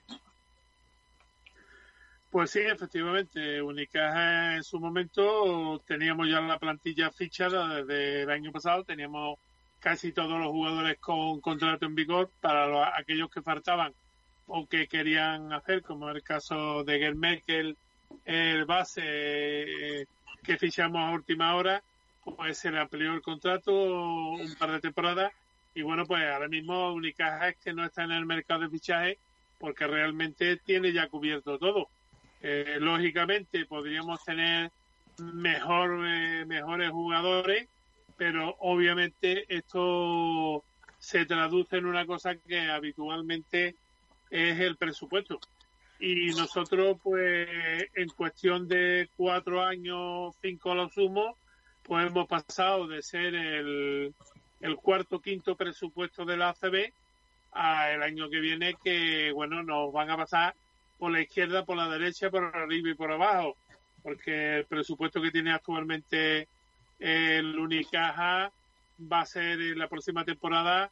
Pues sí, efectivamente, Unicaja en su momento teníamos ya la plantilla fichada desde el año pasado, teníamos casi todos los jugadores con contrato en vigor para los, aquellos que faltaban o que querían hacer, como el caso de Germerkel, el base eh, que fichamos a última hora, pues se le amplió el contrato un par de temporadas y bueno, pues ahora mismo Unicaja es que no está en el mercado de fichaje porque realmente tiene ya cubierto todo. Eh, lógicamente podríamos tener mejor, eh, mejores jugadores, pero obviamente esto se traduce en una cosa que habitualmente es el presupuesto. Y nosotros, pues, en cuestión de cuatro años, cinco a lo sumo, pues hemos pasado de ser el, el cuarto, quinto presupuesto de la A C B a el año que viene, que, bueno, nos van a pasar por la izquierda, por la derecha, por arriba y por abajo, porque el presupuesto que tiene actualmente el Unicaja va a ser en la próxima temporada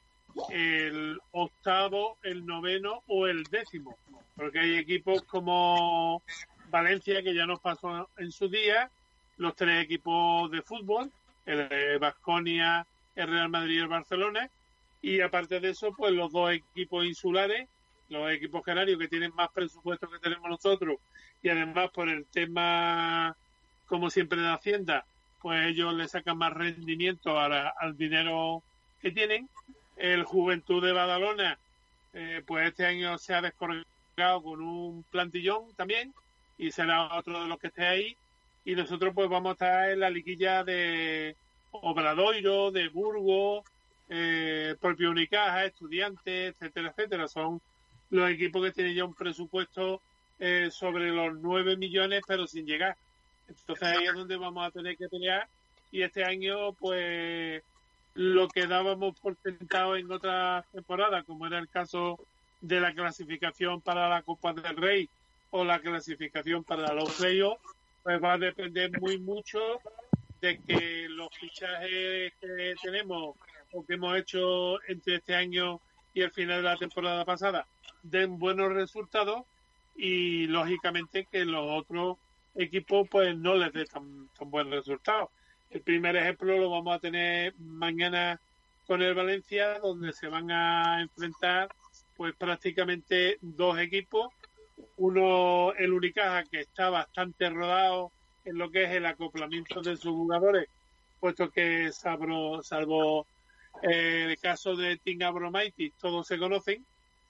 el octavo, el noveno o el décimo, porque hay equipos como Valencia, que ya nos pasó en su día, los tres equipos de fútbol, el Baskonia, el Real Madrid y el Barcelona, y aparte de eso, pues los dos equipos insulares, los equipos canarios que tienen más presupuesto que tenemos nosotros, y además por el tema, como siempre, de Hacienda, pues ellos le sacan más rendimiento a la, al dinero que tienen. El Juventud de Badalona, eh, pues este año se ha descolgado con un plantillón también, y será otro de los que esté ahí, y nosotros pues vamos a estar en la liguilla de Obradoiro, de Burgos, eh, propio Unicaja, Estudiantes, etcétera, etcétera. Son los equipos que tienen ya un presupuesto eh, sobre los nueve millones, pero sin llegar. Entonces ahí es donde vamos a tener que pelear, y este año pues lo que dábamos por sentado en otras temporadas, como era el caso de la clasificación para la Copa del Rey o la clasificación para los playoffs, pues va a depender muy mucho de que los fichajes que tenemos o que hemos hecho entre este año y el final de la temporada pasada den buenos resultados y lógicamente que los otros equipos pues no les dé tan, tan buenos resultados. El primer ejemplo lo vamos a tener mañana con el Valencia, donde se van a enfrentar pues prácticamente dos equipos. Uno, el Unicaja, que está bastante rodado en lo que es el acoplamiento de sus jugadores, puesto que salvo, salvo eh, el caso de Tim Abromaitis, todos se conocen.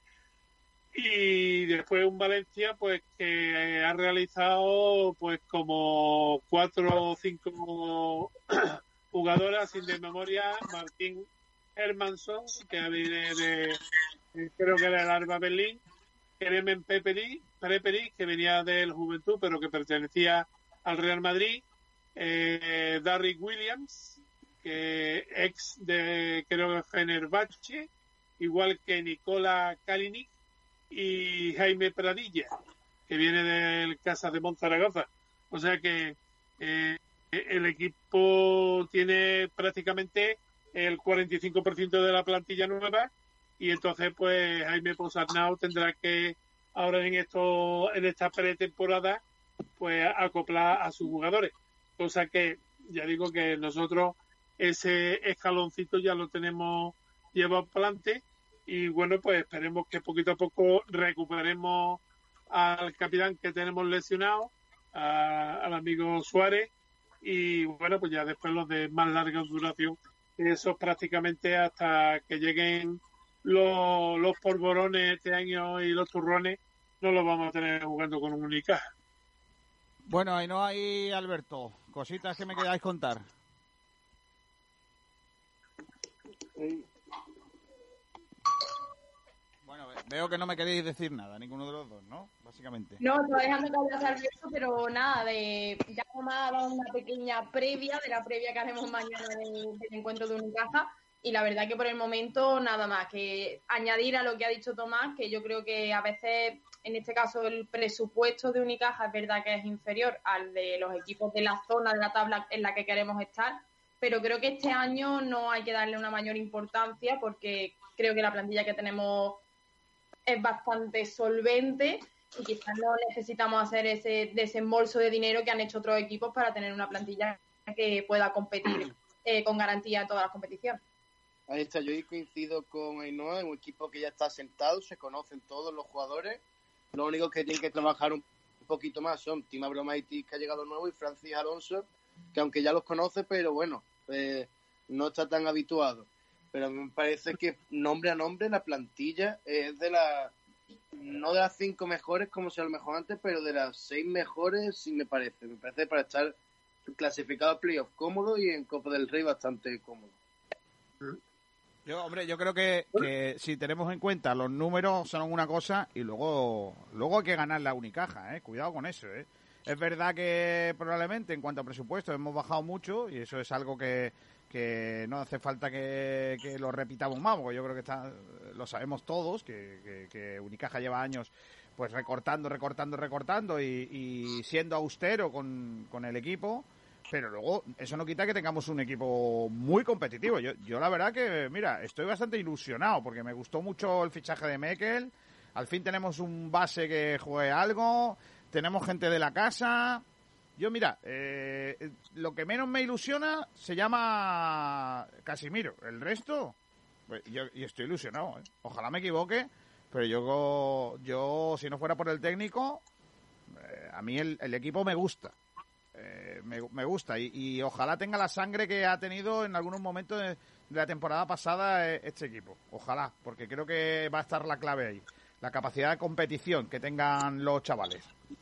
Y después un Valencia pues que ha realizado pues como cuatro o cinco jugadoras sin de memoria. Martín Hermansson, que viene de, de creo que era el Alba Berlín, Keremen Prepelic, que venía del Juventud pero que pertenecía al Real Madrid, eh, Darryl Williams, que ex de creo que Fenerbahce, igual que Nicola Kalinic, y Jaime Pradilla, que viene del Casa de Monzaragoza. O sea que eh, el equipo tiene prácticamente el cuarenta y cinco por ciento de la plantilla nueva y entonces pues Jaime Ponsarnau tendrá que ahora en esto en esta pretemporada pues acoplar a sus jugadores. Cosa que ya digo que nosotros ese escaloncito ya lo tenemos llevado para adelante. Y bueno, pues esperemos que poquito a poco recuperemos al capitán que tenemos lesionado, a, al amigo Suárez, y bueno, pues ya después los de más larga duración, eso prácticamente hasta que lleguen los, los polvorones este año y los turrones, no los vamos a tener jugando con un Unicaja. Bueno, ahí no hay, Alberto, cositas que me queráis contar. Sí. Veo que no me queréis decir nada, ninguno de los dos, ¿no? Básicamente. No, estoy dejando que hable Alberto, pero nada, de ya me ha dado una pequeña previa de la previa que haremos mañana del, del encuentro de Unicaja y la verdad que por el momento nada más que añadir a lo que ha dicho Tomás, que yo creo que a veces, en este caso, el presupuesto de Unicaja es verdad que es inferior al de los equipos de la zona de la tabla en la que queremos estar, pero creo que este año no hay que darle una mayor importancia porque creo que la plantilla que tenemos es bastante solvente y quizás no necesitamos hacer ese desembolso de dinero que han hecho otros equipos para tener una plantilla que pueda competir eh, con garantía en todas las competiciones. Ahí está, yo coincido con Ainhoa, en un equipo que ya está sentado, se conocen todos los jugadores, lo único que tienen que trabajar un poquito más son Tim Abromaitis, que ha llegado nuevo, y Francis Alonso, que aunque ya los conoce, pero bueno, eh, no está tan habituado. Pero me parece que nombre a nombre la plantilla es de las, no de las cinco mejores como sea lo mejor antes, pero de las seis mejores sí me parece. Me parece para estar clasificado a playoff cómodo y en Copa del Rey bastante cómodo. Yo, hombre, yo creo que, que si tenemos en cuenta los números son una cosa y luego luego hay que ganar la Unicaja, ¿eh? Cuidado con eso, ¿eh? Es verdad que probablemente en cuanto a presupuesto hemos bajado mucho y eso es algo que que no hace falta que, que lo repitamos más, porque yo creo que está, lo sabemos todos, que, que, que Unicaja lleva años pues recortando, recortando, recortando y, y siendo austero con, con el equipo, pero luego eso no quita que tengamos un equipo muy competitivo. Yo, yo la verdad que, mira, estoy bastante ilusionado, porque me gustó mucho el fichaje de Mekel, al fin tenemos un base que juegue algo, tenemos gente de la casa. Yo, mira, eh, lo que menos me ilusiona se llama Casimiro. El resto, pues, yo, yo estoy ilusionado, ¿eh? Ojalá me equivoque, pero yo, yo si no fuera por el técnico, eh, a mí el, el equipo me gusta. Eh, me, me gusta y, y ojalá tenga la sangre que ha tenido en algunos momentos de, de la temporada pasada eh, este equipo. Ojalá, porque creo que va a estar la clave ahí. La capacidad de competición que tengan los chavales.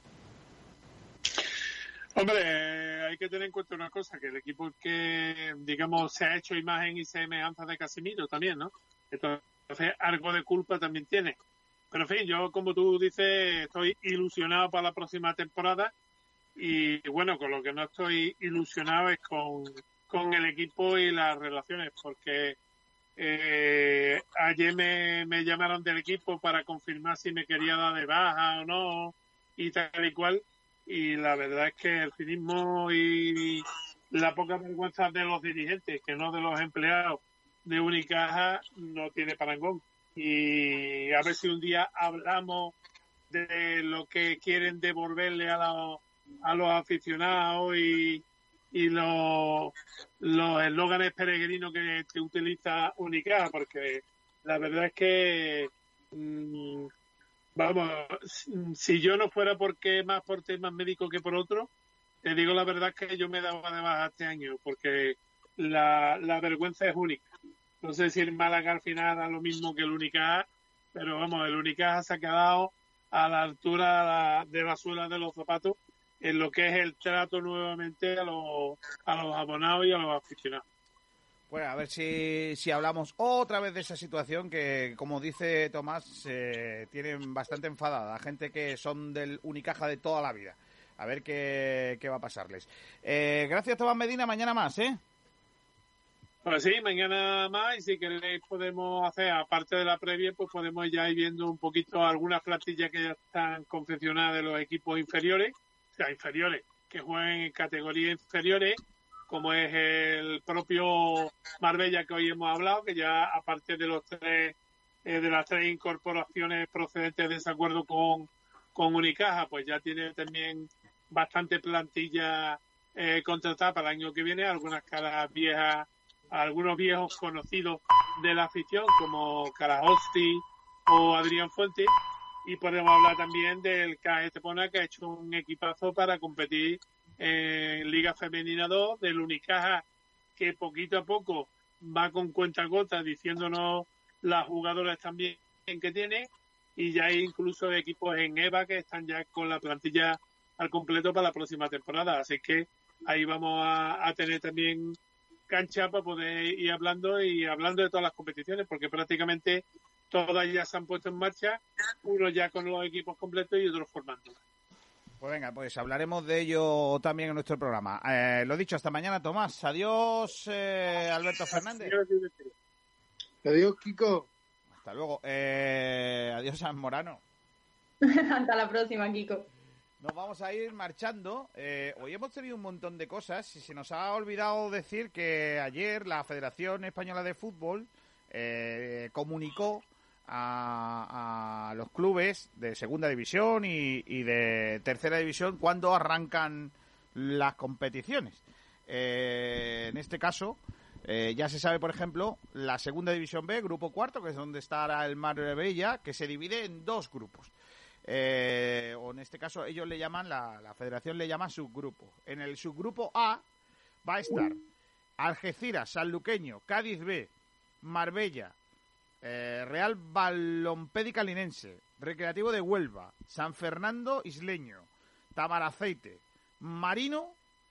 Hombre, hay que tener en cuenta una cosa, que el equipo que, digamos, se ha hecho imagen y semejanza de Casemiro también, ¿no? Entonces, algo de culpa también tiene. Pero, en fin, yo, como tú dices, estoy ilusionado para la próxima temporada y, bueno, con lo que no estoy ilusionado es con, con el equipo y las relaciones, porque eh, ayer me, me llamaron del equipo para confirmar si me quería dar de baja o no y tal y cual. Y la verdad es que el cinismo y la poca vergüenza de los dirigentes, que no de los empleados de Unicaja, no tiene parangón. Y a ver si un día hablamos de lo que quieren devolverle a los, a los aficionados y, y los los eslóganes peregrinos que, que utiliza Unicaja, porque la verdad es que mmm, vamos, si yo no fuera porque más por temas médicos que por otros, te digo la verdad que yo me daba de baja este año, porque la, la vergüenza es única. No sé si el Málaga al final da lo mismo que el Unicaja, pero vamos, el Unicaja se ha quedado a la altura de la suela de los zapatos en lo que es el trato nuevamente a los, a los abonados y a los aficionados. Bueno, a ver si, si hablamos otra vez de esa situación que, como dice Tomás, eh, tienen bastante enfadada. Gente que son del Unicaja de toda la vida. A ver qué, qué va a pasarles. Eh, gracias, Tomás Medina. Mañana más, ¿eh? Pues sí, mañana más, y si queréis podemos hacer, aparte de la previa, pues podemos ya ir viendo un poquito algunas plantillas que ya están confeccionadas de los equipos inferiores, o sea, inferiores, que jueguen en categorías inferiores, como es el propio Marbella que hoy hemos hablado, que ya aparte de los tres, eh, de las tres incorporaciones procedentes de ese acuerdo con, con Unicaja, pues ya tiene también bastante plantilla eh, contratada para el año que viene, algunas caras viejas, algunos viejos conocidos de la afición como Karahosti o Adrián Fuentes, y podemos hablar también del K G Estepona, que ha hecho un equipazo para competir en Liga Femenina dos, del Unicaja, que poquito a poco va con cuentagotas diciéndonos las jugadoras también que tiene, y ya hay incluso equipos en EVA que están ya con la plantilla al completo para la próxima temporada, así que ahí vamos a, a tener también cancha para poder ir hablando y hablando de todas las competiciones, porque prácticamente todas ya se han puesto en marcha, unos ya con los equipos completos y otros formando. Pues venga, pues hablaremos de ello también en nuestro programa. Eh, lo dicho, hasta mañana, Tomás. Adiós, eh, Alberto Fernández. Adiós, Kiko. Hasta luego. Eh, adiós, San Morano. Hasta la próxima, Kiko. Nos vamos a ir marchando. Eh, hoy hemos tenido un montón de cosas y se nos ha olvidado decir que ayer la Federación Española de Fútbol eh, comunicó a, a los clubes de segunda división y, y de tercera división cuándo arrancan las competiciones. Eh, en este caso, eh, ya se sabe, por ejemplo, la segunda división B, grupo cuarto, que es donde estará el Marbella, que se divide en dos grupos. Eh, o en este caso ellos le llaman, la, la federación le llama subgrupo. En el subgrupo A va a estar Algeciras, Sanluqueño, Cádiz B, Marbella, eh, Real Balompédica Linense, Recreativo de Huelva, San Fernando Isleño, Tamaraceite, Marino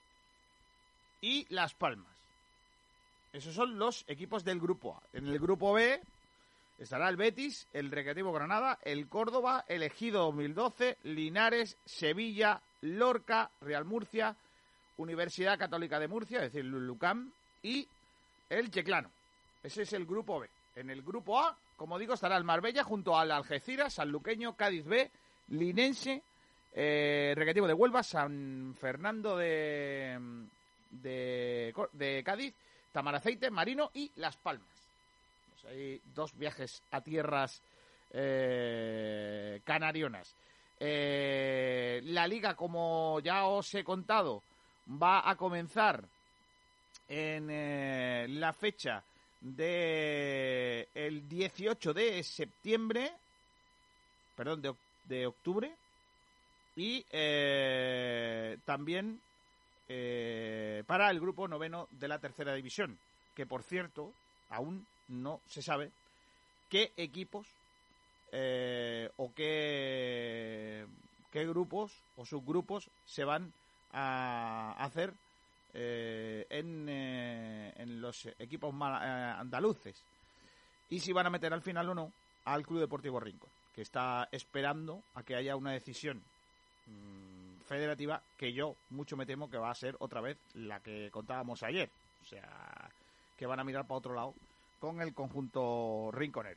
y Las Palmas. Esos son los equipos del grupo A. En el grupo B estará el Betis, el Recreativo Granada, el Córdoba, el Ejido dos mil doce, Linares, Sevilla, Lorca, Real Murcia, Universidad Católica de Murcia, es decir, Lulucam, y el Checlano. Ese es el grupo B. En el grupo A, como digo, estará el Marbella junto al Algeciras, Sanluqueño, Cádiz B, Linense, eh, Recreativo de Huelva, San Fernando de, de, de Cádiz, Tamaraceite, Marino y Las Palmas. Hay dos viajes a tierras eh, canarionas. Eh, la liga, como ya os he contado, va a comenzar en eh, la fecha de el dieciocho de septiembre, perdón, de, de octubre, y eh, también eh, para el grupo noveno de la tercera división, que por cierto aún no se sabe qué equipos eh, o qué, qué grupos o subgrupos se van a hacer eh, en, eh, en los equipos mal, eh, andaluces, y si van a meter al final o no al Club Deportivo Rincón, que está esperando a que haya una decisión mmm, federativa, que yo mucho me temo que va a ser otra vez la que contábamos ayer, o sea, que van a mirar para otro lado con el conjunto rinconero.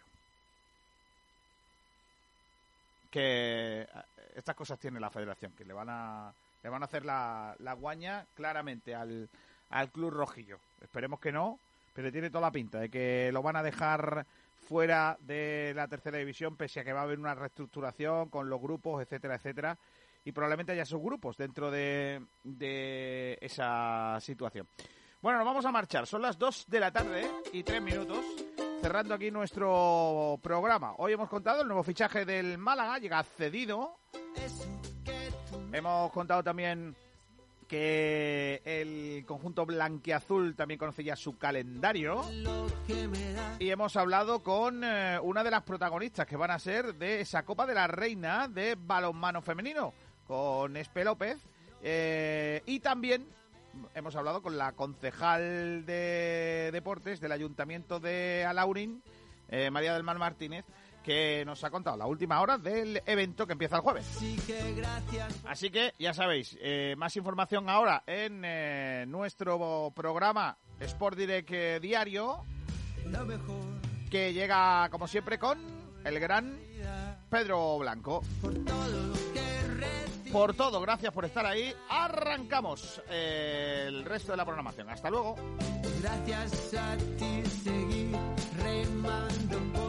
Que estas cosas tiene la federación, que le van a le van a hacer la, la guaña claramente al, al club rojillo. Esperemos que no, pero tiene toda la pinta de que lo van a dejar fuera de la tercera división, pese a que va a haber una reestructuración con los grupos, etcétera, etcétera, y probablemente haya subgrupos dentro de, de esa situación. Bueno, nos vamos a marchar. Son las dos de la tarde y tres minutos, cerrando aquí nuestro programa. Hoy hemos contado el nuevo fichaje del Málaga, llega cedido. Hemos contado también que el conjunto blanquiazul también conoce ya su calendario. Y hemos hablado con eh, una de las protagonistas que van a ser de esa Copa de la Reina de balonmano femenino, con Espe López. Eh, y también hemos hablado con la concejal de deportes del Ayuntamiento de Alaurín, eh, María del Mar Martínez, que nos ha contado la última hora del evento que empieza el jueves. Así que ya sabéis, eh, más información ahora en eh, nuestro programa Sport Direct eh, Diario, que llega como siempre con el gran Pedro Blanco. Por todo, gracias por estar ahí. Arrancamos eh, el resto de la programación. Hasta luego. Gracias a ti seguir remando por